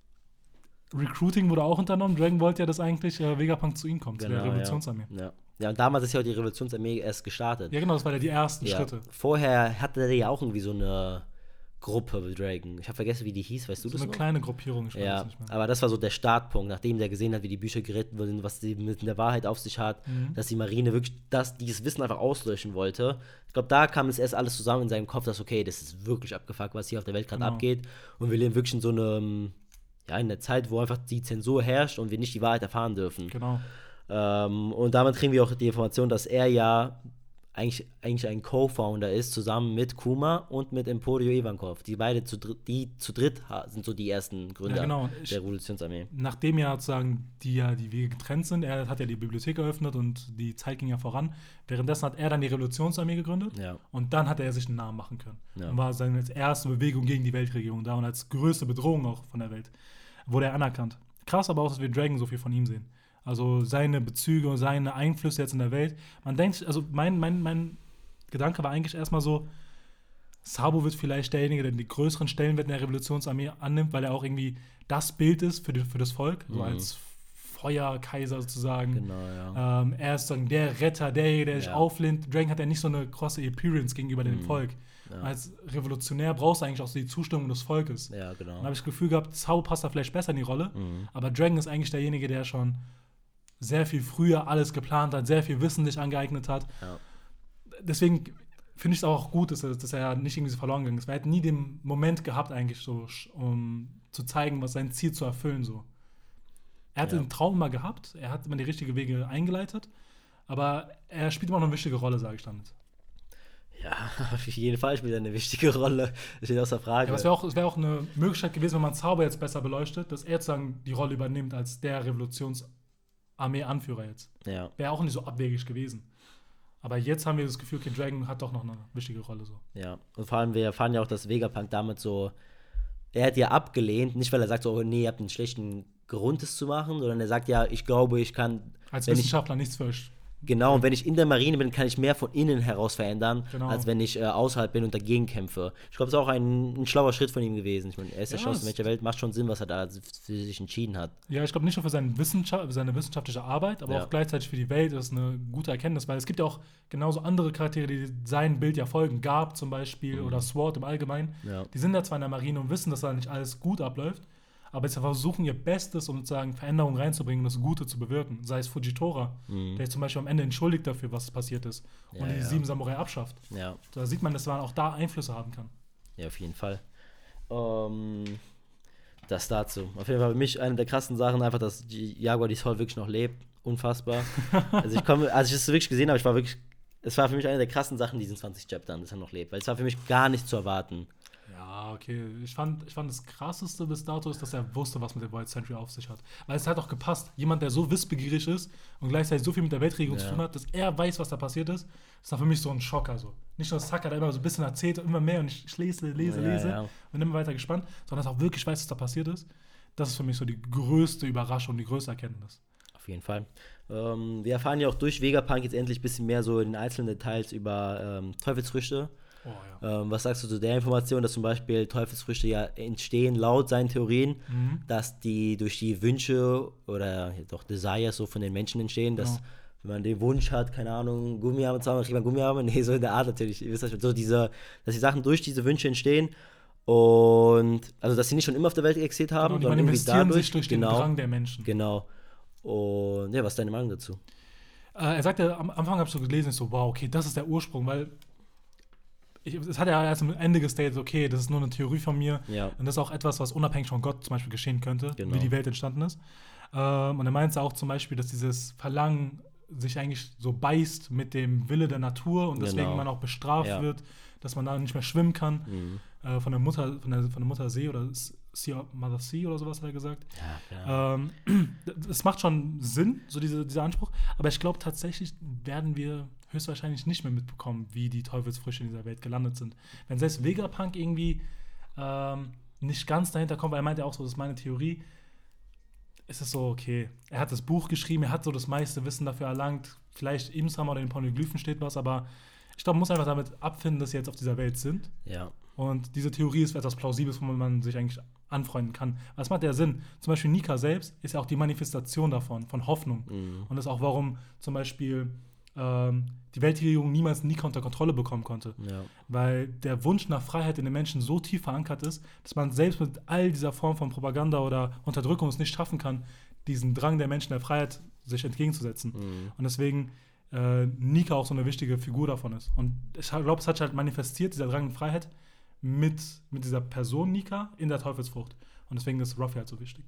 Recruiting wurde auch unternommen. Dragon wollte ja, dass eigentlich äh, Vegapunk zu ihm kommt, zu der Genau, Revolutionsarmee. Ja. ja. Ja, und damals ist ja auch die Revolutionsarmee erst gestartet. Ja, genau, das waren ja die ersten Ja. Schritte. Vorher hatte der ja auch irgendwie so eine Gruppe mit Dragon. Ich habe vergessen, wie die hieß, weißt du So das eine noch? kleine Gruppierung, ich weiß Ja, es nicht mehr. aber das war so der Startpunkt, nachdem der gesehen hat, wie die Bücher geritten wurden, was sie mit der Wahrheit auf sich hat, Mhm. dass die Marine wirklich das, dieses Wissen einfach auslöschen wollte. Ich glaube, da kam es erst alles zusammen in seinem Kopf, dass, okay, das ist wirklich abgefuckt, was hier auf der Welt gerade Genau. abgeht. Und wir leben wirklich in so einem, ja, in der Zeit, wo einfach die Zensur herrscht und wir nicht die Wahrheit erfahren dürfen. Genau. Ähm, und damit kriegen wir auch die Information, dass er ja eigentlich, eigentlich ein Co-Founder ist, zusammen mit Kuma und mit Emporio Ivankov. Die beide zu dritt, die zu dritt ha- sind so die ersten Gründer Ja, genau. Ich- der Revolutionsarmee. Nachdem ja sozusagen die ja die Wege getrennt sind, er hat ja die Bibliothek eröffnet und die Zeit ging ja voran. Währenddessen hat er dann die Revolutionsarmee gegründet Ja. und dann hat er sich einen Namen machen können. Ja. Und war seine erste Bewegung gegen die Weltregierung da und als größte Bedrohung auch von der Welt wurde er anerkannt. Krass aber auch, dass wir Dragon so viel von ihm sehen. Also seine Bezüge und seine Einflüsse jetzt in der Welt. Man denkt, also mein, mein, mein Gedanke war eigentlich erstmal so, Sabo wird vielleicht derjenige, der die größeren Stellenwert in der Revolutionsarmee annimmt, weil er auch irgendwie das Bild ist für, die, für das Volk, so Mhm. als Feuerkaiser sozusagen. Genau, ja. Ähm, er ist sozusagen der Retter, derjenige, der sich Ja. auflehnt. Dragon hat ja nicht so eine große Appearance gegenüber dem Mhm. Volk. Ja. Als Revolutionär brauchst du eigentlich auch so die Zustimmung des Volkes. Ja, Dann genau. habe ich das Gefühl gehabt, Sabo passt da vielleicht besser in die Rolle. Mhm. Aber Dragon ist eigentlich derjenige, der schon sehr viel früher alles geplant hat, sehr viel Wissen sich angeeignet hat. Ja. Deswegen finde ich es auch gut, dass er, dass er nicht irgendwie so verloren gegangen ist. Weil er hat nie den Moment gehabt, eigentlich so, sch- um zu zeigen, was sein Ziel zu erfüllen. So. Er hatte Ja. den Traum immer gehabt, er hat immer die richtigen Wege eingeleitet, aber er spielt immer noch eine wichtige Rolle, sage ich damit. Ja, auf jeden Fall spielt er eine wichtige Rolle. Das steht außer Frage. Ja, aber es wäre auch, es wär auch eine Möglichkeit gewesen, wenn man Zauber jetzt besser beleuchtet, dass er sozusagen die Rolle übernimmt als der Revolutionsarmee-Anführer jetzt. ja. Wäre auch nicht so abwegig gewesen. Aber jetzt haben wir das Gefühl, okay, Dragon hat doch noch eine wichtige Rolle. So. Ja, und vor allem, wir erfahren ja auch, dass Vegapunk damit so, er hat ja abgelehnt, nicht weil er sagt so, oh nee, ihr habt einen schlechten Grund, das zu machen, sondern er sagt ja, ich glaube, ich kann, Als wenn ich, Wissenschaftler nichts für euch. genau, und wenn ich in der Marine bin, kann ich mehr von innen heraus verändern, Genau. als wenn ich äh, außerhalb bin und dagegen kämpfe. Ich glaube, es ist auch ein, ein schlauer Schritt von ihm gewesen. Ich meine, er ist der Ja, schlauste es- Mensch der Welt, macht schon Sinn, was er da für sich entschieden hat. Ja, ich glaube nicht nur für seine, Wissenschaft, seine wissenschaftliche Arbeit, aber Ja. auch gleichzeitig für die Welt ist eine gute Erkenntnis, weil es gibt ja auch genauso andere Charaktere, die sein Bild ja folgen. Garb zum Beispiel Mhm. oder Sword im Allgemeinen. Ja. Die sind ja zwar in der Marine und wissen, dass da nicht alles gut abläuft, aber sie versuchen ihr Bestes, um sozusagen Veränderungen reinzubringen, das Gute zu bewirken. Sei es Fujitora, Mhm. der sich zum Beispiel am Ende entschuldigt dafür, was passiert ist Ja, und die ja. sieben Samurai abschafft. Ja. Da sieht man, dass man auch da Einflüsse haben kann. Ja, auf jeden Fall. Ähm, das dazu. Auf jeden Fall für mich eine der krassen Sachen, einfach, dass die Jaguar die Soul wirklich noch lebt. Unfassbar. also ich komme, als ich das wirklich gesehen habe, ich war wirklich, es war für mich eine der krassen Sachen, diesen zwanzig Chaptern, dass er noch lebt. Weil es war für mich gar nicht zu erwarten. Ja, okay. Ich fand, ich fand das Krasseste bis dato ist, dass er wusste, was mit der Void Century auf sich hat. Weil es hat auch gepasst. Jemand, der so wissbegierig ist und gleichzeitig so viel mit der Weltregierung Ja. zu tun hat, dass er weiß, was da passiert ist, ist dann für mich so ein Schocker. So. Nicht nur, dass Tucker da immer so ein bisschen erzählt, immer mehr und ich, ich lese, lese, Ja, lese ja. und bin immer weiter gespannt, sondern dass er auch wirklich weiß, was da passiert ist. Das ist für mich so die größte Überraschung, die größte Erkenntnis. Auf jeden Fall. Ähm, wir erfahren ja auch durch Vegapunk jetzt endlich ein bisschen mehr so in den einzelnen Details über ähm, Teufelsfrüchte. Oh ja. Ähm, was sagst du zu der Information, dass zum Beispiel Teufelsfrüchte ja entstehen, laut seinen Theorien, Mhm. dass die durch die Wünsche oder ja, doch Desires so von den Menschen entstehen, dass Genau. wenn man den Wunsch hat, keine Ahnung, Gummiarme zu haben, dann kriegt man Gummiarme, nee, so in der Art natürlich, ihr wisst das schon, so diese, dass die Sachen durch diese Wünsche entstehen und, also dass sie nicht schon immer auf der Welt existiert haben, Genau, die sondern irgendwie manifestieren dadurch, sich durch genau, den Drang der Menschen. genau, und ja, was ist deine Meinung dazu? Äh, er sagte, am Anfang habe ich so gelesen, ich so, wow, okay, das ist der Ursprung, weil ich, es hat ja erst am Ende gestatet, okay, das ist nur eine Theorie von mir Ja, und das ist auch etwas, was unabhängig von Gott zum Beispiel geschehen könnte, Genau. wie die Welt entstanden ist. Ähm, und er meinte auch zum Beispiel, dass dieses Verlangen sich eigentlich so beißt mit dem Wille der Natur und deswegen Genau. man auch bestraft Ja. wird, dass man da nicht mehr schwimmen kann. mhm. Äh, von der Mutter, von der, von der Mutter See oder sea, Mother Sea oder sowas hat er gesagt. ja, ja. Ähm, es macht schon Sinn, so diese, dieser Anspruch, aber ich glaube tatsächlich werden wir höchstwahrscheinlich nicht mehr mitbekommen, wie die Teufelsfrüchte in dieser Welt gelandet sind. Wenn selbst Vegapunk irgendwie ähm, nicht ganz dahinter kommt, weil er meinte auch so, das ist meine Theorie, ist es so, okay, er hat das Buch geschrieben, er hat so das meiste Wissen dafür erlangt, vielleicht Imsam oder in den Poneglyphen steht was, aber ich glaube, man muss einfach damit abfinden, dass sie jetzt auf dieser Welt sind. ja. Und diese Theorie ist etwas Plausibles, womit man sich eigentlich anfreunden kann. Was macht der Sinn? Zum Beispiel Nika selbst ist ja auch die Manifestation davon, von Hoffnung. Mhm. Und das ist auch, warum zum Beispiel ähm, die Weltregierung niemals Nika unter Kontrolle bekommen konnte. Ja. Weil der Wunsch nach Freiheit in den Menschen so tief verankert ist, dass man selbst mit all dieser Form von Propaganda oder Unterdrückung es nicht schaffen kann, diesen Drang der Menschen der Freiheit sich entgegenzusetzen. Mhm. Und deswegen äh, Nika auch so eine wichtige Figur davon ist. Und ich glaube, es hat sich halt manifestiert, dieser Drang nach Freiheit, mit, mit dieser Person Nika in der Teufelsfrucht. Und deswegen ist Ruffy halt so wichtig.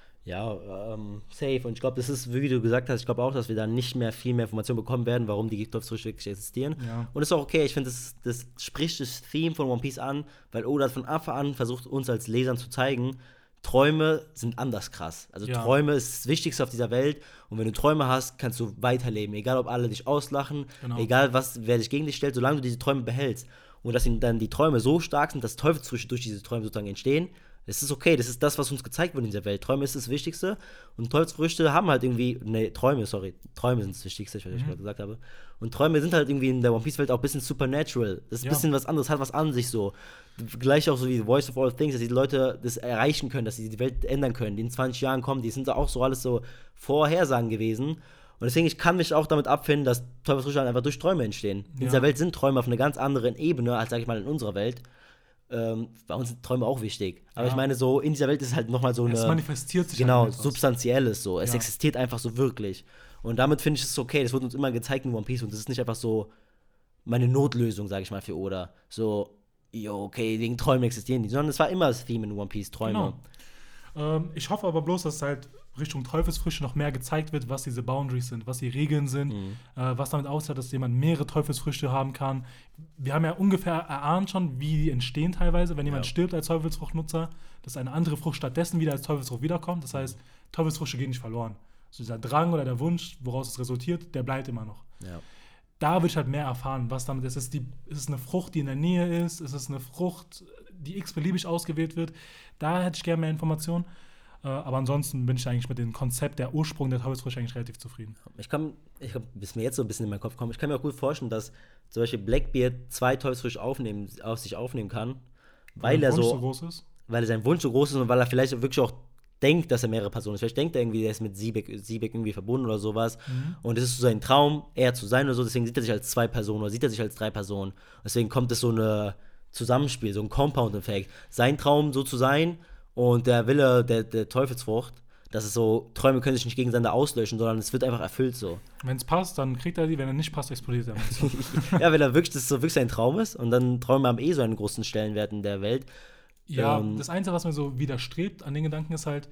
Ja, ähm, safe. Und ich glaube, das ist, wie du gesagt hast, ich glaube auch, dass wir da nicht mehr viel mehr Informationen bekommen werden, warum die Teufelsfrüchte wirklich existieren. Ja. Und das ist auch okay. Ich finde, das, das spricht das Theme von One Piece an, weil Oda hat von Anfang an versucht, uns als Lesern zu zeigen, Träume sind anders krass. Also Ja. Träume ist das Wichtigste auf dieser Welt. Und wenn du Träume hast, kannst du weiterleben. Egal, ob alle dich auslachen, Genau. egal, was, wer dich gegen dich stellt, solange du diese Träume behältst. Und dass ihnen dann die Träume so stark sind, dass Teufelsfrüchte durch diese Träume sozusagen entstehen, das ist okay. Das ist das, was uns gezeigt wird in dieser Welt. Träume ist das Wichtigste. Und Teufelsfrüchte haben halt irgendwie, ne, Träume, sorry, Träume sind das Wichtigste, ich weiß nicht, was ich gerade gesagt habe. Und Träume sind halt irgendwie in der One Piece-Welt auch ein bisschen supernatural. Das ist ein Ja. bisschen was anderes, hat was an sich so. Gleich auch so wie The Voice of All Things, dass die Leute das erreichen können, dass sie die Welt ändern können, die in zwanzig Jahren kommen, die sind auch so alles so Vorhersagen gewesen. Und deswegen, ich kann mich auch damit abfinden, dass Teufelsfrüchte halt einfach durch Träume entstehen. In Ja. dieser Welt sind Träume auf einer ganz anderen Ebene, als, sag ich mal, in unserer Welt. Ähm, bei uns sind Träume auch wichtig. Aber Ja. ich meine, so in dieser Welt ist halt nochmal so Es eine, manifestiert sich genau, halt etwas. substanzielles so. Es Ja. existiert einfach so wirklich. Und damit finde ich es okay. Das wurde uns immer gezeigt in One Piece und das ist nicht einfach so meine Notlösung, sage ich mal, für Oda. So, jo, okay, wegen Träumen existieren die. Sondern es war immer das Theme in One Piece, Träume. Genau. Ähm, ich hoffe aber bloß, dass halt Richtung Teufelsfrüchte noch mehr gezeigt wird, was diese Boundaries sind, was die Regeln sind, Mhm. äh, was damit aussieht, dass jemand mehrere Teufelsfrüchte haben kann. Wir haben ja ungefähr erahnt schon, wie die entstehen teilweise, wenn jemand Ja. stirbt als Teufelsfruchtnutzer, dass eine andere Frucht stattdessen wieder als Teufelsfrucht wiederkommt. Das heißt, Teufelsfrüchte gehen nicht verloren. Also dieser Drang oder der Wunsch, woraus es resultiert, der bleibt immer noch. Ja. Da will ich halt mehr erfahren, was damit ist. Ist, die, ist es eine Frucht, die in der Nähe ist? Ist es eine Frucht, die x-beliebig ausgewählt wird? Da hätte ich gerne mehr Informationen. Äh, aber ansonsten bin ich eigentlich mit dem Konzept der Ursprung der Teufelsfrüchte eigentlich relativ zufrieden. Ich kann, ich glaub, bis mir jetzt so ein bisschen in meinen Kopf kommt, ich kann mir auch gut vorstellen, dass zum Beispiel Blackbeard zwei Teufelsfrüchte aufnehmen, auf sich aufnehmen kann, weil der er Wunsch so, so groß ist. weil sein Wunsch so groß ist und weil er vielleicht wirklich auch denkt, dass er mehrere Personen ist. Vielleicht denkt er irgendwie, er ist mit Siebeck, Siebeck irgendwie verbunden oder sowas. Mhm. Und es ist so sein Traum, er zu sein oder so. Deswegen sieht er sich als zwei Personen oder sieht er sich als drei Personen. Deswegen kommt es so ein Zusammenspiel, so ein Compound-Effekt. Sein Traum so zu sein und der Wille der, der Teufelsfrucht, dass es so, Träume können sich nicht gegeneinander auslöschen, sondern es wird einfach erfüllt so. Wenn es passt, dann kriegt er die. Wenn er nicht passt, explodiert er. Ja, wenn er wirklich, das so wirklich sein Traum ist und dann Träume haben eh so einen großen Stellenwert in der Welt. Ja, Ähm, das Einzige, was mir so widerstrebt an den Gedanken, ist halt,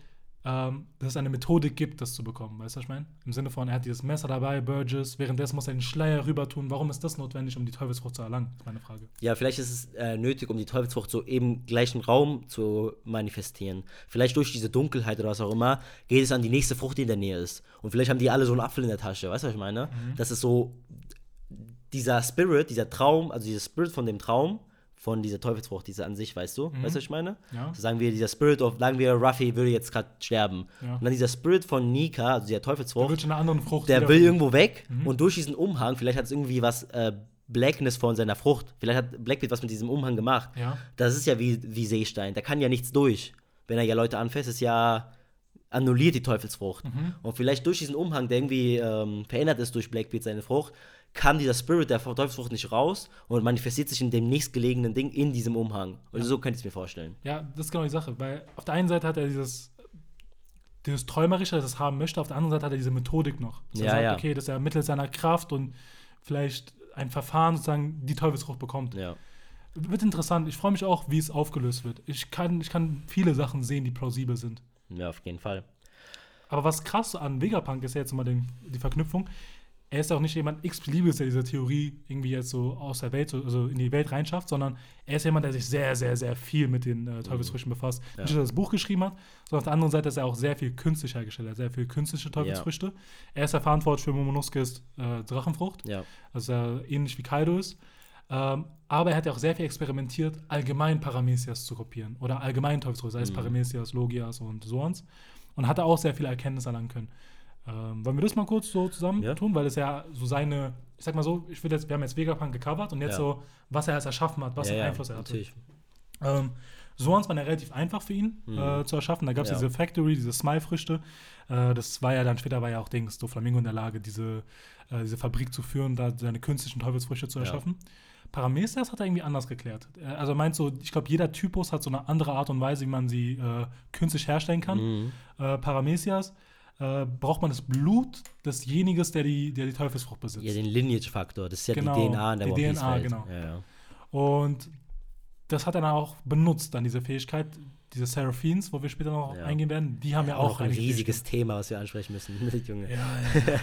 ähm, dass es eine Methodik gibt, das zu bekommen. Weißt du, was ich meine? Im Sinne von, er hat dieses Messer dabei, Burgess, währenddessen muss er den Schleier rüber tun. Warum ist das notwendig, um die Teufelsfrucht zu erlangen? Das ist meine Frage. Ja, vielleicht ist es äh, nötig, um die Teufelsfrucht so im gleichen Raum zu manifestieren. Vielleicht durch diese Dunkelheit oder was auch immer, geht es an die nächste Frucht, die in der Nähe ist. Und vielleicht haben die alle so einen Apfel in der Tasche. Weißt du, was ich meine? Mhm. Das ist so dieser Spirit, dieser Traum, also dieser Spirit von dem Traum, von dieser Teufelsfrucht, diese an sich, weißt du? Mhm. Weißt du, was ich meine? Ja. So sagen wir, dieser Spirit of, sagen wir, Ruffy würde jetzt gerade sterben. Ja. Und dann dieser Spirit von Nika, also dieser Teufelsfrucht, der, wird schon eine andere Frucht der will irgendwo weg mhm. und durch diesen Umhang, vielleicht hat es irgendwie was äh, Blackness von seiner Frucht, vielleicht hat Blackbeard was mit diesem Umhang gemacht. Ja. Das ist ja wie, wie Seestein, da kann ja nichts durch. Wenn er ja Leute anfasst, ist ja annulliert die Teufelsfrucht. Mhm. Und vielleicht durch diesen Umhang, der irgendwie ähm, verändert ist durch Blackbeard, seine Frucht, kann dieser Spirit der Teufelsfrucht nicht raus und manifestiert sich in dem nächstgelegenen Ding in diesem Umhang. Und ja. so könnte ich es mir vorstellen. Ja, das ist genau die Sache, weil auf der einen Seite hat er dieses, dieses Träumerische, das er haben möchte, auf der anderen Seite hat er diese Methodik noch. Dass ja, er sagt, ja. okay, dass er mittels seiner Kraft und vielleicht ein Verfahren sozusagen die Teufelsfrucht bekommt. Ja. Wird interessant. Ich freue mich auch, wie es aufgelöst wird. Ich kann, ich kann viele Sachen sehen, die plausibel sind. Ja, auf jeden Fall. Aber was krass an Vegapunk ist ja jetzt mal den, die Verknüpfung. Er ist auch nicht jemand x-beliebiges, der diese Theorie irgendwie jetzt so aus der Welt, also in die Welt reinschafft, sondern er ist jemand, der sich sehr, sehr, sehr viel mit den äh, Teufelsfrüchten mhm. befasst. Ja. Nicht, dass er das Buch geschrieben hat, sondern auf der anderen Seite ist er auch sehr viel künstlich hergestellt. Er hat sehr viel künstliche Teufelsfrüchte. Ja. Er ist ja verantwortlich für Momonosuke's äh, Drachenfrucht, ja. also äh, ähnlich wie Kaido ist. Ähm, aber er hat ja auch sehr viel experimentiert, allgemein Paramecias zu kopieren oder allgemein Teufelsfrüchte, sei es mhm. Paramecias, Logias und Zoans. Und hat er auch sehr viele Erkenntnisse erlangen können. Ähm, wollen wir das mal kurz so zusammen ja. tun? Weil das ja so seine, ich sag mal so, ich will jetzt, wir haben jetzt Vegapunk gecovert und jetzt ja. so, was er als erschaffen hat, was ja, für ja, Einfluss er hatte. Natürlich. Ähm, Zoans waren ja relativ einfach für ihn mhm. äh, zu erschaffen. Da gab es ja. diese Factory, diese Smile-Früchte. Äh, das war ja dann, später war ja auch Dings, Doflamingo in der Lage, diese, äh, diese Fabrik zu führen, da seine künstlichen Teufelsfrüchte zu erschaffen. Ja. Paramecias hat er irgendwie anders geklärt. Also er meint so, ich glaube, jeder Typus hat so eine andere Art und Weise, wie man sie äh, künstlich herstellen kann. Mhm. Äh, Paramecias äh, braucht man das Blut desjenigen, der die, der die Teufelsfrucht besitzt. Ja, den Lineage-Faktor, das ist ja genau, die D N A in der die One D N A, Piece-Welt. genau. Ja, ja. Und das hat er dann auch benutzt, dann diese Fähigkeit, diese Seraphins, wo wir später noch ja. eingehen werden, die haben ja, ja auch, auch ein riesiges Thema, was wir ansprechen müssen, Junge. Ja, ja.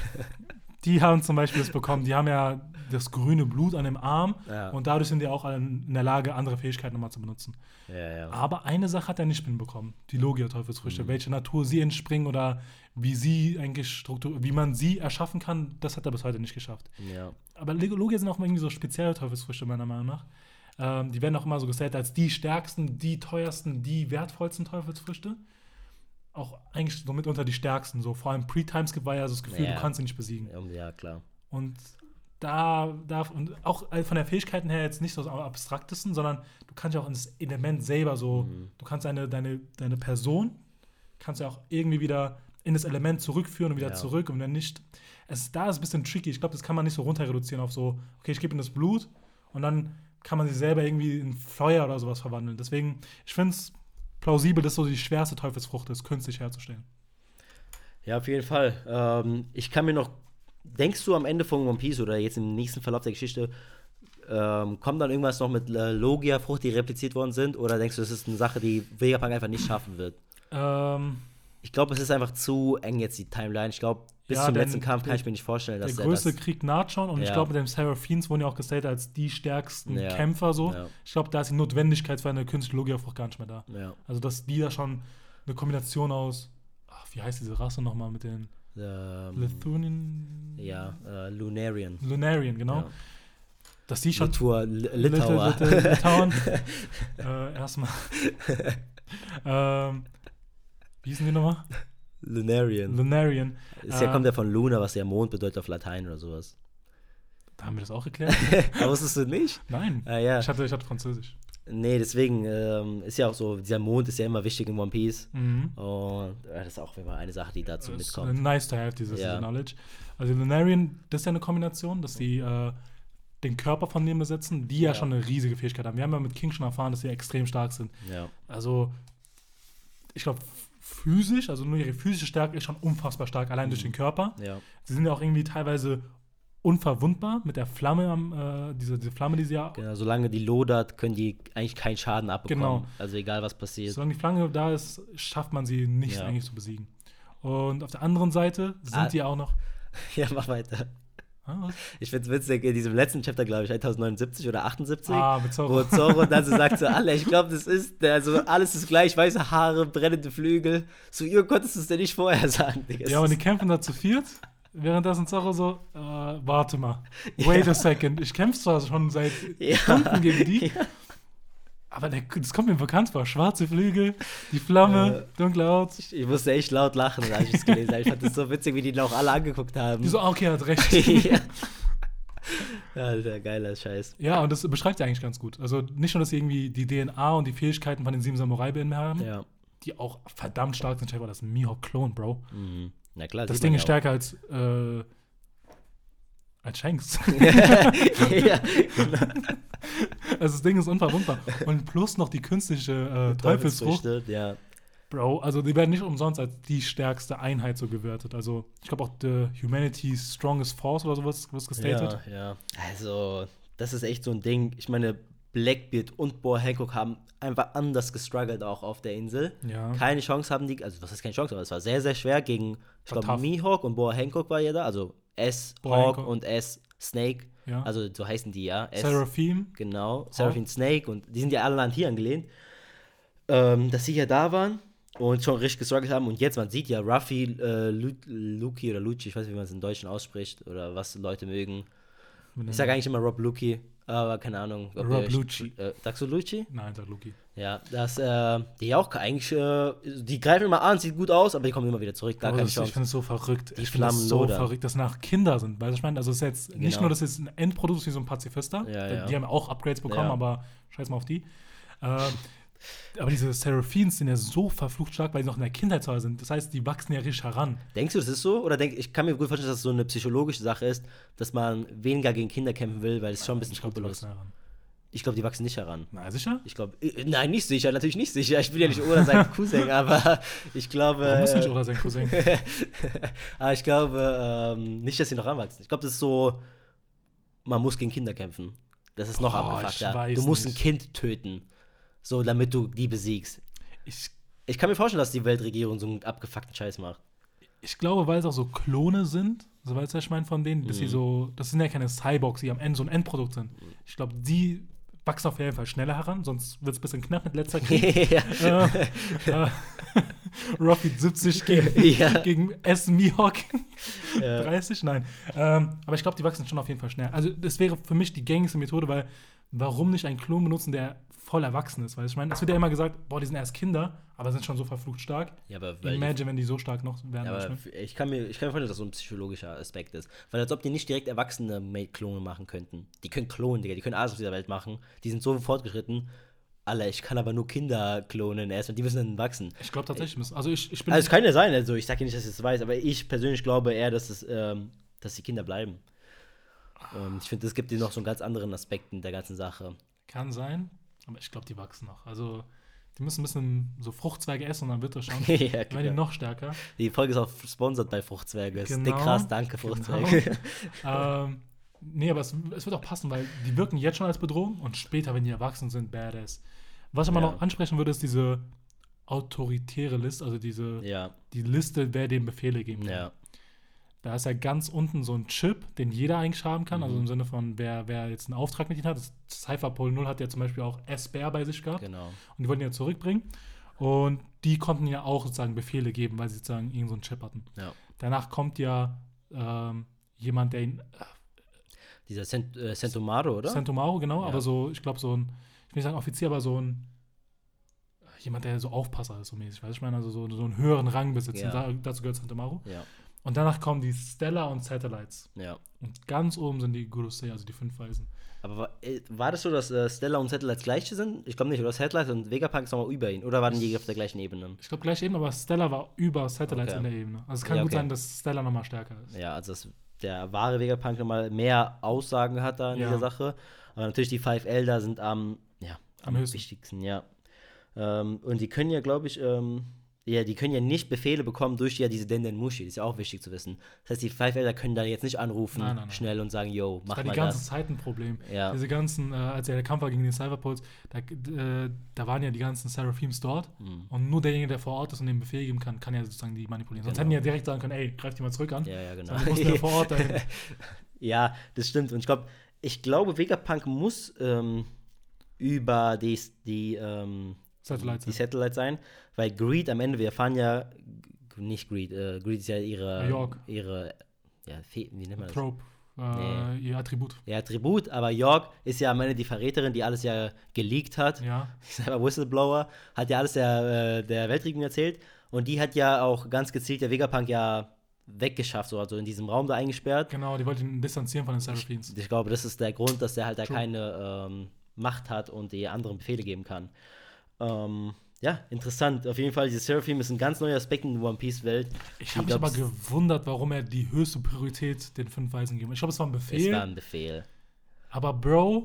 Die haben zum Beispiel das bekommen, die haben ja das grüne Blut an dem Arm ja. und dadurch sind die auch in der Lage, andere Fähigkeiten nochmal zu benutzen. Ja, ja. Aber eine Sache hat er nicht hinbekommen, die Logia-Teufelsfrüchte. Mhm. Welche Natur sie entspringen oder wie sie eigentlich Struktur, wie man sie erschaffen kann, das hat er bis heute nicht geschafft. Ja. Aber Logia sind auch irgendwie so spezielle Teufelsfrüchte, meiner Meinung nach. Ähm, die werden auch immer so gestellt als die stärksten, die teuersten, die wertvollsten Teufelsfrüchte. Auch eigentlich so mitunter die stärksten. So vor allem Pre-Timeskip war ja so das Gefühl, ja. du kannst sie nicht besiegen. Ja, klar. Und da darf, und auch von der Fähigkeiten her jetzt nicht so am abstraktesten, sondern du kannst ja auch ins Element selber so, mhm. du kannst deine, deine, deine Person, kannst ja auch irgendwie wieder in das Element zurückführen und wieder ja. zurück und dann nicht. Es, da ist ein bisschen tricky. Ich glaube, das kann man nicht so runter reduzieren auf so, okay, ich gebe ihm das Blut und dann kann man sich selber irgendwie in Feuer oder sowas verwandeln. Deswegen, ich finde es plausibel, dass so die schwerste Teufelsfrucht ist, künstlich herzustellen. Ja, auf jeden Fall. Ähm, ich kann mir noch, denkst du am Ende von One Piece oder jetzt im nächsten Verlauf der Geschichte, ähm, kommt dann irgendwas noch mit äh, Logia-Frucht, die repliziert worden sind? Oder denkst du, das ist eine Sache, die Vegapunk einfach nicht schaffen wird? Ähm, ich glaube, es ist einfach zu eng jetzt, die Timeline. Ich glaube, bis ja, zum letzten Kampf kann ich mir nicht vorstellen, dass der er größte das Krieg naht schon und ja. ich glaube, mit den Seraphins wurden ja auch gestellt als die stärksten ja. Kämpfer so. Ja. Ich glaube, da ist die Notwendigkeit für eine künstliche Logia-Frucht gar nicht mehr da. Ja. Also, dass die da schon eine Kombination aus, ach, wie heißt diese Rasse nochmal mit den ähm, Lithunian? Ja, äh, Lunarian. Lunarian, genau. Ja. Dass die schon Litur, Litauer. Litauen. äh, erstmal. ähm, wie hießen die nochmal? Lunarian. Lunarian. Ist ja, äh, kommt ja von Luna, was ja Mond bedeutet auf Latein oder sowas. Da haben wir das auch erklärt. Aber wusstest du nicht? Nein. Ah, ja. ich, hatte, ich hatte Französisch. Nee, deswegen ähm, ist ja auch so, dieser Mond ist ja immer wichtig in One Piece. Mhm. Und äh, das ist auch immer eine Sache, die dazu das mitkommt. Ist nice to have, dieses ja. Knowledge. Also Lunarian, das ist ja eine Kombination, dass sie äh, den Körper von denen besetzen, die ja. ja schon eine riesige Fähigkeit haben. Wir haben ja mit King schon erfahren, dass sie extrem stark sind. Ja. Also, ich glaube, physisch, also nur ihre physische Stärke ist schon unfassbar stark, allein mhm. durch den Körper. Ja. Sie sind ja auch irgendwie teilweise unverwundbar mit der Flamme, am, äh, diese, diese Flamme, die sie ja. Genau, solange die lodert, können die eigentlich keinen Schaden abbekommen. Genau. Also egal, was passiert. Solange die Flamme da ist, schafft man sie nicht Ja. eigentlich zu besiegen. Und auf der anderen Seite sind Ah. die auch noch. Ja, mach weiter. Ah, was? Ich find's witzig, in diesem letzten Chapter, glaube ich, neunzehnhundertneunundsiebzig oder achtundsiebzig, Ah, mit Zorro. wo Zorro dann so sagt so, alle, ich glaube, das ist, der, also alles ist gleich, weiße Haare, brennende Flügel. So, ihr konntest es denn nicht vorher sagen, Digga. Ja, und die kämpfen da zu viert. Währenddessen Zorro so, äh, warte mal, wait a second, ich kämpfe zwar schon seit Ja. Stunden gegen die, Ja. aber der, das kommt mir bekannt vor. Schwarze Flügel, die Flamme, dunkle Haut. Ich, ich musste echt laut lachen, als ich es gelesen habe. Ich fand das so witzig, wie die ihn auch alle angeguckt haben. Die so, ah, okay, er hat recht. ja. Alter, geiler Scheiß. Ja, und das beschreibt ja eigentlich ganz gut. Also nicht nur, dass sie irgendwie die D N A und die Fähigkeiten von den sieben Samurai in mir haben, Ja. die auch verdammt stark sind. Stell dir vor, das ist ein Mihawk-Klon, Bro. Mhm. Na klar, Das sieht Ding man ist stärker als, äh, als Shanks. ja. Also das Ding ist unverwundbar. Und plus noch die künstliche äh, Teufelsfrucht. Teufelsfrüchte, ja. Bro, also die werden nicht umsonst als die stärkste Einheit so gewertet. Also ich glaube auch The Humanity's Strongest Force oder sowas was gestatet. Ja, ja. Also, das ist echt so ein Ding. Ich meine, Blackbeard und Boa Hancock haben einfach anders gestruggelt auch auf der Insel. Ja. Keine Chance haben die, also was heißt keine Chance, aber es war sehr, sehr schwer gegen, ich War glaube, tough. Mihawk und Boa Hancock war ja da, also S Boa Hawk Hancock. und S Snake, Ja. also so heißen die ja. S, Seraphim. genau, Seraphim Snake und die sind ja alle an hier angelehnt, ähm, dass sie ja da waren und schon richtig gestruggelt haben und jetzt, man sieht ja, Ruffy, äh, Lu Luki oder Lucci, ich weiß nicht, wie man es im Deutschen ausspricht oder was Leute mögen. Ich sage eigentlich immer Rob Luki, aber keine Ahnung. ob Rob der- Lucci. Äh, sagst du Lucci? Nein, sagt Luki. Ja, das, äh, die auch eigentlich, äh, die greifen immer an, sieht gut aus, aber die kommen immer wieder zurück, gar Aber keine das, ich Chance. finde es so verrückt. Die ich finde es Flammen so lodern. verrückt, dass nach Kinder sind. Weil ich meine, also es ist jetzt nicht Genau. nur, dass es ein Endprodukt ist wie so ein Pazifista. Ja, die, ja. die haben auch Upgrades bekommen, Ja. aber scheiß mal auf die. Ähm, aber diese Seraphins sind ja so verflucht stark, weil sie noch in der Kindheitszahl sind. Das heißt, die wachsen ja richtig heran. Denkst du, das ist so? Oder denk, ich kann mir gut vorstellen, dass das so eine psychologische Sache ist, dass man weniger gegen Kinder kämpfen will, weil es schon ein bisschen Ich glaube, die skrupellos ist. wachsen heran. Ich glaube, die wachsen nicht heran. Na, sicher? Ich glaube, äh, nein, nicht sicher, natürlich nicht sicher. Ich bin ja nicht Oda sein Cousin, aber ich glaube. Du musst nicht äh, oder sein Cousin. aber ich glaube ähm, nicht, dass sie noch ranwachsen. Ich glaube, das ist so, man muss gegen Kinder kämpfen. Das ist noch Boah, abgefuckter. ich weiß Du musst nicht. ein Kind töten, so damit du die besiegst. Ich, Ich kann mir vorstellen, dass die Weltregierung so einen abgefuckten Scheiß macht. ich glaube, weil es auch so Klone sind, so weißt du, was ich meine von denen, dass Mhm. sie so, das sind ja keine Cyborgs, die am Ende so ein Endprodukt sind. Ich glaube, die wachsen auf jeden Fall schneller heran, sonst wird es ein bisschen knapp mit letzter Krieg. ja. äh, äh, Ruffy siebzig gegen, Ja. gegen S. Mihawk Ja. dreißig, nein. Ähm, aber ich glaube, die wachsen schon auf jeden Fall schnell. Also das wäre für mich die gängigste Methode, weil warum nicht einen Klon benutzen, der voll erwachsen ist? Weil ich meine, es wird ja immer gesagt, boah, die sind erst Kinder, aber sind schon so verflucht stark. Ja, aber weil Imagine, wenn die so stark noch werden. Ja, weißt aber du? ich kann, mir, ich kann mir vorstellen, dass das so ein psychologischer Aspekt ist. Weil als ob die nicht direkt erwachsene Ma- Klone machen könnten. Die können klonen, Digga. Die können alles auf dieser Welt machen. Die sind so fortgeschritten. Alter, ich kann aber nur Kinder klonen erst und die müssen dann wachsen. Ich glaube tatsächlich, müssen- also ich, ich bin. Also es kann ja sein, also ich sage ja nicht, dass ich es weiß, aber ich persönlich glaube eher, dass es, ähm, dass die Kinder bleiben. Und ich finde, das gibt dir noch so einen ganz anderen Aspekt in der ganzen Sache. Kann sein, aber ich glaube, die wachsen noch. Also, die müssen ein bisschen so Fruchtzweige essen und dann wird das schon. ja, Dann werden die klar. noch stärker. Die Folge ist auch sponsert bei Fruchtzwerge. Ist Genau. dick krass, danke, Genau. Fruchtzwerge. ähm, nee, aber es, es wird auch passen, weil die wirken jetzt schon als Bedrohung und später, wenn die erwachsen sind, badass. Was ich aber Ja. noch ansprechen würde, ist diese autoritäre Liste, also diese ja, die Liste, wer dem Befehle geben kann. ja. Da ist ja ganz unten so ein Chip, den jeder eigentlich haben kann, also Mhm. im Sinne von, wer, wer jetzt einen Auftrag mit ihnen hat. Das Cypherpol null hat ja zum Beispiel auch S-Bear bei sich gehabt. Genau. Und die wollten ihn ja zurückbringen. Und die konnten ja auch sozusagen Befehle geben, weil sie sozusagen irgendeinen so einen Chip hatten. Ja. Danach kommt ja ähm, jemand, der ihn. Dieser Cent, äh, Sentomaro, oder? Santomaro, genau, Ja. aber so, ich glaube, so ein, ich will nicht sagen Offizier, aber so ein. Jemand, der so Aufpasser ist, so mäßig. Weiß ich meine, also so, so einen höheren Rang besitzt. Ja. Und da, dazu gehört Santomaro. Ja, Und danach kommen die Stellar und Satellites. ja. Und ganz oben sind die Gurusei, also die fünf Weisen. Aber war, äh, war das so, dass äh, Stella und Satellites gleiche sind? Ich glaube nicht, oder Satellites und Vegapunk ist nochmal über ihn. Oder waren die auf der gleichen Ebene? Ich glaube gleich eben, aber Stellar war über Satellites Okay. in der Ebene. Also es kann Ja, gut okay. sein, dass Stellar nochmal stärker ist. Ja, also dass der wahre Vegapunk nochmal mehr Aussagen hat da in Ja. dieser Sache. Aber natürlich die Five Elder sind am, ja, Am höchsten. wichtigsten, ja. Ähm, und die können ja, glaube ich, ähm, ja, die können ja nicht Befehle bekommen durch ja diese Denden Mushi, das ist ja auch wichtig zu wissen. Das heißt, die Five Elder können da jetzt nicht anrufen, Nein, nein, nein. schnell und sagen, yo, Das mach war mal die ganze das. Zeit ein Problem. Ja. Diese ganzen, äh, als ja der Kampf war gegen den Cyberpods, da, äh, da waren ja die ganzen Seraphims dort Mhm. und nur derjenige, der vor Ort ist und den Befehl geben kann, kann ja sozusagen die manipulieren. Sonst Genau. hätten die ja direkt sagen können, ey, greif die mal zurück an. Ja, ja, genau. Sondern die mussten ja vor Ort dahin. Ja, das stimmt. Und ich glaube, ich glaube, Vegapunk muss ähm, über die, die, ähm, Satellite die sein. Satellite sein, weil Greed am Ende, wir fahren ja, nicht Greed, äh, Greed ist ja ihre, York. ihre, ja, Fe- wie nennt man das? Trope, äh, ihr Attribut. Ja, Attribut, aber York ist ja am Ende die Verräterin, die alles ja geleakt hat. Ja. Ich sag mal Whistleblower, hat ja alles der, äh, der Weltregierung erzählt. Und die hat ja auch ganz gezielt der Vegapunk ja weggeschafft, so, also in diesem Raum da eingesperrt. Genau, die wollten ihn distanzieren von den Seraphins. Ich glaube, das ist der Grund, dass er halt da True. keine ähm, Macht hat und die anderen Befehle geben kann. Ähm, ja, interessant. Auf jeden Fall, diese Seraphim ist ein ganz neuer Aspekt in der One Piece-Welt. Ich habe mich aber gewundert, warum er die höchste Priorität den fünf Weisen gegeben hat. Ich glaube, es war ein Befehl. Es war ein Befehl. Aber Bro,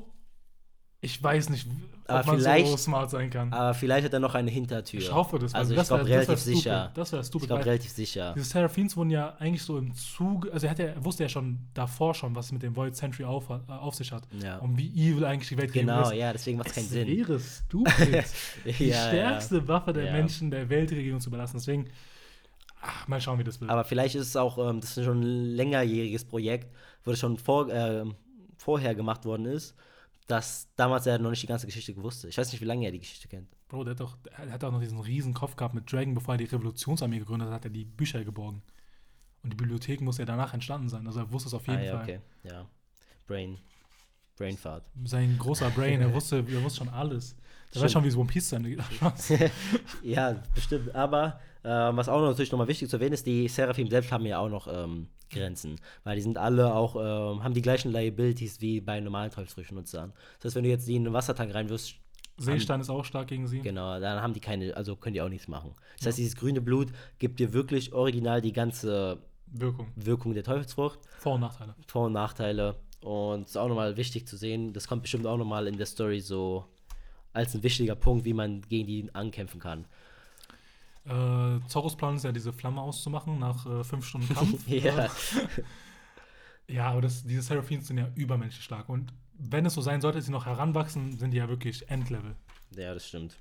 ich weiß nicht, ob Aber man so vielleicht- smart sein kann. Aber vielleicht hat er noch eine Hintertür. Ich hoffe das, weil Also ich das glaube wär- das wär relativ stupid. sicher. Das wäre Ich stupid. glaube weil relativ sicher. diese Seraphins wurden ja eigentlich so im Zuge, also er, hat ja, er wusste ja schon davor schon, was es mit dem Void Century auf, äh, auf sich hat. Ja. Und wie evil eigentlich die Welt Genau, ist. ja, deswegen macht es keinen Es Sinn. wäre stupid, die Ja, stärkste Waffe der Ja. Menschen der Weltregierung zu überlassen. Deswegen, ach, mal schauen, wie das wird. Aber vielleicht ist es auch, ähm, das ist schon ein längerjähriges Projekt, wo das schon vor, äh, vorher gemacht worden ist, dass damals er noch nicht die ganze Geschichte gewusst hat. Ich weiß nicht, wie lange er die Geschichte kennt. Bro, der hat, doch, er hat auch noch diesen riesen Kopf gehabt mit Dragon, bevor er die Revolutionsarmee gegründet hat, hat er die Bücher geborgen. Und die Bibliothek muss ja danach entstanden sein. Also er wusste es auf jeden ah, ja, Fall. okay. Ja. Brain. Brainfart. Sein großer Brain, er wusste, er wusste schon alles. Der weiß Stimmt. schon, wie es One Piece zu Ende geht. Spaß. Ja, bestimmt. Aber äh, was auch noch natürlich nochmal wichtig zu erwähnen ist, die Seraphim selbst haben ja auch noch ähm, Grenzen. Weil die sind alle auch, ähm, haben die gleichen Liabilities wie bei normalen Teufelsfrüchtnutzern. Das heißt, wenn du jetzt die in einen Wassertank reinwirfst, Seestein ist auch stark gegen sie. genau, dann haben die keine, also können die auch nichts machen. Das heißt, dieses grüne Blut gibt dir wirklich original die ganze Wirkung. Wirkung der Teufelsfrucht, Vor- und Nachteile. Vor- und Nachteile. Und es ist auch nochmal wichtig zu sehen, das kommt bestimmt auch nochmal in der Story so als ein wichtiger Punkt, wie man gegen die ankämpfen kann. Äh, Zorros Plan ist ja, diese Flamme auszumachen nach äh, fünf Stunden Kampf. Ja. Ja, aber das, diese Seraphins sind ja übermenschlich stark. Und wenn es so sein sollte, dass sie noch heranwachsen, sind die ja wirklich Endlevel. Ja, das stimmt.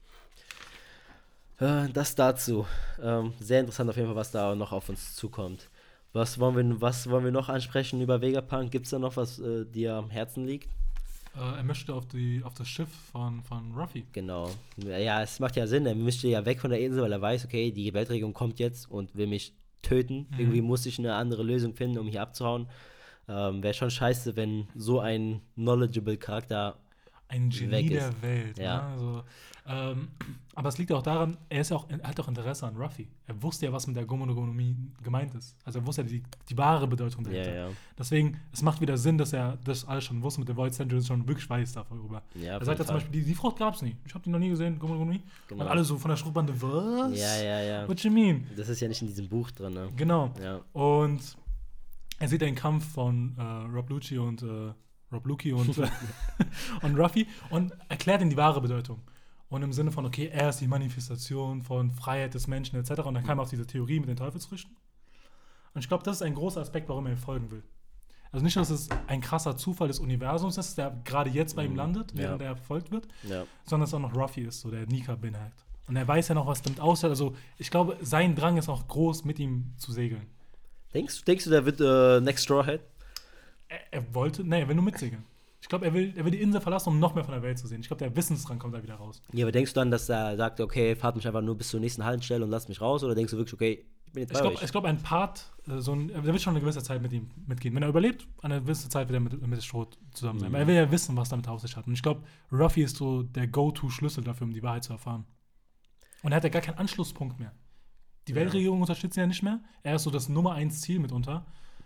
Äh, Das dazu. Ähm, sehr interessant auf jeden Fall, was da noch auf uns zukommt. Was wollen wir, was wollen wir noch ansprechen über Vegapunk? Gibt es da noch was, äh, dir am Herzen liegt? Äh, er möchte auf, die, auf das Schiff von, von Ruffy. Genau. Ja, es macht ja Sinn. Er müsste ja weg von der Insel, weil er weiß, okay, die Weltregierung kommt jetzt und will mich töten. Mhm. Irgendwie muss ich eine andere Lösung finden, um hier abzuhauen. Ähm, Wäre schon scheiße, wenn so ein knowledgeable Charakter Ein weg Genie ist. der Welt. Ja. Ne? Also, ähm, aber es liegt ja auch daran, er, ist ja auch, er hat auch Interesse an Ruffy. Er wusste ja, was mit der Gomonogonomie gemeint ist. Also er wusste ja die, die wahre Bedeutung Ja, dahinter. ja. Deswegen, es macht wieder Sinn, dass er das alles schon wusste mit der Void Century, schon wirklich weiß darüber. Ja, auf Er sagt ja jeden zum Fall. Beispiel, die, die Frucht gab es nie. Ich habe die noch nie gesehen, Gomonogonomie. Genau. Und alle so von der Schrubbande, was? Ja, ja, ja. What you mean? Das ist ja nicht in diesem Buch drin, ne? Genau. Ja. Und er sieht den Kampf von äh, Rob Lucci und äh, Rob Luki und, äh, und Ruffy und erklärt ihm die wahre Bedeutung. Und im Sinne von, okay, er ist die Manifestation von Freiheit des Menschen et cetera. Und dann kam auch diese Theorie mit den Teufelsfrüchten. Und ich glaube, das ist ein großer Aspekt, warum er ihm folgen will. Also nicht, dass es ein krasser Zufall des Universums ist, der gerade jetzt bei ihm landet, während Ja. er verfolgt wird, Ja. sondern dass es auch noch Ruffy ist, so der Nika binhakt. Und er weiß ja noch, was damit aussieht. Also ich glaube, sein Drang ist auch groß, mit ihm zu segeln. Denkst, denkst du, der wird äh, Next Straw Hat? Er, er wollte, nee, er will nur mitsegeln. Ich glaube, er will, er will die Insel verlassen, um noch mehr von der Welt zu sehen. Ich glaube, der Wissensdrang kommt da wieder raus. Ja, aber denkst du dann, dass er sagt, okay, fahrt mich einfach nur bis zur nächsten Haltestelle und lasst mich raus? Oder denkst du wirklich, okay, ich bin jetzt Ich bei glaube, euch? ich glaub, ein Part, äh, so ein, er will schon eine gewisse Zeit mit ihm mitgehen. Wenn er überlebt, eine gewisse Zeit wird er mit, mit Stroh zusammen sein. Mhm. Aber er will ja wissen, was damit auf sich hat. Und ich glaube, Ruffy ist so der Go-To-Schlüssel dafür, um die Wahrheit zu erfahren. Und er hat ja gar keinen Anschlusspunkt mehr. Die Ja. Weltregierung unterstützt ihn ja nicht mehr. Er ist so das Nummer eins Ziel mitunter.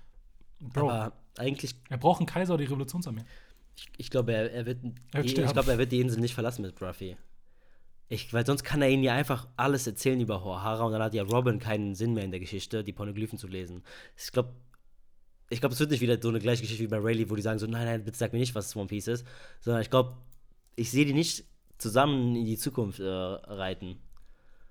Bro, Aber eigentlich, er braucht einen Kaiser oder die Revolutionsarmee. ich, ich glaube, er, er, wird, Er wird die, ich sterben. glaube, er wird die Insel nicht verlassen mit Ruffy. Ich, weil sonst kann er ihnen ja einfach alles erzählen über O'Hara und dann hat ja Robin keinen Sinn mehr in der Geschichte, die Poneglyphen zu lesen. Ich glaube, ich glaube, es wird nicht wieder so eine gleiche Geschichte wie bei Rayleigh, wo die sagen so, nein, nein, bitte sag mir nicht, was One Piece ist, sondern ich glaube, ich sehe die nicht zusammen in die Zukunft äh, reiten.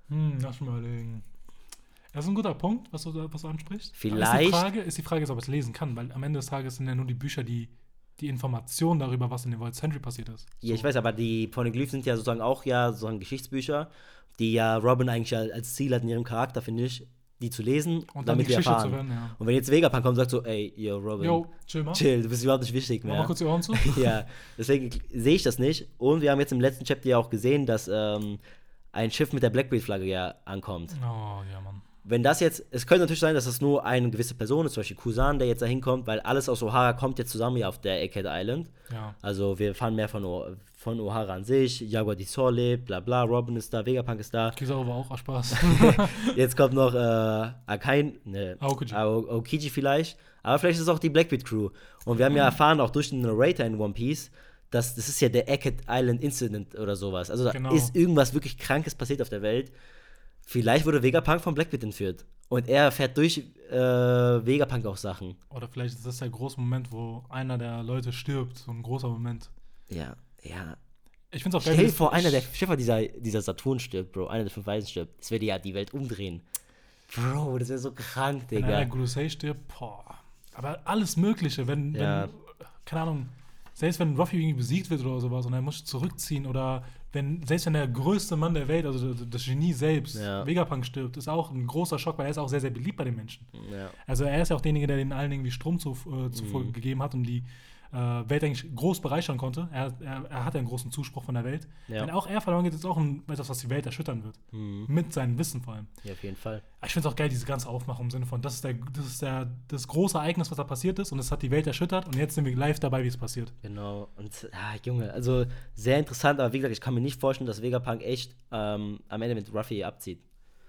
Hm, lass mich mal überlegen. Das ist ein guter Punkt, was du, was du ansprichst. Vielleicht. Ist die, Frage, ist die Frage, ist, ob es lesen kann, weil am Ende des Tages sind ja nur die Bücher, die die Informationen darüber, was in der World Century passiert ist. So. Ja, ich weiß, aber die Poneglyphen sind ja sozusagen auch ja sozusagen Geschichtsbücher, die ja Robin eigentlich als Ziel hat in ihrem Charakter, finde ich, die zu lesen und dann die wir Geschichte erfahren. zu werden, ja. Und wenn jetzt Vegapunk kommt und sagt so, ey, yo, Robin, yo, chill mal. Chill, du bist überhaupt nicht wichtig mehr. Mach mal kurz die Ohren zu. Ja, deswegen sehe ich das nicht. Und wir haben jetzt im letzten Chapter ja auch gesehen, dass ähm, ein Schiff mit der Blackbeard-Flagge ja ankommt. Oh, ja, Mann. Wenn das jetzt, es könnte natürlich sein, dass das nur eine gewisse Person ist, zum Beispiel Kusan, der jetzt da hinkommt, weil alles aus O'Hara kommt jetzt zusammen hier auf der Egghead Island. Ja. Also wir fahren mehr von, o von O'Hara an sich, Jaguar di Sol lebt, bla bla, Robin ist da, Vegapunk ist da. Kizaru war auch Spaß. Jetzt kommt noch äh, Akain, ne, Aokiji. Aokiji vielleicht, aber vielleicht ist es auch die Blackbeard Crew. Und wir haben ja erfahren, auch durch den Narrator in One Piece, dass das ist ja der Egghead Island Incident oder sowas. Also da Genau. ist irgendwas wirklich Krankes passiert auf der Welt. Vielleicht wurde Vegapunk von Blackbeard entführt. Und er erfährt durch äh, Vegapunk auch Sachen. Oder vielleicht ist das der große Moment, wo einer der Leute stirbt. So ein großer Moment. Ja, ja. Ich find's auch geil. Stell dir vor, einer der Schiffer dieser, dieser Saturn stirbt, Bro. Einer der fünf Weisen stirbt. Das würde ja die Welt umdrehen. Bro, das wäre so krank, Wenn Digga. einer Gurusei stirbt, boah. Aber alles Mögliche, wenn, Ja. wenn, keine Ahnung, selbst wenn Ruffy irgendwie besiegt wird oder sowas und er muss zurückziehen oder wenn, selbst wenn der größte Mann der Welt, also das Genie selbst, Ja. Vegapunk stirbt, ist auch ein großer Schock, weil er ist auch sehr, sehr beliebt bei den Menschen. Ja. Also er ist ja auch derjenige, der den allen irgendwie Strom zu, äh, zuvor Mhm. gegeben hat und die äh, Welt eigentlich groß bereichern konnte. Er, er, er hat ja einen großen Zuspruch von der Welt. Ja. Wenn auch er verloren geht, ist auch ein, etwas, was die Welt erschüttern wird. Mhm. Mit seinem Wissen vor allem. Ja, auf jeden Fall. Aber ich finde es auch geil, diese ganze Aufmachung im Sinne von, das ist, der, das ist der, das große Ereignis, was da passiert ist und es hat die Welt erschüttert und jetzt sind wir live dabei, wie es passiert. Genau. Und, ah, Junge, also sehr interessant, aber wie gesagt, ich kann mir nicht vorstellen, dass Vegapunk echt ähm, am Ende mit Ruffy abzieht.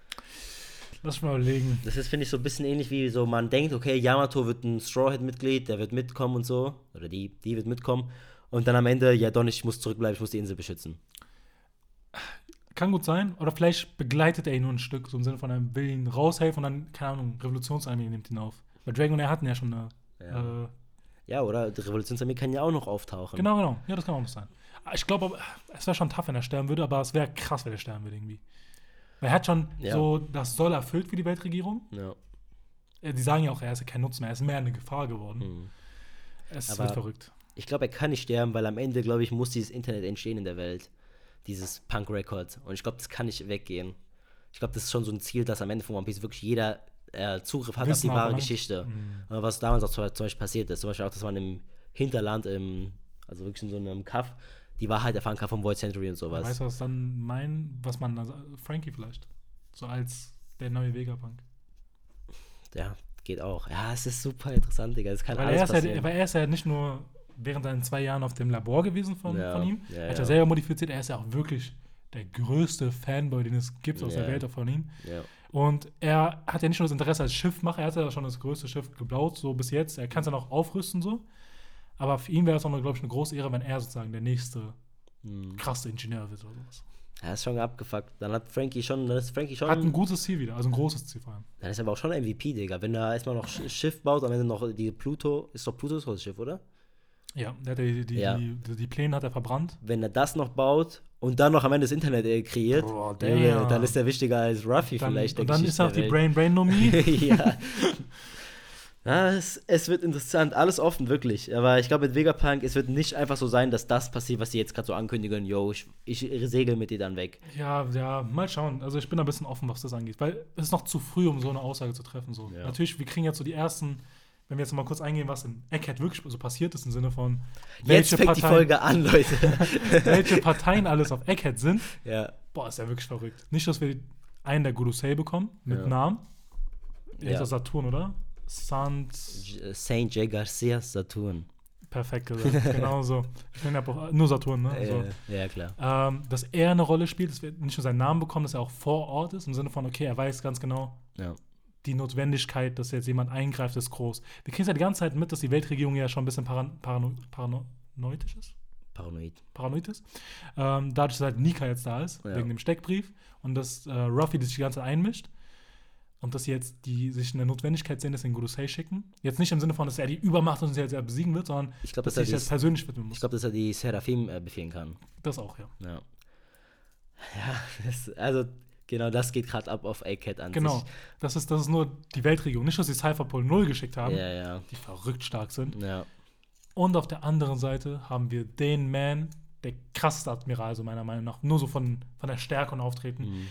Lass mich mal überlegen. Das ist, finde ich, so ein bisschen ähnlich wie so, man denkt, okay, Yamato wird ein Straw Hat-Mitglied, der wird mitkommen und so. Oder die, die wird mitkommen. Und dann am Ende, ja doch nicht, ich muss zurückbleiben, ich muss die Insel beschützen. Kann gut sein. Oder vielleicht begleitet er ihn nur ein Stück, so im Sinne von, er will ihn raushelfen und dann, keine Ahnung, Revolutionsarmee nimmt ihn auf. Weil Dragon und er hatten ja schon eine. Ja, Äh, ja oder die Revolutionsarmee kann ja auch noch auftauchen. genau, genau. Ja, das kann auch noch sein. Ich glaube, es wäre schon tough, wenn er sterben würde, aber es wäre krass, wenn er sterben würde irgendwie. Weil er hat schon Ja. so das Soll erfüllt für die Weltregierung. Ja. Äh, Die sagen ja auch, er ist ja kein Nutzen mehr, er ist mehr eine Gefahr geworden. Mhm. Es Aber- wird verrückt. Ich glaube, er kann nicht sterben, weil am Ende, glaube ich, muss dieses Internet entstehen in der Welt. Dieses Punk-Record. Und ich glaube, das kann nicht weggehen. Ich glaube, das ist schon so ein Ziel, dass am Ende von One Piece wirklich jeder äh, Zugriff hat Wissen auf die auch, wahre ne? Geschichte. Mhm. Äh, Was damals auch zum zum Beispiel passiert ist. Zum Beispiel auch, dass man im Hinterland, im, also wirklich in so einem Kaff, die Wahrheit erfahren kann vom Void Century und sowas. Weißt du, was dann mein, was man, also Frankie vielleicht, so als der neue Vegapunk. Ja, geht auch. Ja, es ist super interessant, Digga. Es kann Weil alles er, ist passieren. ja, weil er ist ja nicht nur während seinen zwei Jahren auf dem Labor gewesen von, Ja, von ihm, ja, er hat ja ja. selber modifiziert, er ist ja auch wirklich der größte Fanboy, den es gibt aus Ja. der Welt von ihm. Ja. Und er hat ja nicht nur das Interesse als Schiffmacher, er hat ja schon das größte Schiff gebaut, so bis jetzt. Er kann es ja noch aufrüsten, so. Aber für ihn wäre es auch, glaube ich, eine große Ehre, wenn er sozusagen der nächste Hm. krasse Ingenieur wird oder sowas. Ja, ist schon abgefuckt. Dann hat Frankie schon, dann ist Frankie schon. Hat ein gutes Ziel wieder, also ein großes Ziel vor allem. Dann ist er aber auch schon M V P, Digga. Wenn er erstmal noch Sch- Schiff baut, am Ende noch die Pluto, ist doch Pluto das große Schiff, oder? Ja, der hat ja die, die, Ja. die, die, die Pläne hat er verbrannt. Wenn er das noch baut und dann noch am Ende das Internet äh, kreiert, Boah, Junge, damn. dann ist er wichtiger als Ruffy Dann, vielleicht. und der dann ist er auch die Geschichte der Brain Brain Nomie. Welt. Ja. Ja, es, es wird interessant, alles offen, wirklich. Aber ich glaube, mit Vegapunk, es wird nicht einfach so sein, dass das passiert, was sie jetzt gerade so ankündigen. Yo, ich, ich segel mit dir dann weg. Ja, ja, mal schauen. Also ich bin da ein bisschen offen, was das angeht. Weil es ist noch zu früh, um so eine Aussage zu treffen. So. Ja. Natürlich, wir kriegen jetzt so die ersten, wenn wir jetzt mal kurz eingehen, was in Egghead wirklich so passiert ist, im Sinne von, Jetzt fängt die Folge an, Leute. welche Parteien alles auf Egghead sind. Ja. Boah, ist ja wirklich verrückt. Nicht, dass wir einen der Gurusei bekommen, mit Ja. Namen. Der Ja. ist aus Saturn, oder? Sant. J- Saint J. Garcia Saturn. Perfekt gesagt. Genau so. Ich nenne ja nur Saturn, ne? So. Äh, ja, klar. Ähm, dass er eine Rolle spielt, dass wir nicht nur seinen Namen bekommen, dass er auch vor Ort ist, im Sinne von, okay, er weiß ganz genau, Ja. die Notwendigkeit, dass jetzt jemand eingreift, ist groß. Wir kriegen es ja die ganze Zeit mit, dass die Weltregierung ja schon ein bisschen paran parano paranoid ist. Paranoid. Paranoid ist. Ähm, dadurch, dass halt Nika jetzt da ist, Ja. wegen dem Steckbrief, und dass äh, Ruffy sich die ganze Zeit einmischt. Und dass sie jetzt die sich in der Notwendigkeit sehen, dass sie den Gurusei schicken. Jetzt nicht im Sinne von, dass er die Übermacht und sie jetzt besiegen wird, sondern Ich glaube, dass dass, er sich er jetzt die- persönlich widmen muss. ich glaub, dass er die Seraphim äh, befehlen kann. Das auch, ja. Ja. Ja, das, also Genau, das geht gerade ab auf Egghead an Genau, sich. das ist, das ist nur die Weltregierung. Nicht, dass sie Cypherpol null geschickt haben, Ja, ja. die verrückt stark sind. Ja. Und auf der anderen Seite haben wir den Man, der krasseste Admiral, so meiner Meinung nach. Nur so von, von der Stärke und Auftreten. Mhm.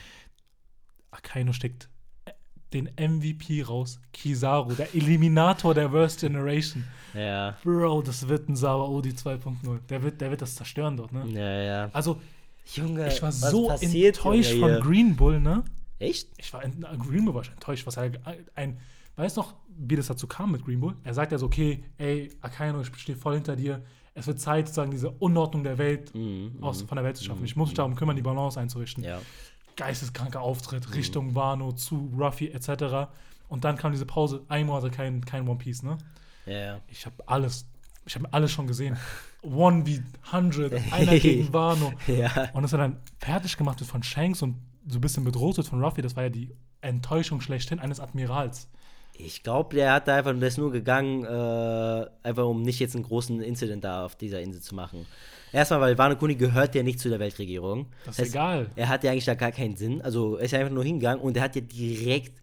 Akainu steckt den M V P raus. Kizaru, der Eliminator der Worst Generation. Ja. Bro, das wird ein Sabaody zwei Punkt null. Der wird, der wird das zerstören dort, ne? Ja, ja. Also, Junge, ich war was so passiert, enttäuscht Junge, von hier? Green Bull, ne? Echt? Ich war in, Green Bull war schon enttäuscht, was er ein, weißt du noch, wie das dazu kam mit Green Bull? Er sagt ja so, okay, ey, Akainu, ich stehe voll hinter dir. Es wird Zeit, sozusagen diese Unordnung der Welt Mhm, aus, mhm, von der Welt zu schaffen. mhm, Ich muss mich mhm. darum kümmern, die Balance einzurichten. Ja. Geisteskranker Auftritt Mhm. Richtung Wano zu Ruffy et cetera. Und dann kam diese Pause, ein Monat kein, kein One Piece, ne? Ja, ja. Ich habe alles, ich habe alles schon gesehen. One wie hundert, einer gegen Wano. Ja. Und dass er dann fertig gemacht wird von Shanks und so ein bisschen bedroht wird von Ruffy, das war ja die Enttäuschung schlechthin eines Admirals. Ich glaube, der hat da einfach, der ist nur gegangen, äh, einfach um nicht jetzt einen großen Incident da auf dieser Insel zu machen. Erstmal, weil Wano Kuni gehört ja nicht zu der Weltregierung. Das ist egal. Er hat ja eigentlich da gar keinen Sinn. Also er ist ja einfach nur hingegangen und er hat ja direkt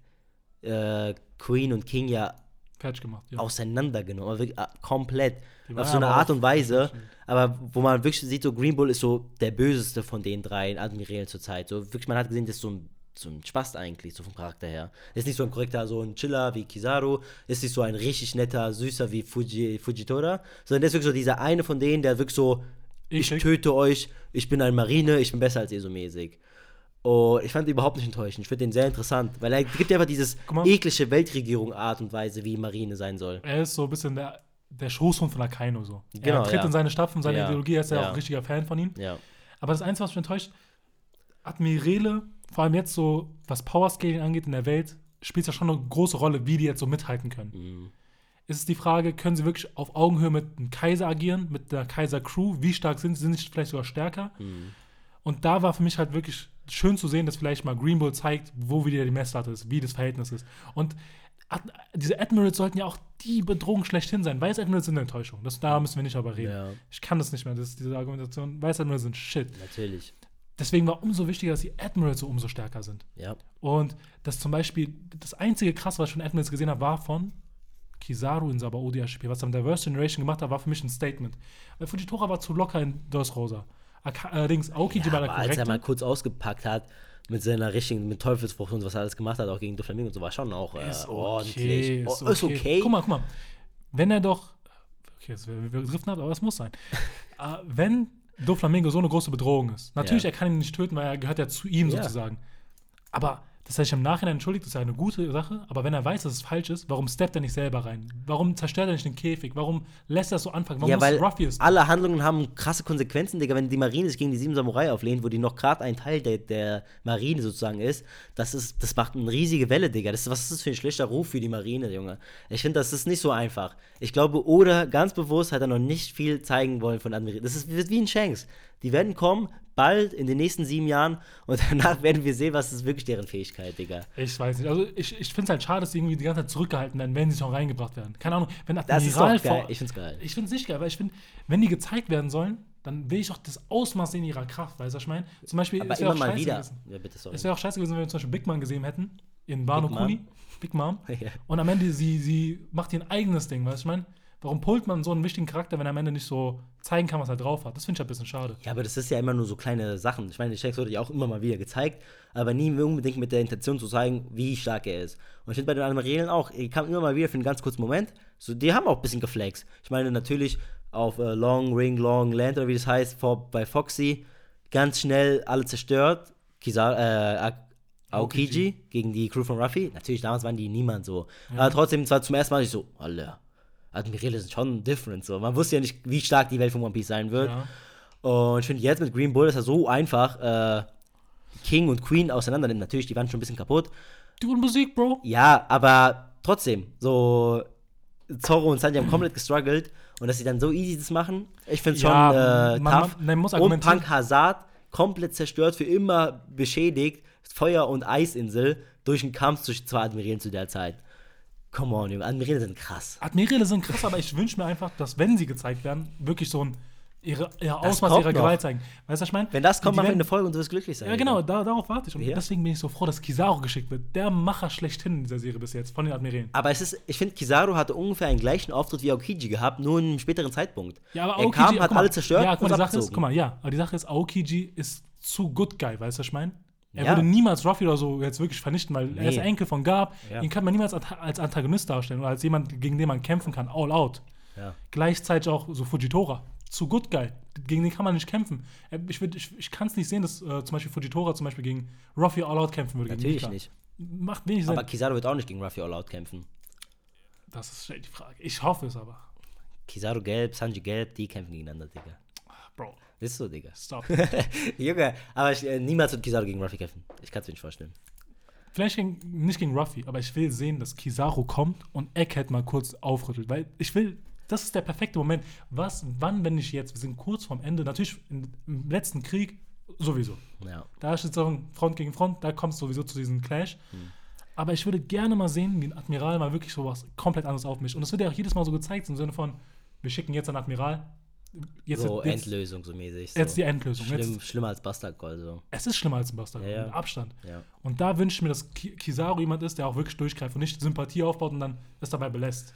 äh, Queen und King ja Fertig gemacht. Ja. auseinandergenommen. Aber wirklich, äh, komplett. Die waren Auf so eine aber Art auch- und Weise. Aber wo man wirklich sieht, so Green Bull ist so der böseste von den drei Admirälen zur Zeit. So wirklich, man hat gesehen, das ist so ein, so ein Spast eigentlich, so vom Charakter her. Ist nicht so ein korrekter, so ein Chiller wie Kizaru, ist nicht so ein richtig netter, süßer wie Fuji, Fujitora, sondern der ist wirklich so dieser eine von denen, der wirklich so, ich Eklig. töte euch, ich bin ein Marine, ich bin besser als ihr so mäßig. Und ich fand ihn überhaupt nicht enttäuschend. Ich finde den sehr interessant, weil er gibt ja einfach dieses Guck mal. eklige Weltregierung-Art und Weise, wie Marine sein soll. Er ist so ein bisschen der, der Schoßhund von Akainu so. Genau, er tritt ja. in seine Stapfen, seine Ja. Ideologie, er ist ja, Ja. auch ein richtiger Fan von ihm. Ja. Aber das Einzige, was mich enttäuscht, Admirale, vor allem jetzt so, was Powerscaling angeht in der Welt, spielt es ja schon eine große Rolle, wie die jetzt so mithalten können. Mhm. Ist es die Frage, können sie wirklich auf Augenhöhe mit einem Kaiser agieren, mit der Kaiser-Crew? Wie stark sind sie? Sind sie vielleicht sogar stärker? Mhm. Und da war für mich halt wirklich schön zu sehen, dass vielleicht mal Green Bull zeigt, wo wieder die Messlatte ist, wie das Verhältnis ist. Und Ad diese Admirals sollten ja auch die Bedrohung schlechthin sein. Weiß Admirals sind eine Enttäuschung. Das, da müssen wir nicht darüber reden. Ja, Ich kann das nicht mehr, das ist diese Argumentation. Weiß Admirals sind shit. natürlich. Deswegen war umso wichtiger, dass die Admirals so umso stärker sind. Ja. Und das zum Beispiel, das einzige krass, was ich von Admirals gesehen habe, war von Kizaru in Sabaody H P. Was er mit der Worst Generation gemacht hat, war für mich ein Statement. Weil Fujitora war zu locker in Dressrosa. Allerdings, Aokiji Ja, war der aber als er korrekte. mal kurz ausgepackt hat, mit seiner richtigen, mit Teufelsfrucht und so, was er alles gemacht hat, auch gegen Doflamingo und so, war schon auch äh, Ist ordentlich. okay, Oh, ist ist okay. okay. Guck mal, guck mal. Wenn er doch. Okay, jetzt wir wir driften ab, aber es muss sein. äh, wenn Doflamingo so eine große Bedrohung ist, natürlich, Ja. er kann ihn nicht töten, weil er gehört ja zu ihm Ja. sozusagen. Aber dass er sich im Nachhinein entschuldigt, ist ja eine gute Sache. Aber wenn er weiß, dass es falsch ist, warum steppt er nicht selber rein? Warum zerstört er nicht den Käfig? Warum lässt er das so anfangen? Warum Ja, weil Ruffy es alle Handlungen haben krasse Konsequenzen, Digga. Wenn die Marine sich gegen die sieben Samurai auflehnt, wo die noch gerade ein Teil der, der Marine sozusagen ist, das ist, das macht eine riesige Welle, Digga. Das ist, was ist das für ein schlechter Ruf für die Marine, Junge? Ich finde, das ist nicht so einfach. Ich glaube, Oda ganz bewusst hat er noch nicht viel zeigen wollen von Admiral. Das ist wie ein Shanks. Die werden kommen, bald, in den nächsten sieben Jahren, und danach werden wir sehen, was ist wirklich deren Fähigkeit, Digga. Ich weiß nicht. Also ich, ich finde es halt schade, dass sie irgendwie die ganze Zeit zurückgehalten werden, wenn sie schon reingebracht werden. Keine Ahnung, wenn Das ist Admiral doch geil. vor- Ich find's geil. Ich finde es nicht geil, weil ich finde, wenn die gezeigt werden sollen, dann will ich auch das Ausmaß sehen ihrer Kraft, weißt du, was ich meine? Zum Beispiel, Aber es wäre immer auch mal scheiße wieder. gewesen. Ja, bitte, sorry. Es wäre auch scheiße gewesen, wenn wir zum Beispiel Big Mom gesehen hätten, in Wano Big Kuni. Mom? Big Mom. Ja. Und am Ende, sie, sie macht ihr eigenes Ding, weißt du, ich meine? Warum pullt man so einen wichtigen Charakter, wenn er am Ende nicht so zeigen kann, was er drauf hat? Das finde ich ein bisschen schade. Ja, aber das ist ja immer nur so kleine Sachen. Ich meine, die Shanks wurde ja auch immer mal wieder gezeigt, aber nie unbedingt mit der Intention zu zeigen, wie stark er ist. Und ich finde bei den Admirälen auch, er kam immer mal wieder für einen ganz kurzen Moment. So, die haben auch ein bisschen geflext. Ich meine, natürlich auf äh, Long Ring, Long Land oder wie das heißt, vor, bei Foxy, ganz schnell alle zerstört. Kisa, äh, A- Aokiji gegen die Crew von Ruffy. Natürlich, damals waren die niemand so. Ja. Aber trotzdem, es war zum ersten Mal nicht so, Alter, Admiräle sind schon different. So. Man wusste ja nicht, wie stark die Welt von One Piece sein wird. Ja. Und ich finde jetzt mit Green Bull ist ja so einfach, äh, King und Queen auseinandernehmen. Natürlich, die waren schon ein bisschen kaputt. Die wurden besiegt, Bro. Ja, aber trotzdem, so Zorro und Sanji haben komplett gestruggelt und dass sie dann so easy das machen, ich finde es schon Ja, äh, man- tough. man- man muss und argumentieren. Punk Hazard komplett zerstört, für immer beschädigt, Feuer- und Eisinsel durch einen Kampf zwischen zwei Admirälen zu der Zeit. Come on, Junge, Admiräle sind krass. Admiräle sind krass, aber ich wünsche mir einfach, dass, wenn sie gezeigt werden, wirklich so ein ihre, ihr Das Ausmaß kommt ihrer noch. Gewalt zeigen. Weißt du, was ich meine? Wenn das kommt, Die machen wir werden- eine Folge und du wirst glücklich sein. Ja, genau, da, darauf warte ich. Und Ja. deswegen bin ich so froh, dass Kizaru geschickt wird. Der Macher schlechthin in dieser Serie bis jetzt, von den Admirälen. Aber es ist, ich finde, Kizaru hatte ungefähr einen gleichen Auftritt wie Aokiji gehabt, nur in einem späteren Zeitpunkt. Ja, aber er Aokiji, kam, hat guck mal, alle zerstört ja, und guck mal, die Sache ist, abgezogen. guck mal, ja, aber die Sache ist, Aokiji ist zu good guy, weißt du, was ich meine? Er Ja. würde niemals Ruffy oder so jetzt wirklich vernichten, weil er Nee. ist der Enkel von Garp. Ja. Ihn kann man niemals anta- als Antagonist darstellen oder als jemand, gegen den man kämpfen kann, all out. Ja. Gleichzeitig auch so Fujitora. Zu good guy. Gegen den kann man nicht kämpfen. Er- Ich, würd- ich, ich kann es nicht sehen, dass äh, zum Beispiel Fujitora zum Beispiel gegen Ruffy all out kämpfen würde. Natürlich gegen nicht. Nika. Macht wenig Sinn. Aber Kizaru wird auch nicht gegen Ruffy All Out kämpfen. Das ist die Frage. Ich hoffe es aber. Kizaru gelb, Sanji gelb, die kämpfen gegeneinander, Digga. Bro, Das ist so, Digga. stop. Junge, aber ich, äh, niemals wird Kizaru gegen Ruffy kämpfen. Ich kann es mir nicht vorstellen. Vielleicht gegen, nicht gegen Ruffy, aber ich will sehen, dass Kizaru kommt und Egghead mal kurz aufrüttelt. Weil ich will, das ist der perfekte Moment. Was, wann, wenn nicht jetzt? Wir sind kurz vorm Ende. Natürlich in, im letzten Krieg sowieso. Ja. Da ist jetzt auch Front gegen Front, da kommt es sowieso zu diesem Clash. Hm. Aber ich würde gerne mal sehen, wie ein Admiral mal wirklich sowas komplett anderes aufmischt. Und das wird ja auch jedes Mal so gezeigt, im Sinne von, wir schicken jetzt einen Admiral. Jetzt, so jetzt, Endlösung, so mäßig. So. jetzt die Endlösung. Schlimm, Jetzt, schlimmer als Bastard Call, so. es ist schlimmer als ein Bastard, Ja, ja. mit Abstand. Ja. Und da wünsche ich mir, dass Ki- Kizaru jemand ist, der auch wirklich durchgreift und nicht Sympathie aufbaut und dann es dabei belässt.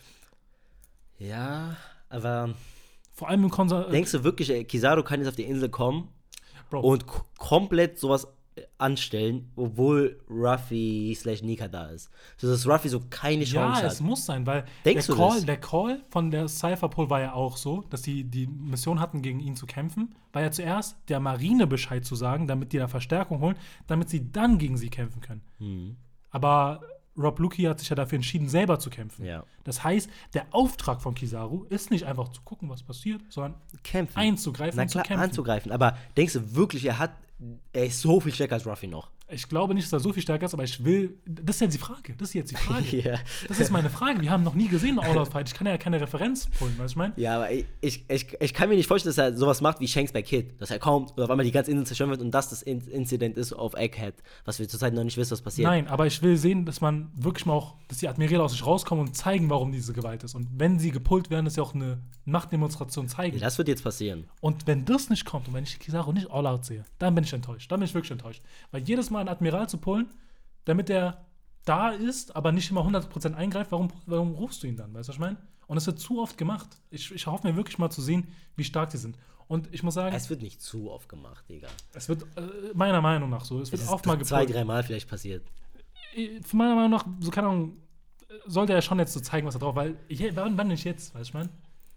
Ja, aber Vor allem im Konser... denkst du wirklich, ey, Kizaru kann jetzt auf die Insel kommen Bro, und k- komplett sowas äh, anstellen, obwohl Ruffy slash Nika da ist? So dass Ruffy so keine Chance ja, es hat. muss sein, weil Denkst der du Call, das? der Call von der Cypherpol war ja auch so, dass die die Mission hatten, gegen ihn zu kämpfen, war ja zuerst der Marine Bescheid zu sagen, damit die da Verstärkung holen, damit sie dann gegen sie kämpfen können. Hm. Aber Rob Lucky hat sich ja dafür entschieden, selber zu kämpfen. Ja. Das heißt, der Auftrag von Kizaru ist nicht einfach zu gucken, was passiert, sondern Kämpfen. einzugreifen Na und zu klar, kämpfen. anzugreifen. Aber denkst du wirklich, er hat, er ist so viel stärker als Ruffy noch? Ich glaube nicht, dass er so viel stärker ist, aber ich will. Das ist jetzt die Frage. Das ist jetzt die Frage. Ja. Das ist meine Frage. Wir haben noch nie gesehen, einen All-Out-Fight. Ich kann ja keine Referenz holen, weißt du, ich meine? Ja, aber ich, ich, ich, ich kann mir nicht vorstellen, dass er sowas macht wie Shanks bei Kid. Dass er kommt und auf einmal die ganze Insel zerstören wird und das das In Incident ist auf Egghead. Was wir zurzeit noch nicht wissen, was passiert. Nein, aber ich will sehen, dass man wirklich mal auch, dass die Admiräle aus sich rauskommen und zeigen, warum diese Gewalt ist. Und wenn sie gepullt werden, dass sie auch eine Machtdemonstration zeigen. Ja, das wird jetzt passieren. Und wenn das nicht kommt und wenn ich Kizaru nicht all out sehe, dann bin ich enttäuscht. Dann bin ich wirklich enttäuscht. Weil jedes Mal einen Admiral zu pullen, damit er da ist, aber nicht immer hundert Prozent eingreift, warum, warum rufst du ihn dann? Weißt du, was ich meine? Und es wird zu oft gemacht. Ich, ich hoffe mir wirklich mal zu sehen, wie stark die sind. Und ich muss sagen, es, Es wird nicht zu oft gemacht, Digga. wird äh, meiner Meinung nach so, es Es wird ist oft mal zwei, gepullt. dreimal vielleicht passiert. Äh, Von meiner Meinung nach, so keine Ahnung, sollte er schon jetzt so zeigen, was er drauf, weil, je, wann, wann nicht jetzt, weißt du, ich meine?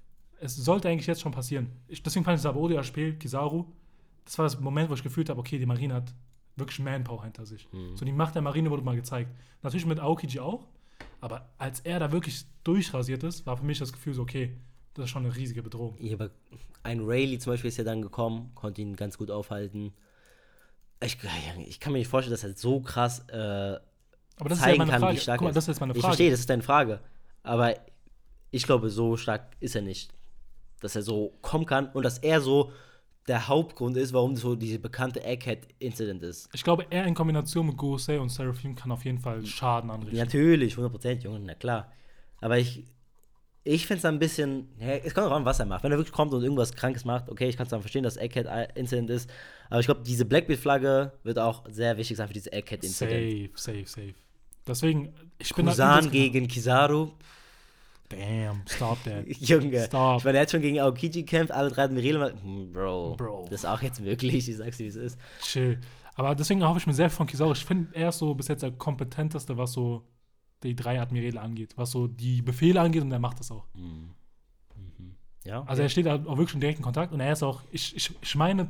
Es sollte eigentlich jetzt schon passieren. Ich, deswegen fand ich Sabaody das Spiel, Kizaru, das war das Moment, wo ich gefühlt habe, okay, die Marine hat wirklich Manpower hinter sich. Mhm. So die Macht der Marine wurde mal gezeigt. Natürlich mit Aokiji auch, aber als er da wirklich durchrasiert ist, war für mich das Gefühl so, okay, das ist schon eine riesige Bedrohung. Ja, aber ein Rayleigh zum Beispiel ist ja dann gekommen, konnte ihn ganz gut aufhalten. Ich, ich kann mir nicht vorstellen, dass er so krass äh, Aber das ist ja zeigen meine kann, Frage. wie stark Guck mal, er das ist jetzt meine Ich Frage. verstehe, das ist deine Frage. Aber ich glaube, so stark ist er nicht. Dass er so kommen kann und dass er so der Hauptgrund ist, warum so diese bekannte Egghead-Incident ist. Ich glaube, er in Kombination mit Gosei und Seraphim kann auf jeden Fall Schaden anrichten. Natürlich, hundert Prozent, Junge, na klar. Aber ich, ich finde es ein bisschen, ja, es kommt auch an, was er macht. Wenn er wirklich kommt und irgendwas Krankes macht, okay, ich kann es dann verstehen, dass Egghead-Incident ist. Aber ich glaube, diese Blackbeard-Flagge wird auch sehr wichtig sein für diese Egghead-Incident. Safe, safe, safe. Deswegen, ich bin da Kusan übelst- gegen Kizaru. Damn, stop that. Junge, Stop. ich meine, er hat schon gegen Aokiji gekämpft, alle drei Admiräle. Hm, Bro, Bro. das ist auch jetzt wirklich, ich sag's dir, wie es ist. Chill. Aber deswegen hoffe ich mir sehr von Kizaru. Ich finde, er ist so bis jetzt der kompetenteste, was so die drei Admiräle angeht. Was so die Befehle angeht und er macht das auch. Mhm. Mhm. Ja, Also er steht auch wirklich in direkten Kontakt und er ist auch, ich, ich, ich meine,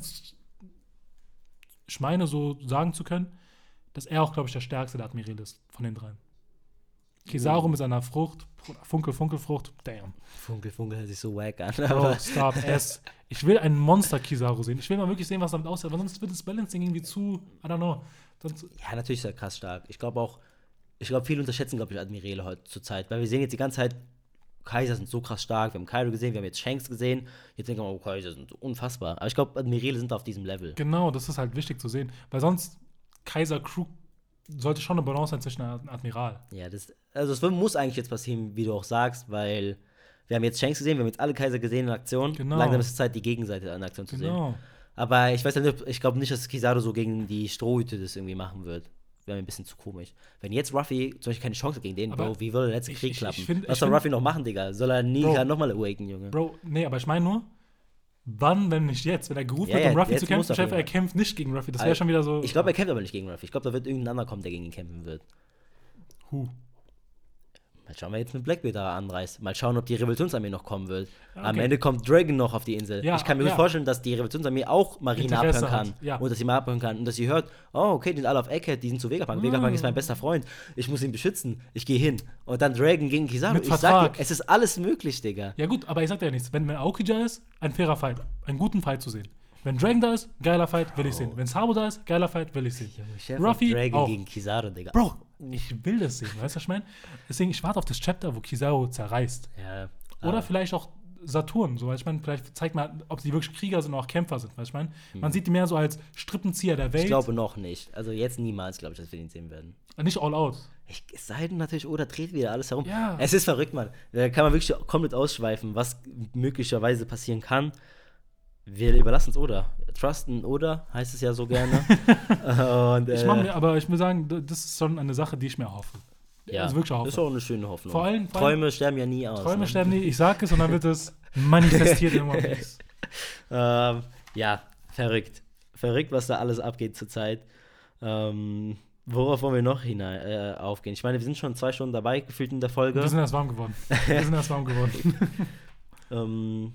ich meine so sagen zu können, dass er auch, glaube ich, der stärkste der Admiräle ist von den dreien. Kizaru mit seiner Frucht, Funkel, Funkelfrucht, damn. Funkel, Funkel hört sich so wack an. Bro, Aber stop. Es, ich will einen Monster-Kizaru sehen. Ich will mal wirklich sehen, was damit aussieht, weil sonst wird das Balancing irgendwie zu, I don't know. Sonst, ja, natürlich ist er krass stark. Ich glaube auch, ich glaube, viele unterschätzen, glaube ich, Admiräle heute zur Zeit. Weil wir sehen jetzt die ganze Zeit, Kaiser sind so krass stark. Wir haben Kaido gesehen, wir haben jetzt Shanks gesehen. Jetzt denken wir, oh, Kaiser sind so unfassbar. Aber ich glaube, Admiräle sind auf diesem Level. genau, das ist halt wichtig zu sehen. Weil sonst, Kaiser Crew sollte schon eine Balance sein zwischen einem Admiral. Ja, das, also es muss eigentlich jetzt passieren, wie du auch sagst, weil Wir haben jetzt Shanks gesehen, wir haben jetzt alle Kaiser gesehen in Aktion. Genau. Langsam ist es Zeit, die Gegenseite in Aktion zu Genau. sehen. Aber ich weiß nicht, ich glaube nicht, dass Kizaru so gegen die Strohhüte das irgendwie machen wird. Wäre mir ein bisschen zu komisch. Wenn jetzt Ruffy zum Beispiel keine Chance hat gegen den, Aber Bro, wie würde der letzte ich- Krieg ich- klappen? ich find- Was ich soll find- Ruffy noch machen, Digga? Soll er Nika nochmal awaken, Junge? Bro, nee, aber ich meine nur, wann, wenn nicht jetzt? Wenn er gerufen Ja, wird, um ja, Ruffy jetzt zu muss kämpfen, er Chef, er auf jeden kämpft nicht gegen Ruffy. Das wäre Also, schon wieder so. Ich glaube, er kämpft aber nicht gegen Ruffy. Ich glaube, da wird irgendein anderer kommen, der gegen ihn kämpfen wird. Huh. Mal schauen, wer jetzt mit Blackbeard da anreist. Mal schauen, ob die Revolutionsarmee noch kommen wird. Ja, Am okay. Ende kommt Dragon noch auf die Insel. Ja, ich kann mir ja. gut vorstellen, dass die Revolutionsarmee auch Marine Interesse abhören kann. hat, ja. Und dass sie mal abhören kann. Und dass sie hört, oh, okay, die sind alle auf Egghead, die sind zu Vegapunk. Ah. Vegapunk ist mein bester Freund. Ich muss ihn beschützen. Ich gehe hin. Und dann Dragon gegen Kizaru. Mit Ich sag Vertrag. dir, es ist alles möglich, Digga. Ja, gut, aber ich sag dir ja nichts. Wenn Aokija ist, ein fairer Fight. Einen guten Fight zu sehen. Wenn Dragon da ist, geiler Fight, will ich sehen. Wenn Sabo da ist, geiler Fight, will ich sehen. Chef Ruffy Dragon auch. gegen Kizaru, Digga. Bro, ich will das sehen, weißt du, was ich meine? Deswegen, ich warte auf das Chapter, wo Kizaru zerreißt. Ja, Oder aber- vielleicht auch Saturn, so, weißt du, ich meine, vielleicht zeigt man, ob sie wirklich Krieger sind oder auch Kämpfer sind, weißt du, ich meine? Man sieht die mehr so als Strippenzieher der Welt. Ich glaube noch nicht. Also jetzt niemals, glaube ich, dass wir ihn sehen werden. Nicht all out. Ich, es sei denn natürlich, oder dreht wieder alles herum. Ja. Es ist verrückt, Mann. Da kann man wirklich komplett ausschweifen, was möglicherweise passieren kann. Wir überlassen es Oda. Trusten Oda heißt es ja so gerne. Und, äh, Ich mach mir, aber ich will sagen, d- das ist schon eine Sache, die ich mir hoffe. ja, also wirklich hoffe. ist auch eine schöne Hoffnung. Vor allem- vor allem- Träume sterben ja nie aus. Träume ne? sterben nie, ich sag es und dann wird es manifestiert in One Piece. Ähm, ja, verrückt. Verrückt, was da alles abgeht zurzeit. Ähm, worauf wollen wir noch hinein, äh, aufgehen? Ich meine, wir sind schon zwei Stunden dabei, gefühlt in der Folge. Wir sind erst warm geworden. Wir sind erst warm geworden. ähm,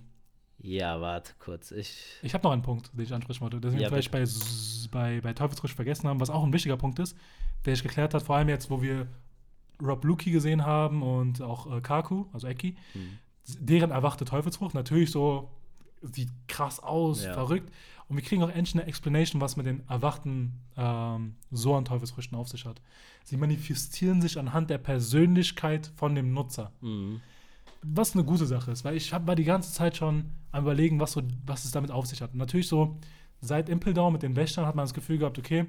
ja, warte kurz. Ich. Ich habe noch einen Punkt, den ich ansprechen wollte, den wir Ja, vielleicht bei, S- bei, bei Teufelsfrisch vergessen haben, was auch ein wichtiger Punkt ist, der sich geklärt hat, vor allem jetzt, wo wir Rob Luki gesehen haben und auch äh, Kaku, also Eki, Hm. deren erwachte Teufelsfrucht, natürlich so, sieht krass aus, Ja. verrückt. Und wir kriegen auch endlich eine Explanation, was mit den erwachten ähm, Soan-Teufelsfrüchten auf sich hat. Sie manifestieren sich anhand der Persönlichkeit von dem Nutzer. Mhm. Was eine gute Sache ist, weil ich hab, war die ganze Zeit schon am Überlegen, was, so, was es damit auf sich hat. Und natürlich so, seit Impel Down mit den Wächtern hat man das Gefühl gehabt, okay,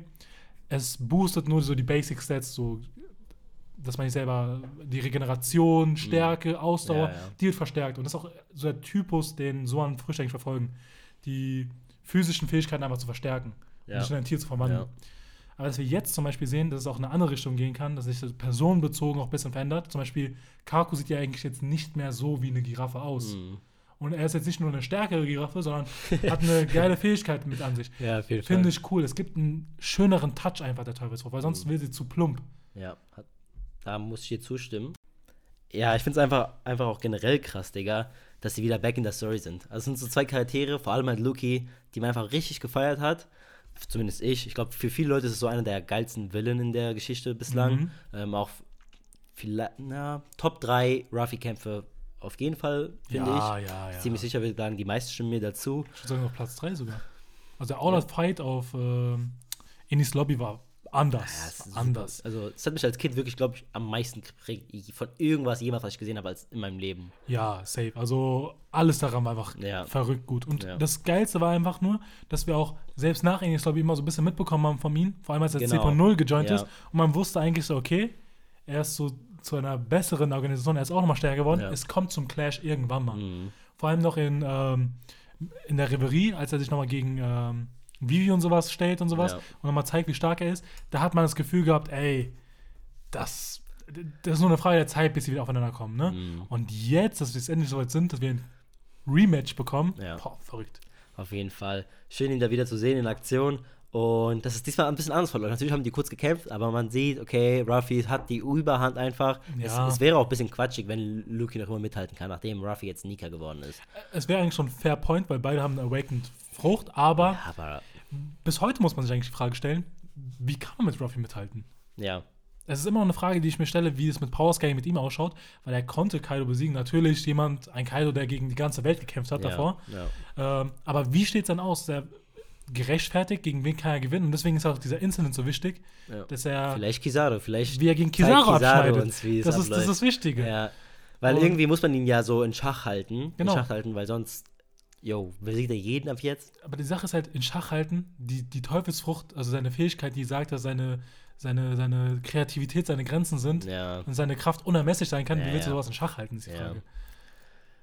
es boostet nur so die Basic Stats, so, dass man nicht selber die Regeneration, Stärke, Ausdauer, Ja, ja. die wird verstärkt. Und das ist auch so der Typus, den so an Früchte eigentlich verfolgen, die physischen Fähigkeiten einfach zu verstärken Ja. und sich in ein Tier zu verwandeln. Ja. Aber dass wir jetzt zum Beispiel sehen, dass es auch in eine andere Richtung gehen kann, dass sich das personenbezogen auch ein bisschen verändert. Zum Beispiel, Kaku sieht ja eigentlich jetzt nicht mehr so wie eine Giraffe aus. Mhm. Und er ist jetzt nicht nur eine stärkere Giraffe, sondern hat eine geile Fähigkeit mit an sich. Ja, auf jeden Finde Fall. ich cool. Es gibt einen schöneren Touch einfach der Teufelsfrucht, weil sonst Mhm. wird sie zu plump. Ja, hat, da muss ich dir zustimmen. Ja, ich finde es einfach, einfach auch generell krass, Digga, dass sie wieder back in der Story sind. Also es sind so zwei Charaktere, vor allem halt Luki, die man einfach richtig gefeiert hat. Zumindest ich. Ich glaube, für viele Leute ist es so einer der geilsten Villain in der Geschichte bislang. Mhm. Ähm, auch vielleicht, na, Top drei Ruffy-Kämpfe auf jeden Fall, finde ja, ich. ja, ja. Ziemlich sicher würde ich sagen, die meisten stimmen mir dazu. Ich würde sagen, auf Platz drei sogar. Also der All-Out-Fight auf ähm, Innis Lobby war anders. Ja, es ist super. anders. Also, es hat mich als Kind wirklich, glaube ich, am meisten geprägt von irgendwas jemals, was ich gesehen habe, als in meinem Leben. Ja, safe. Also alles daran war einfach Ja. verrückt gut. Und Ja. das Geilste war einfach nur, dass wir auch selbst nach Innis Lobby immer so ein bisschen mitbekommen haben von ihm, vor allem als er Genau. C null gejoint Ja. ist. Und man wusste eigentlich so, okay, er ist so zu einer besseren Organisation, er ist auch nochmal stärker geworden. Ja. Es kommt zum Clash irgendwann mal. Mhm. Vor allem noch in, ähm, in der Reverie, als er sich nochmal gegen ähm, Vivi und sowas stellt und sowas Ja. und nochmal zeigt, wie stark er ist, da hat man das Gefühl gehabt, ey, das, das ist nur eine Frage der Zeit, bis sie wieder aufeinander kommen, ne? Mhm. Und jetzt, dass wir jetzt endlich so weit sind, dass wir ein Rematch bekommen, Ja. boah, verrückt. Auf jeden Fall. Schön, ihn da wieder zu sehen in Aktion. Und das ist diesmal ein bisschen anders verloren. Natürlich haben die kurz gekämpft, aber man sieht, okay, Ruffy hat die Überhand einfach. Ja. Es, es wäre auch ein bisschen quatschig, wenn Luki noch immer mithalten kann, nachdem Ruffy jetzt Nika geworden ist. Es wäre eigentlich schon ein Fair Point, weil beide haben eine Awakened Frucht, aber Ja, aber bis heute muss man sich eigentlich die Frage stellen, wie kann man mit Ruffy mithalten? ja, Es ist immer noch eine Frage, die ich mir stelle, wie es mit Power Scaling mit ihm ausschaut, weil er konnte Kaido besiegen. Natürlich jemand, ein Kaido, der gegen die ganze Welt gekämpft hat ja, davor. Ja. Ähm, aber wie steht es dann aus? Ist er gerechtfertigt, gegen wen kann er gewinnen? Und deswegen ist auch dieser Incident so wichtig, Ja. dass er, Vielleicht Kizaru, vielleicht wie er gegen zeigt Kizaru Kizaru abschneidet. uns, wie es das, ist, das ist abläuft. das Wichtige. Ja, weil Und- irgendwie muss man ihn ja so in Schach halten. Genau. In Schach halten, weil sonst, yo, besiegt er jeden ab jetzt? Aber die Sache ist halt, in Schach halten, die, die Teufelsfrucht, also seine Fähigkeit, die sagt, dass seine, seine, seine Kreativität seine Grenzen sind Ja. und seine Kraft unermesslich sein kann, Ja, wie willst du ja. sowas in Schach halten, ist die Ja. Frage.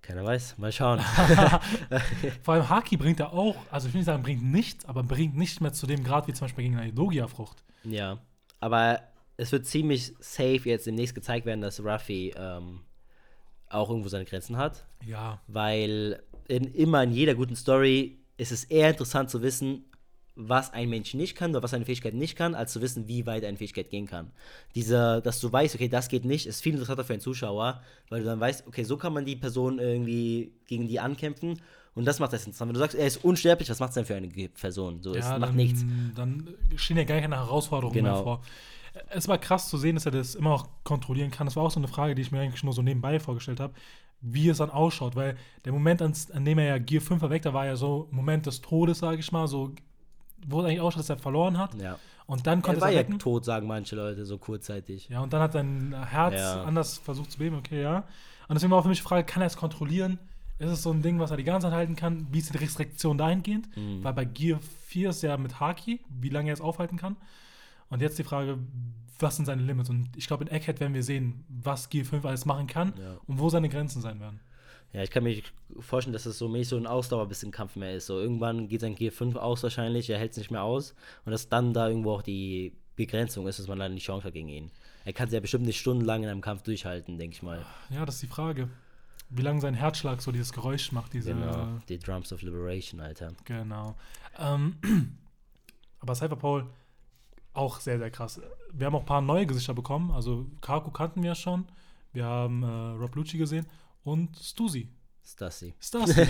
Keiner weiß. Mal schauen. Vor allem Haki bringt er auch, also ich will nicht sagen, bringt nichts, aber bringt nicht mehr zu dem Grad wie zum Beispiel gegen eine Logia-Frucht. Ja, aber es wird ziemlich safe jetzt demnächst gezeigt werden, dass Ruffy ähm, auch irgendwo seine Grenzen hat. Ja. Weil in, immer in jeder guten Story ist es eher interessant zu wissen, was ein Mensch nicht kann oder was eine Fähigkeit nicht kann, als zu wissen, wie weit eine Fähigkeit gehen kann. Diese, dass du weißt, okay, das geht nicht, ist viel interessanter für einen Zuschauer, weil du dann weißt, okay, so kann man die Person irgendwie gegen die ankämpfen und das macht das interessant. Wenn du sagst, er ist unsterblich, was macht es denn für eine Person? So, ja, es dann, macht nichts. Dann stehen ja gar keine Herausforderungen Genau. mehr vor. Es war krass zu sehen, dass er das immer noch kontrollieren kann. Das war auch so eine Frage, die ich mir eigentlich nur so nebenbei vorgestellt habe, wie es dann ausschaut, weil der Moment, an, an dem er ja Gear fünf erweckt, da war ja so Moment des Todes, sage ich mal, so, wo es eigentlich ausschaut, dass er verloren hat. Ja. Und dann konnte Er war er ja erwecken. tot, sagen manche Leute, so kurzzeitig. Ja, und dann hat sein Herz Ja. anders versucht zu beben, okay, ja. Und deswegen war auch für mich die Frage, kann er es kontrollieren? Ist es so ein Ding, was er die ganze Zeit halten kann? Wie ist die Restriktion dahingehend? Mhm. Weil bei Gear vier ist ja mit Haki, wie lange er es aufhalten kann. Und jetzt die Frage, was sind seine Limits? Und ich glaube, in Egghead werden wir sehen, was Gear fünf alles machen kann Ja. und wo seine Grenzen sein werden. Ja, ich kann mir vorstellen, dass es so mäßig so ein Ausdauer bis im Kampf mehr ist. So irgendwann geht sein Gear fünf aus wahrscheinlich, er hält es nicht mehr aus. Und dass dann da irgendwo auch die Begrenzung ist, dass man dann die Chance hat gegen ihn. Er kann es ja bestimmt nicht stundenlang in einem Kampf durchhalten, denke ich mal. Ja, das ist die Frage. Wie lange sein Herzschlag so dieses Geräusch macht, diese. Genau, die Drums of Liberation, Alter. Genau. Ähm, aber Cypher Paul auch sehr, sehr krass. Wir haben auch ein paar neue Gesichter bekommen. Also Kaku kannten wir ja schon. Wir haben äh, Rob Lucci gesehen und Stussy. Stassi. Stussy.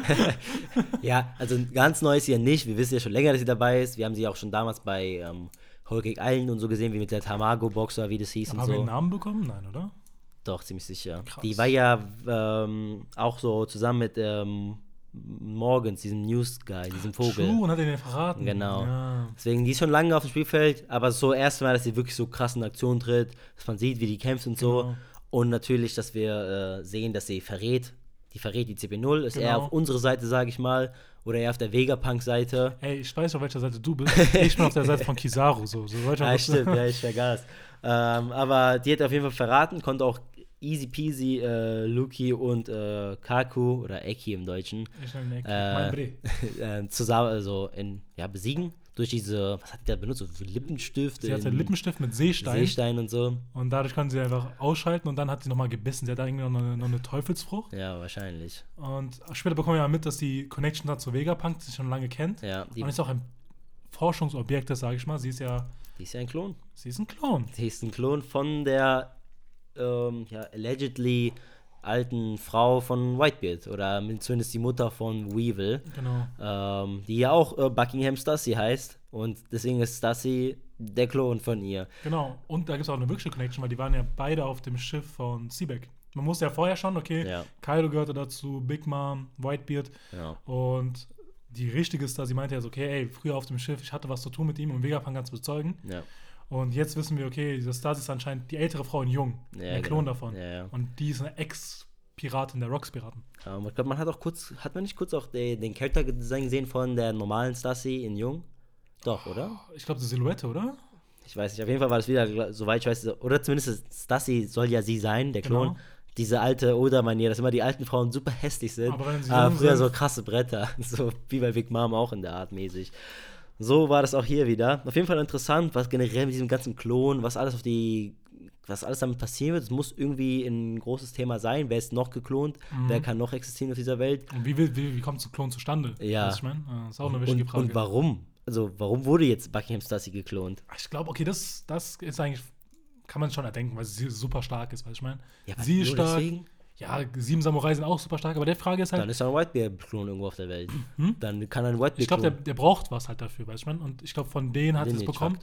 Ja, also ein ganz neues hier nicht. Wir wissen ja schon länger, dass sie dabei ist. Wir haben sie auch schon damals bei ähm, Whole Cake Island und so gesehen, wie mit der Tamago-Boxer, wie das hieß Aber und haben wir so. einen Namen bekommen? Nein, oder? Doch, ziemlich sicher. Krass. Die war ja ähm, auch so zusammen mit ähm, Morgans, diesem News-Guy, diesem Vogel. True, und hat er den verraten. Genau. Ja. Deswegen, die ist schon lange auf dem Spielfeld, aber so erst mal, dass sie wirklich so krass in Aktion tritt, dass man sieht, wie die kämpft und so. Genau. Und natürlich, dass wir äh, sehen, dass sie verrät. Die verrät die C P null, ist Genau. eher auf unsere Seite, sage ich mal, oder eher auf der Vegapunk-Seite. Ey, ich weiß, auf welcher Seite du bist. Ich bin auf der Seite von Kizaru. So, so sollte man Ja, das- stimmt, ja, ich vergaß. Ähm, aber die hat auf jeden Fall verraten, konnte auch easy peasy äh, Luki und äh, Kaku oder Eki im Deutschen Ich nenne ihn Eki. Äh, Mein Bre. äh, zusammen, also in, ja, besiegen durch diese, was hat die da benutzt, so Lippenstift, Sie hatte in Lippenstift mit Seestein. Seestein und so. Und dadurch konnte sie einfach ausschalten und dann hat sie nochmal gebissen. Sie hat da irgendwie noch eine, noch eine Teufelsfrucht. Ja, wahrscheinlich. Und später bekommen wir ja mit, dass die Connection hat zu Vegapunk, die sie schon lange kennt. Ja, die, Und ist auch ein Forschungsobjekt, das sage ich mal. Sie ist ja, die ist ja ein Klon. sie ist ein Clone. Die ist ein Klon von der ähm, ja, allegedly alten Frau von Whitebeard oder zumindest die Mutter von Weevil, Genau. ähm, die ja auch äh, Buckingham Stussy heißt und deswegen ist Stussy der Klon von ihr. Genau. Und da gibt es auch eine wirkliche Connection, weil die waren ja beide auf dem Schiff von Seaback. Man wusste ja vorher schon, okay, Ja. Kaido gehörte dazu, Big Mom, Whitebeard. Ja. Und die richtige ist da, sie meinte ja so, okay, ey, früher auf dem Schiff, ich hatte was zu tun mit ihm und Vegapunk kann es bezeugen. Ja. Und jetzt wissen wir, okay, das Stasi ist anscheinend die ältere Frau in Jung, Ja, der Klon genau. davon. Ja, ja. Und die ist eine Ex-Piratin der Rocks-Piraten. Ähm, ich glaube, man hat auch kurz, hat man nicht kurz auch den, den Charakterdesign gesehen von der normalen Stussy in Jung? Doch, oder? Ich glaube, die Silhouette, oder? Ich weiß nicht, auf jeden Fall war das wieder, soweit ich weiß, oder zumindest Stussy soll ja sie sein, der Klon. Genau. Diese alte Oda-Manier, dass immer die alten Frauen super hässlich sind. Aber wenn sie aber jung früher sind- so krasse Bretter, so wie bei Big Mom auch in der Art mäßig. So war das auch hier wieder. Auf jeden Fall interessant, was generell mit diesem ganzen Klon, was alles auf die, was alles damit passieren wird. Es muss irgendwie ein großes Thema sein. Wer ist noch geklont? Mhm. Wer kann noch existieren auf dieser Welt? Und wie, will- wie, wie kommt so Klon zustande? Ja. Weißt du, ich mein? Das ist auch eine wichtige Und, Frage. und warum? Also, warum wurde jetzt Buckingham Stussy geklont? Ich glaube, okay, das, das ist eigentlich, kann man schon erdenken, weil sie super stark ist, weißt du, ich meine? Ja, aber sie ist nur stark. deswegen? Ja, sieben Samurai sind auch super stark, aber der Frage ist halt, Dann ist da ein Whitebeard-Klon irgendwo auf der Welt. Hm? Dann kann ein Whitebeard ich glaube, der, der braucht was halt dafür, weißt du, ich meine? Und ich glaube, von denen hat sie es bekommen.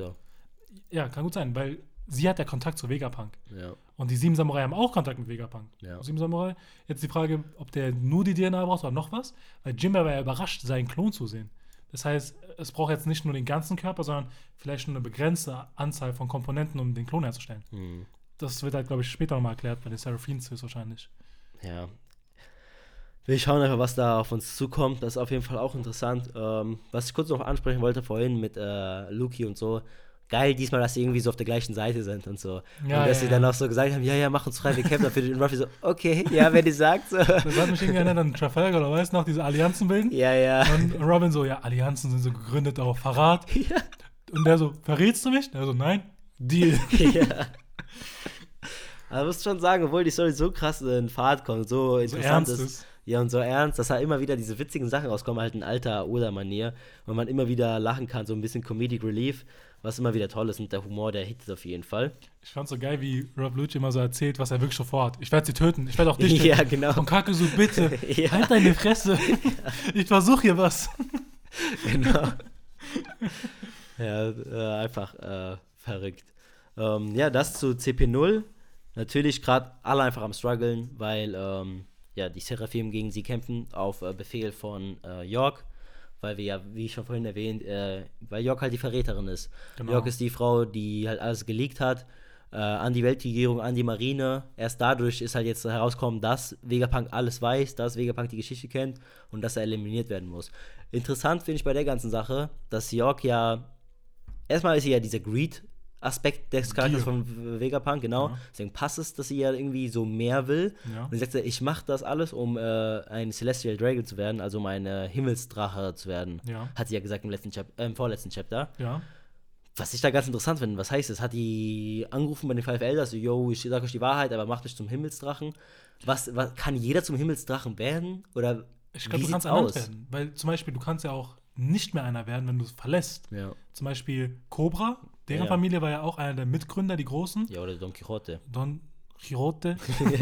Ja, kann gut sein, weil sie hat ja Kontakt zu Vegapunk. Ja. Und die sieben Samurai haben auch Kontakt mit Vegapunk. Ja. Sieben Samurai. Jetzt die Frage, ob der nur die D N A braucht oder noch was. Weil Jinbei war ja überrascht, seinen Klon zu sehen. Das heißt, es braucht jetzt nicht nur den ganzen Körper, sondern vielleicht nur eine begrenzte Anzahl von Komponenten, um den Klon herzustellen. Hm. Das wird halt, glaube ich, später nochmal erklärt bei den Seraphins höchstwahrscheinlich. Ja. Wir schauen einfach, was da auf uns zukommt. Das ist auf jeden Fall auch interessant. Ähm, was ich kurz noch ansprechen wollte vorhin mit äh, Luki und so. geil diesmal, dass sie irgendwie so auf der gleichen Seite sind und so. Ja, und dass ja, sie ja. dann auch so gesagt haben, ja, ja, mach uns frei, wir kämpfen dafür. Und Ruffy so, okay, ja, wenn ihr sagt so. Das hat mich irgendwie erinnert an Trafalgar, oder weißt du noch, diese Allianzen bilden? Ja, ja. Und Robin so, ja, Allianzen sind so gegründet auf Verrat. Ja. Und der so, verrätst du mich? Der so, nein, Deal. Ja. Aber muss schon sagen, obwohl die Story so krass in Fahrt kommt, so So interessant ernst ist. ist. Ja, und so ernst, dass da immer wieder diese witzigen Sachen rauskommen, halt in alter Oda-Manier, wo man immer wieder lachen kann, so ein bisschen Comedic Relief, was immer wieder toll ist und der Humor, der hittet auf jeden Fall. Ich fand's so geil, wie Rob Lucci immer so erzählt, was er wirklich so vorhat. Ich werde sie töten, ich werde auch dich töten. Ja, genau. Und Kake so, bitte, Ja. halt deine Fresse. Ich versuche hier was. Genau. Ja, äh, einfach äh, verrückt. Ähm, ja, das zu C P null. Natürlich gerade alle einfach am struggeln, weil ähm, ja, die Seraphim gegen sie kämpfen auf äh, Befehl von äh, York, weil wir ja, wie schon vorhin erwähnt, äh, weil York halt die Verräterin ist. Genau. York ist die Frau, die halt alles geleakt hat, äh, an die Weltregierung, an die Marine. Erst dadurch ist halt jetzt herausgekommen, dass Vegapunk alles weiß, dass Vegapunk die Geschichte kennt und dass er eliminiert werden muss. Interessant finde ich bei der ganzen Sache, dass York ja, erstmal ist sie ja dieser Greed Aspekt des Charakters Gier. von Vegapunk, genau. Ja. Deswegen passt es, dass sie ja irgendwie so mehr will. Ja. Und sie sagt, so, ich mache das alles, um äh, ein Celestial Dragon zu werden, also um ein äh, Himmelsdrache zu werden. Ja. Hat sie ja gesagt im, letzten Chap äh, im vorletzten Chapter. Ja. Was ich da ganz interessant finde, was heißt das? Hat die angerufen bei den Five Elders, so, yo, ich sag euch die Wahrheit, aber macht mich zum Himmelsdrachen. Was, was kann jeder zum Himmelsdrachen werden? Oder Ich glaube, wie du kannst sieht's ernannt aus? werden. Weil zum Beispiel, du kannst ja auch nicht mehr einer werden, wenn du es verlässt. Ja. Zum Beispiel Cobra, deren Ja. Familie war ja auch einer der Mitgründer, die Großen. Ja, oder Don Quixote. Don Quixote.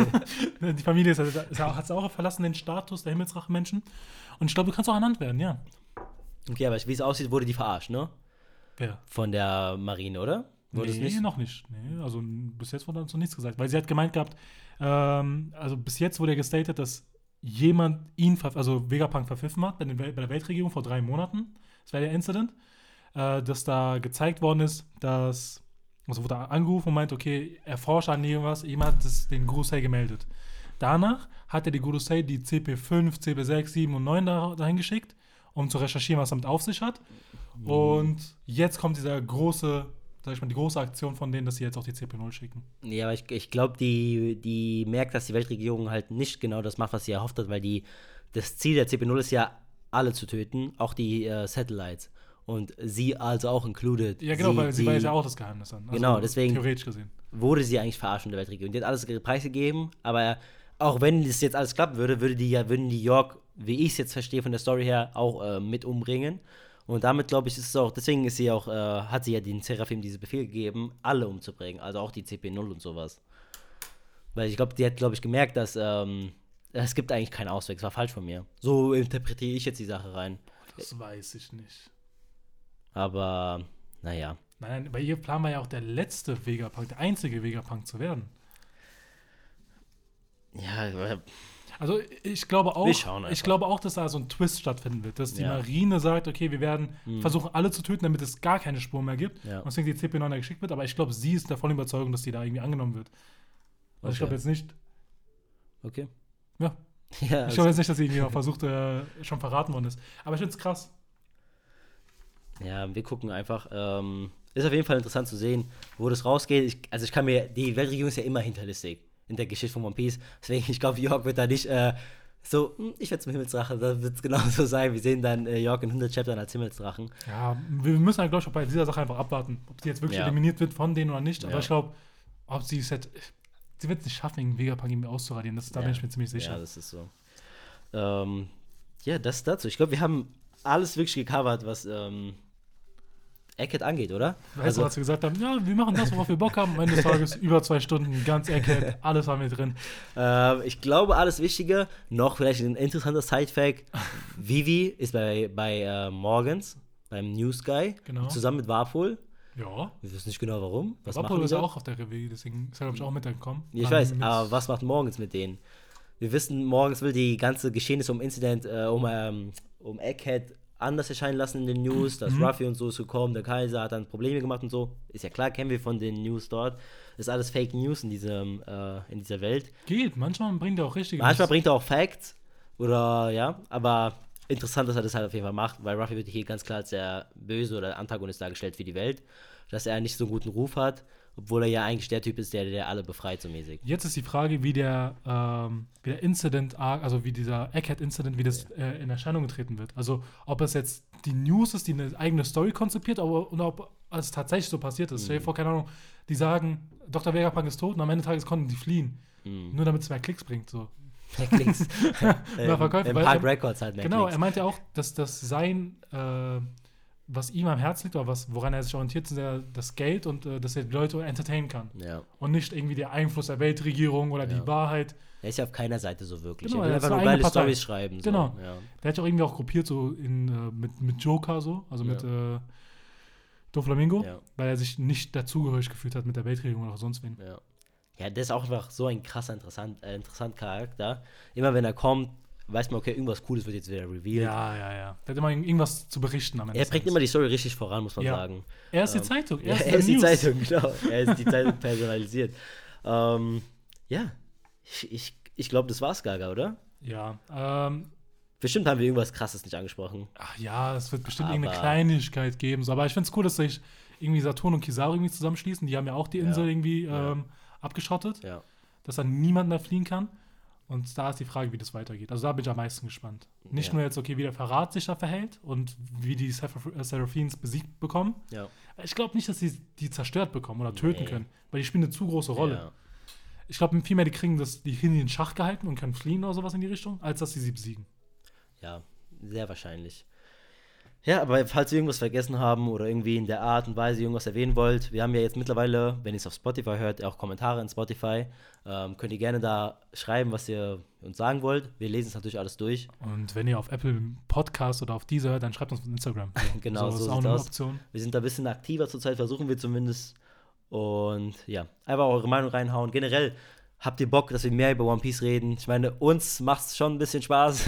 Die Familie ist, ist, hat auch verlassen, den Status der Himmelsdrache-Menschen. Und ich glaube, du kannst auch ernannt werden, ja. Okay, aber wie es aussieht, wurde die verarscht, ne? Wer? Von der Marine, oder? Wurde nee, es nicht? noch nicht. Nee, also bis jetzt wurde dazu nichts gesagt. Weil sie hat gemeint gehabt, ähm, also bis jetzt wurde ja gestatet, dass jemand ihn, ver also Vegapunk verpfiffen hat bei, den Wel bei der Weltregierung vor drei Monaten. Das war der Incident, äh, dass da gezeigt worden ist, dass, also wurde er angerufen und meint, okay, er forscht an irgendwas, jemand hat das, den Gurusei gemeldet. Danach hat er die Gurusei die C P fünf, C P sechs, sieben und neun da, dahin geschickt, um zu recherchieren, was damit auf sich hat. Mhm. Und jetzt kommt dieser große, sag ich mal, die große Aktion von denen, dass sie jetzt auch die C P null schicken. Ja, aber ich, ich glaube, die, die merkt, dass die Weltregierung halt nicht genau das macht, was sie erhofft hat, weil die, das Ziel der C P null ist ja, alle zu töten, auch die äh, Satellites. Und sie also auch included. Ja, genau, sie, weil sie weiß ja auch das Geheimnis an. Also Genau, deswegen- Theoretisch gesehen. Wurde sie eigentlich verarscht in der Weltregierung. Die hat alles preisgegeben, aber auch wenn das jetzt alles klappen würde, würde die ja, würden die York, wie ich es jetzt verstehe von der Story her, auch äh, mit umbringen. Und damit, glaube ich, ist es auch, deswegen ist sie auch, äh, hat sie ja den Seraphim dieses Befehl gegeben, alle umzubringen, also auch die C P null und sowas. Weil ich glaube, die hat, glaube ich, gemerkt, dass ähm, es gibt eigentlich keinen Ausweg, es war falsch von mir. So interpretiere ich jetzt die Sache rein. Das weiß ich nicht. Aber, naja. Nein, nein, bei ihr Plan war ja auch der letzte Vegapunk, der einzige Vegapunk zu werden. Ja, äh, Also ich glaube auch, Wir schauen einfach. ich glaube auch, dass da so ein Twist stattfinden wird, dass die Ja. Marine sagt, okay, wir werden Mhm. versuchen, alle zu töten, damit es gar keine Spur mehr gibt. Ja. Und deswegen die C P neun da geschickt wird. Aber ich glaube, sie ist der vollen Überzeugung, dass die da irgendwie angenommen wird. Also Okay. ich glaube jetzt nicht, okay. ja, Ja, ich glaube jetzt nicht, dass sie irgendwie auch versucht, äh, schon verraten worden ist. Aber ich finde es krass. Ja, wir gucken einfach. Ähm, ist auf jeden Fall interessant zu sehen, wo das rausgeht. Ich, also ich kann mir, die Weltregierung ist ja immer hinterlistig in der Geschichte von One Piece. Deswegen, ich glaube, York wird da nicht äh, so, hm, ich werde zum Himmelsdrache, da wird es genauso sein. Wir sehen dann äh, York in hundert Chaptern als Himmelsdrachen. Ja, wir müssen halt, glaube ich, auch bei dieser Sache einfach abwarten, ob sie jetzt wirklich Ja. eliminiert wird von denen oder nicht. Aber Ja. ich glaube, ob sie es halt, sie wird es nicht schaffen, den Vegapunk irgendwie auszuradieren. Das, da Ja. bin ich mir ziemlich sicher. Ja, das ist so. Ähm, ja, das dazu. Ich glaube, wir haben alles wirklich gecovert, was ähm, Egghead angeht, oder? Weißt du, was wir gesagt haben? Ja, wir machen das, worauf wir Bock haben. Am Ende des Tages über zwei Stunden, ganz Egghead, alles haben wir drin. Ähm, ich glaube, alles Wichtige. Noch vielleicht ein interessanter Side-Fact. Vivi ist bei, bei äh, Morgans, beim News Guy, Genau. zusammen mit Warpol. Ja, Wir wissen nicht genau warum. Was Wapol machen ist die ja da? auch auf der Revue, deswegen ist er, glaube ich, auch mitgekommen. Ich An- weiß, mit- aber was macht Morgans mit denen? Wir wissen, Morgans will die ganze Geschehnisse um Incident, äh, um, ähm, um Egghead anders erscheinen lassen in den News, dass Mhm. Ruffy und so ist gekommen, der Kaiser hat dann Probleme gemacht und so. Ist ja klar, kennen wir von den News dort. Ist alles Fake News in, diesem, äh, in dieser Welt. Geht, manchmal bringt er auch richtige. Manchmal bringt er auch Facts oder ja, aber interessant, dass er das halt auf jeden Fall macht, weil Ruffy wird hier ganz klar als der Böse oder Antagonist dargestellt für die Welt, dass er nicht so einen guten Ruf hat, obwohl er ja eigentlich der Typ ist, der, der alle befreit, so mäßig. Jetzt ist die Frage, wie der, ähm, wie der Incident, also wie dieser Egghead-Incident, wie das äh, in Erscheinung getreten wird. Also ob es jetzt die News ist, die eine eigene Story konzipiert, aber, oder ob es tatsächlich so passiert ist. Mhm. Stell dir vor, keine Ahnung, die sagen, Doktor Vegapunk ist tot und am Ende des Tages konnten die fliehen. Mhm. Nur damit es mehr Klicks bringt, so. Mehr Klicks. mehr Verkäufe. Im Park Records halt mehr Genau, Klicks. Er meinte auch, dass das sein, äh, was ihm am Herzen liegt, oder was, woran er sich orientiert, ist ja das Geld und äh, dass er die Leute entertainen kann. Ja. Und nicht irgendwie der Einfluss der Weltregierung oder ja. die Wahrheit. Er ist ja auf keiner Seite so wirklich. Genau, er will einfach nur geile Storys schreiben. So. Genau. Ja. Der hat ja auch irgendwie auch gruppiert so in, äh, mit, mit Joker so, also ja. mit äh, Doflamingo, ja. weil er sich nicht dazugehörig gefühlt hat mit der Weltregierung oder sonst wen. Ja. Ja, der ist auch einfach so ein krasser, interessant, äh, interessant Charakter. Immer wenn er kommt, weiß man, okay, irgendwas Cooles wird jetzt wieder revealed. Ja, ja, ja. Der hat immer irgendwas zu berichten am Ende. Er bringt immer die Story richtig voran, muss man ja. sagen. Er ist die ähm, Zeitung. Er ja, ist, er ist die News. Zeitung, genau. Er ist die Zeitung personalisiert. Ähm, ja, ich, ich, ich glaube, das war's, Gaga, oder? Ja. Ähm, bestimmt haben wir irgendwas Krasses nicht angesprochen. Ach ja, es wird bestimmt aber irgendeine Kleinigkeit geben. So. Aber ich finde es cool, dass sich irgendwie Saturn und Kizaru irgendwie zusammenschließen. Die haben ja auch die Insel ja. irgendwie ähm, ja. abgeschottet. Ja. Dass dann niemand mehr fliehen kann. Und da ist die Frage, wie das weitergeht. Also da bin ich am meisten gespannt. Nicht ja. nur jetzt, okay, wie der Verrat sich da verhält und wie die Seraphins besiegt bekommen. Ja. Ich glaube nicht, dass sie die zerstört bekommen oder töten nee. können, weil die spielen eine zu große Rolle. Ja. Ich glaube vielmehr, die kriegen das, die hin in den Schach gehalten und können fliehen oder sowas in die Richtung, als dass sie sie besiegen. Ja, sehr wahrscheinlich. Ja, aber falls wir irgendwas vergessen haben oder irgendwie in der Art und Weise irgendwas erwähnen wollt, wir haben ja jetzt mittlerweile, wenn ihr es auf Spotify hört, auch Kommentare in Spotify. Ähm, könnt ihr gerne da schreiben, was ihr uns sagen wollt. Wir lesen es natürlich alles durch. Und wenn ihr auf Apple Podcast oder auf diese hört, dann schreibt uns auf Instagram. So. Genau, so, so ist auch eine Option. Wir sind da ein bisschen aktiver zurzeit, versuchen wir zumindest. Und ja, einfach eure Meinung reinhauen. Generell, habt ihr Bock, dass wir mehr über One Piece reden? Ich meine, uns macht es schon ein bisschen Spaß.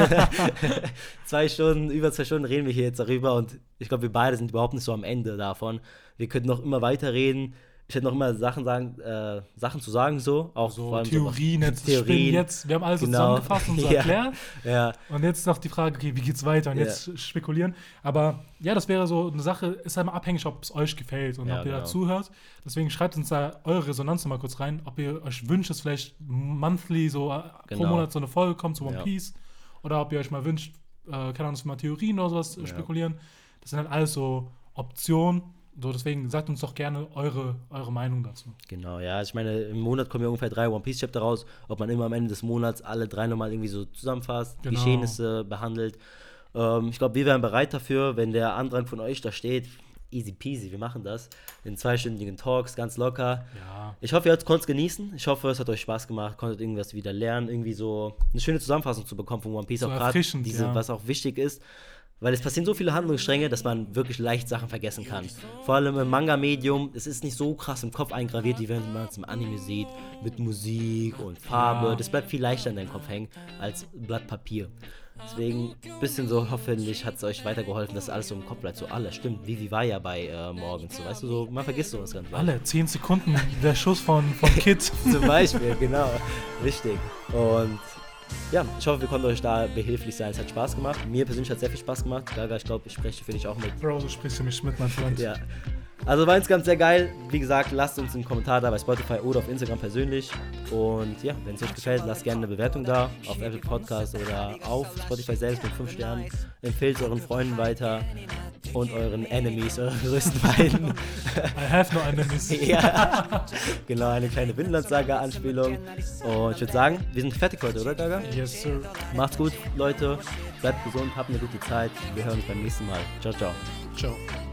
zwei Stunden, über zwei Stunden reden wir hier jetzt darüber und ich glaube, wir beide sind überhaupt nicht so am Ende davon. Wir könnten noch immer weiter reden. Ich hätte noch immer Sachen, sagen, äh, Sachen zu sagen, so. Auch so vor allem Theorien, so, jetzt, Theorien. jetzt. Wir haben alles genau. zusammengefasst und so ja. erklärt. Ja. Und jetzt noch die Frage, okay, wie geht's weiter? Und ja. jetzt spekulieren. Aber ja, das wäre so eine Sache, ist halt mal abhängig, ob es euch gefällt und ja, ob ihr genau. da zuhört. Deswegen schreibt uns da eure Resonanz mal kurz rein, ob ihr euch wünscht, dass vielleicht monthly so genau. pro Monat so eine Folge kommt zu One ja. Piece. Oder ob ihr euch mal wünscht, äh, keine Ahnung, dass wir mal Theorien oder sowas ja. spekulieren. Das sind halt alles so Optionen. So, deswegen sagt uns doch gerne eure, eure Meinung dazu. Genau, ja. Ich meine, im Monat kommen ja ungefähr drei One Piece Chapter raus. Ob man immer am Ende des Monats alle drei nochmal irgendwie so zusammenfasst, genau. Geschehnisse behandelt. Ähm, ich glaube, wir wären bereit dafür, wenn der Andrang von euch da steht. Easy peasy, wir machen das. In zweistündigen Talks, ganz locker. Ja. Ich hoffe, ihr konntet es genießen. Ich hoffe, es hat euch Spaß gemacht, konntet irgendwas wieder lernen, irgendwie so eine schöne Zusammenfassung zu bekommen von One Piece. So auch gerade diese, ja. was auch wichtig ist. Weil es passieren so viele Handlungsstränge, dass man wirklich leicht Sachen vergessen kann. Vor allem im Manga-Medium, es ist nicht so krass im Kopf eingraviert, wie wenn man es im Anime sieht, mit Musik und Farbe. Ja. Das bleibt viel leichter in deinem Kopf hängen als Blatt Papier. Deswegen ein bisschen so, hoffentlich hat es euch weitergeholfen, dass alles so im Kopf bleibt. So, alles stimmt, Vivi war ja bei äh, morgens, so, weißt du, so, man vergisst sowas ganz leicht. Alle, zehn Sekunden, der Schuss von, von Kid. Zum Beispiel, genau, richtig. Und ja, ich hoffe, wir konnten euch da behilflich sein. Es hat Spaß gemacht. Mir persönlich hat es sehr viel Spaß gemacht. Gaga, ich glaube, ich spreche für dich auch mit. Bro, so sprichst du mich mit, mein Freund. Ja. Also war insgesamt sehr geil. Wie gesagt, lasst uns einen Kommentar da bei Spotify oder auf Instagram persönlich. Und ja, wenn es euch gefällt, lasst gerne eine Bewertung da auf Apple Podcast oder auf Spotify selbst mit fünf Sternen. Empfehlt es euren Freunden weiter und euren Enemies, euren größten Feinden. I have no enemies. Ja, genau, eine kleine Vinland-Saga-Anspielung. Und ich würde sagen, wir sind fertig heute, oder Gaga? Yes, sir. Macht's gut, Leute. Bleibt gesund, habt eine gute Zeit. Wir hören uns beim nächsten Mal. Ciao, ciao. Ciao.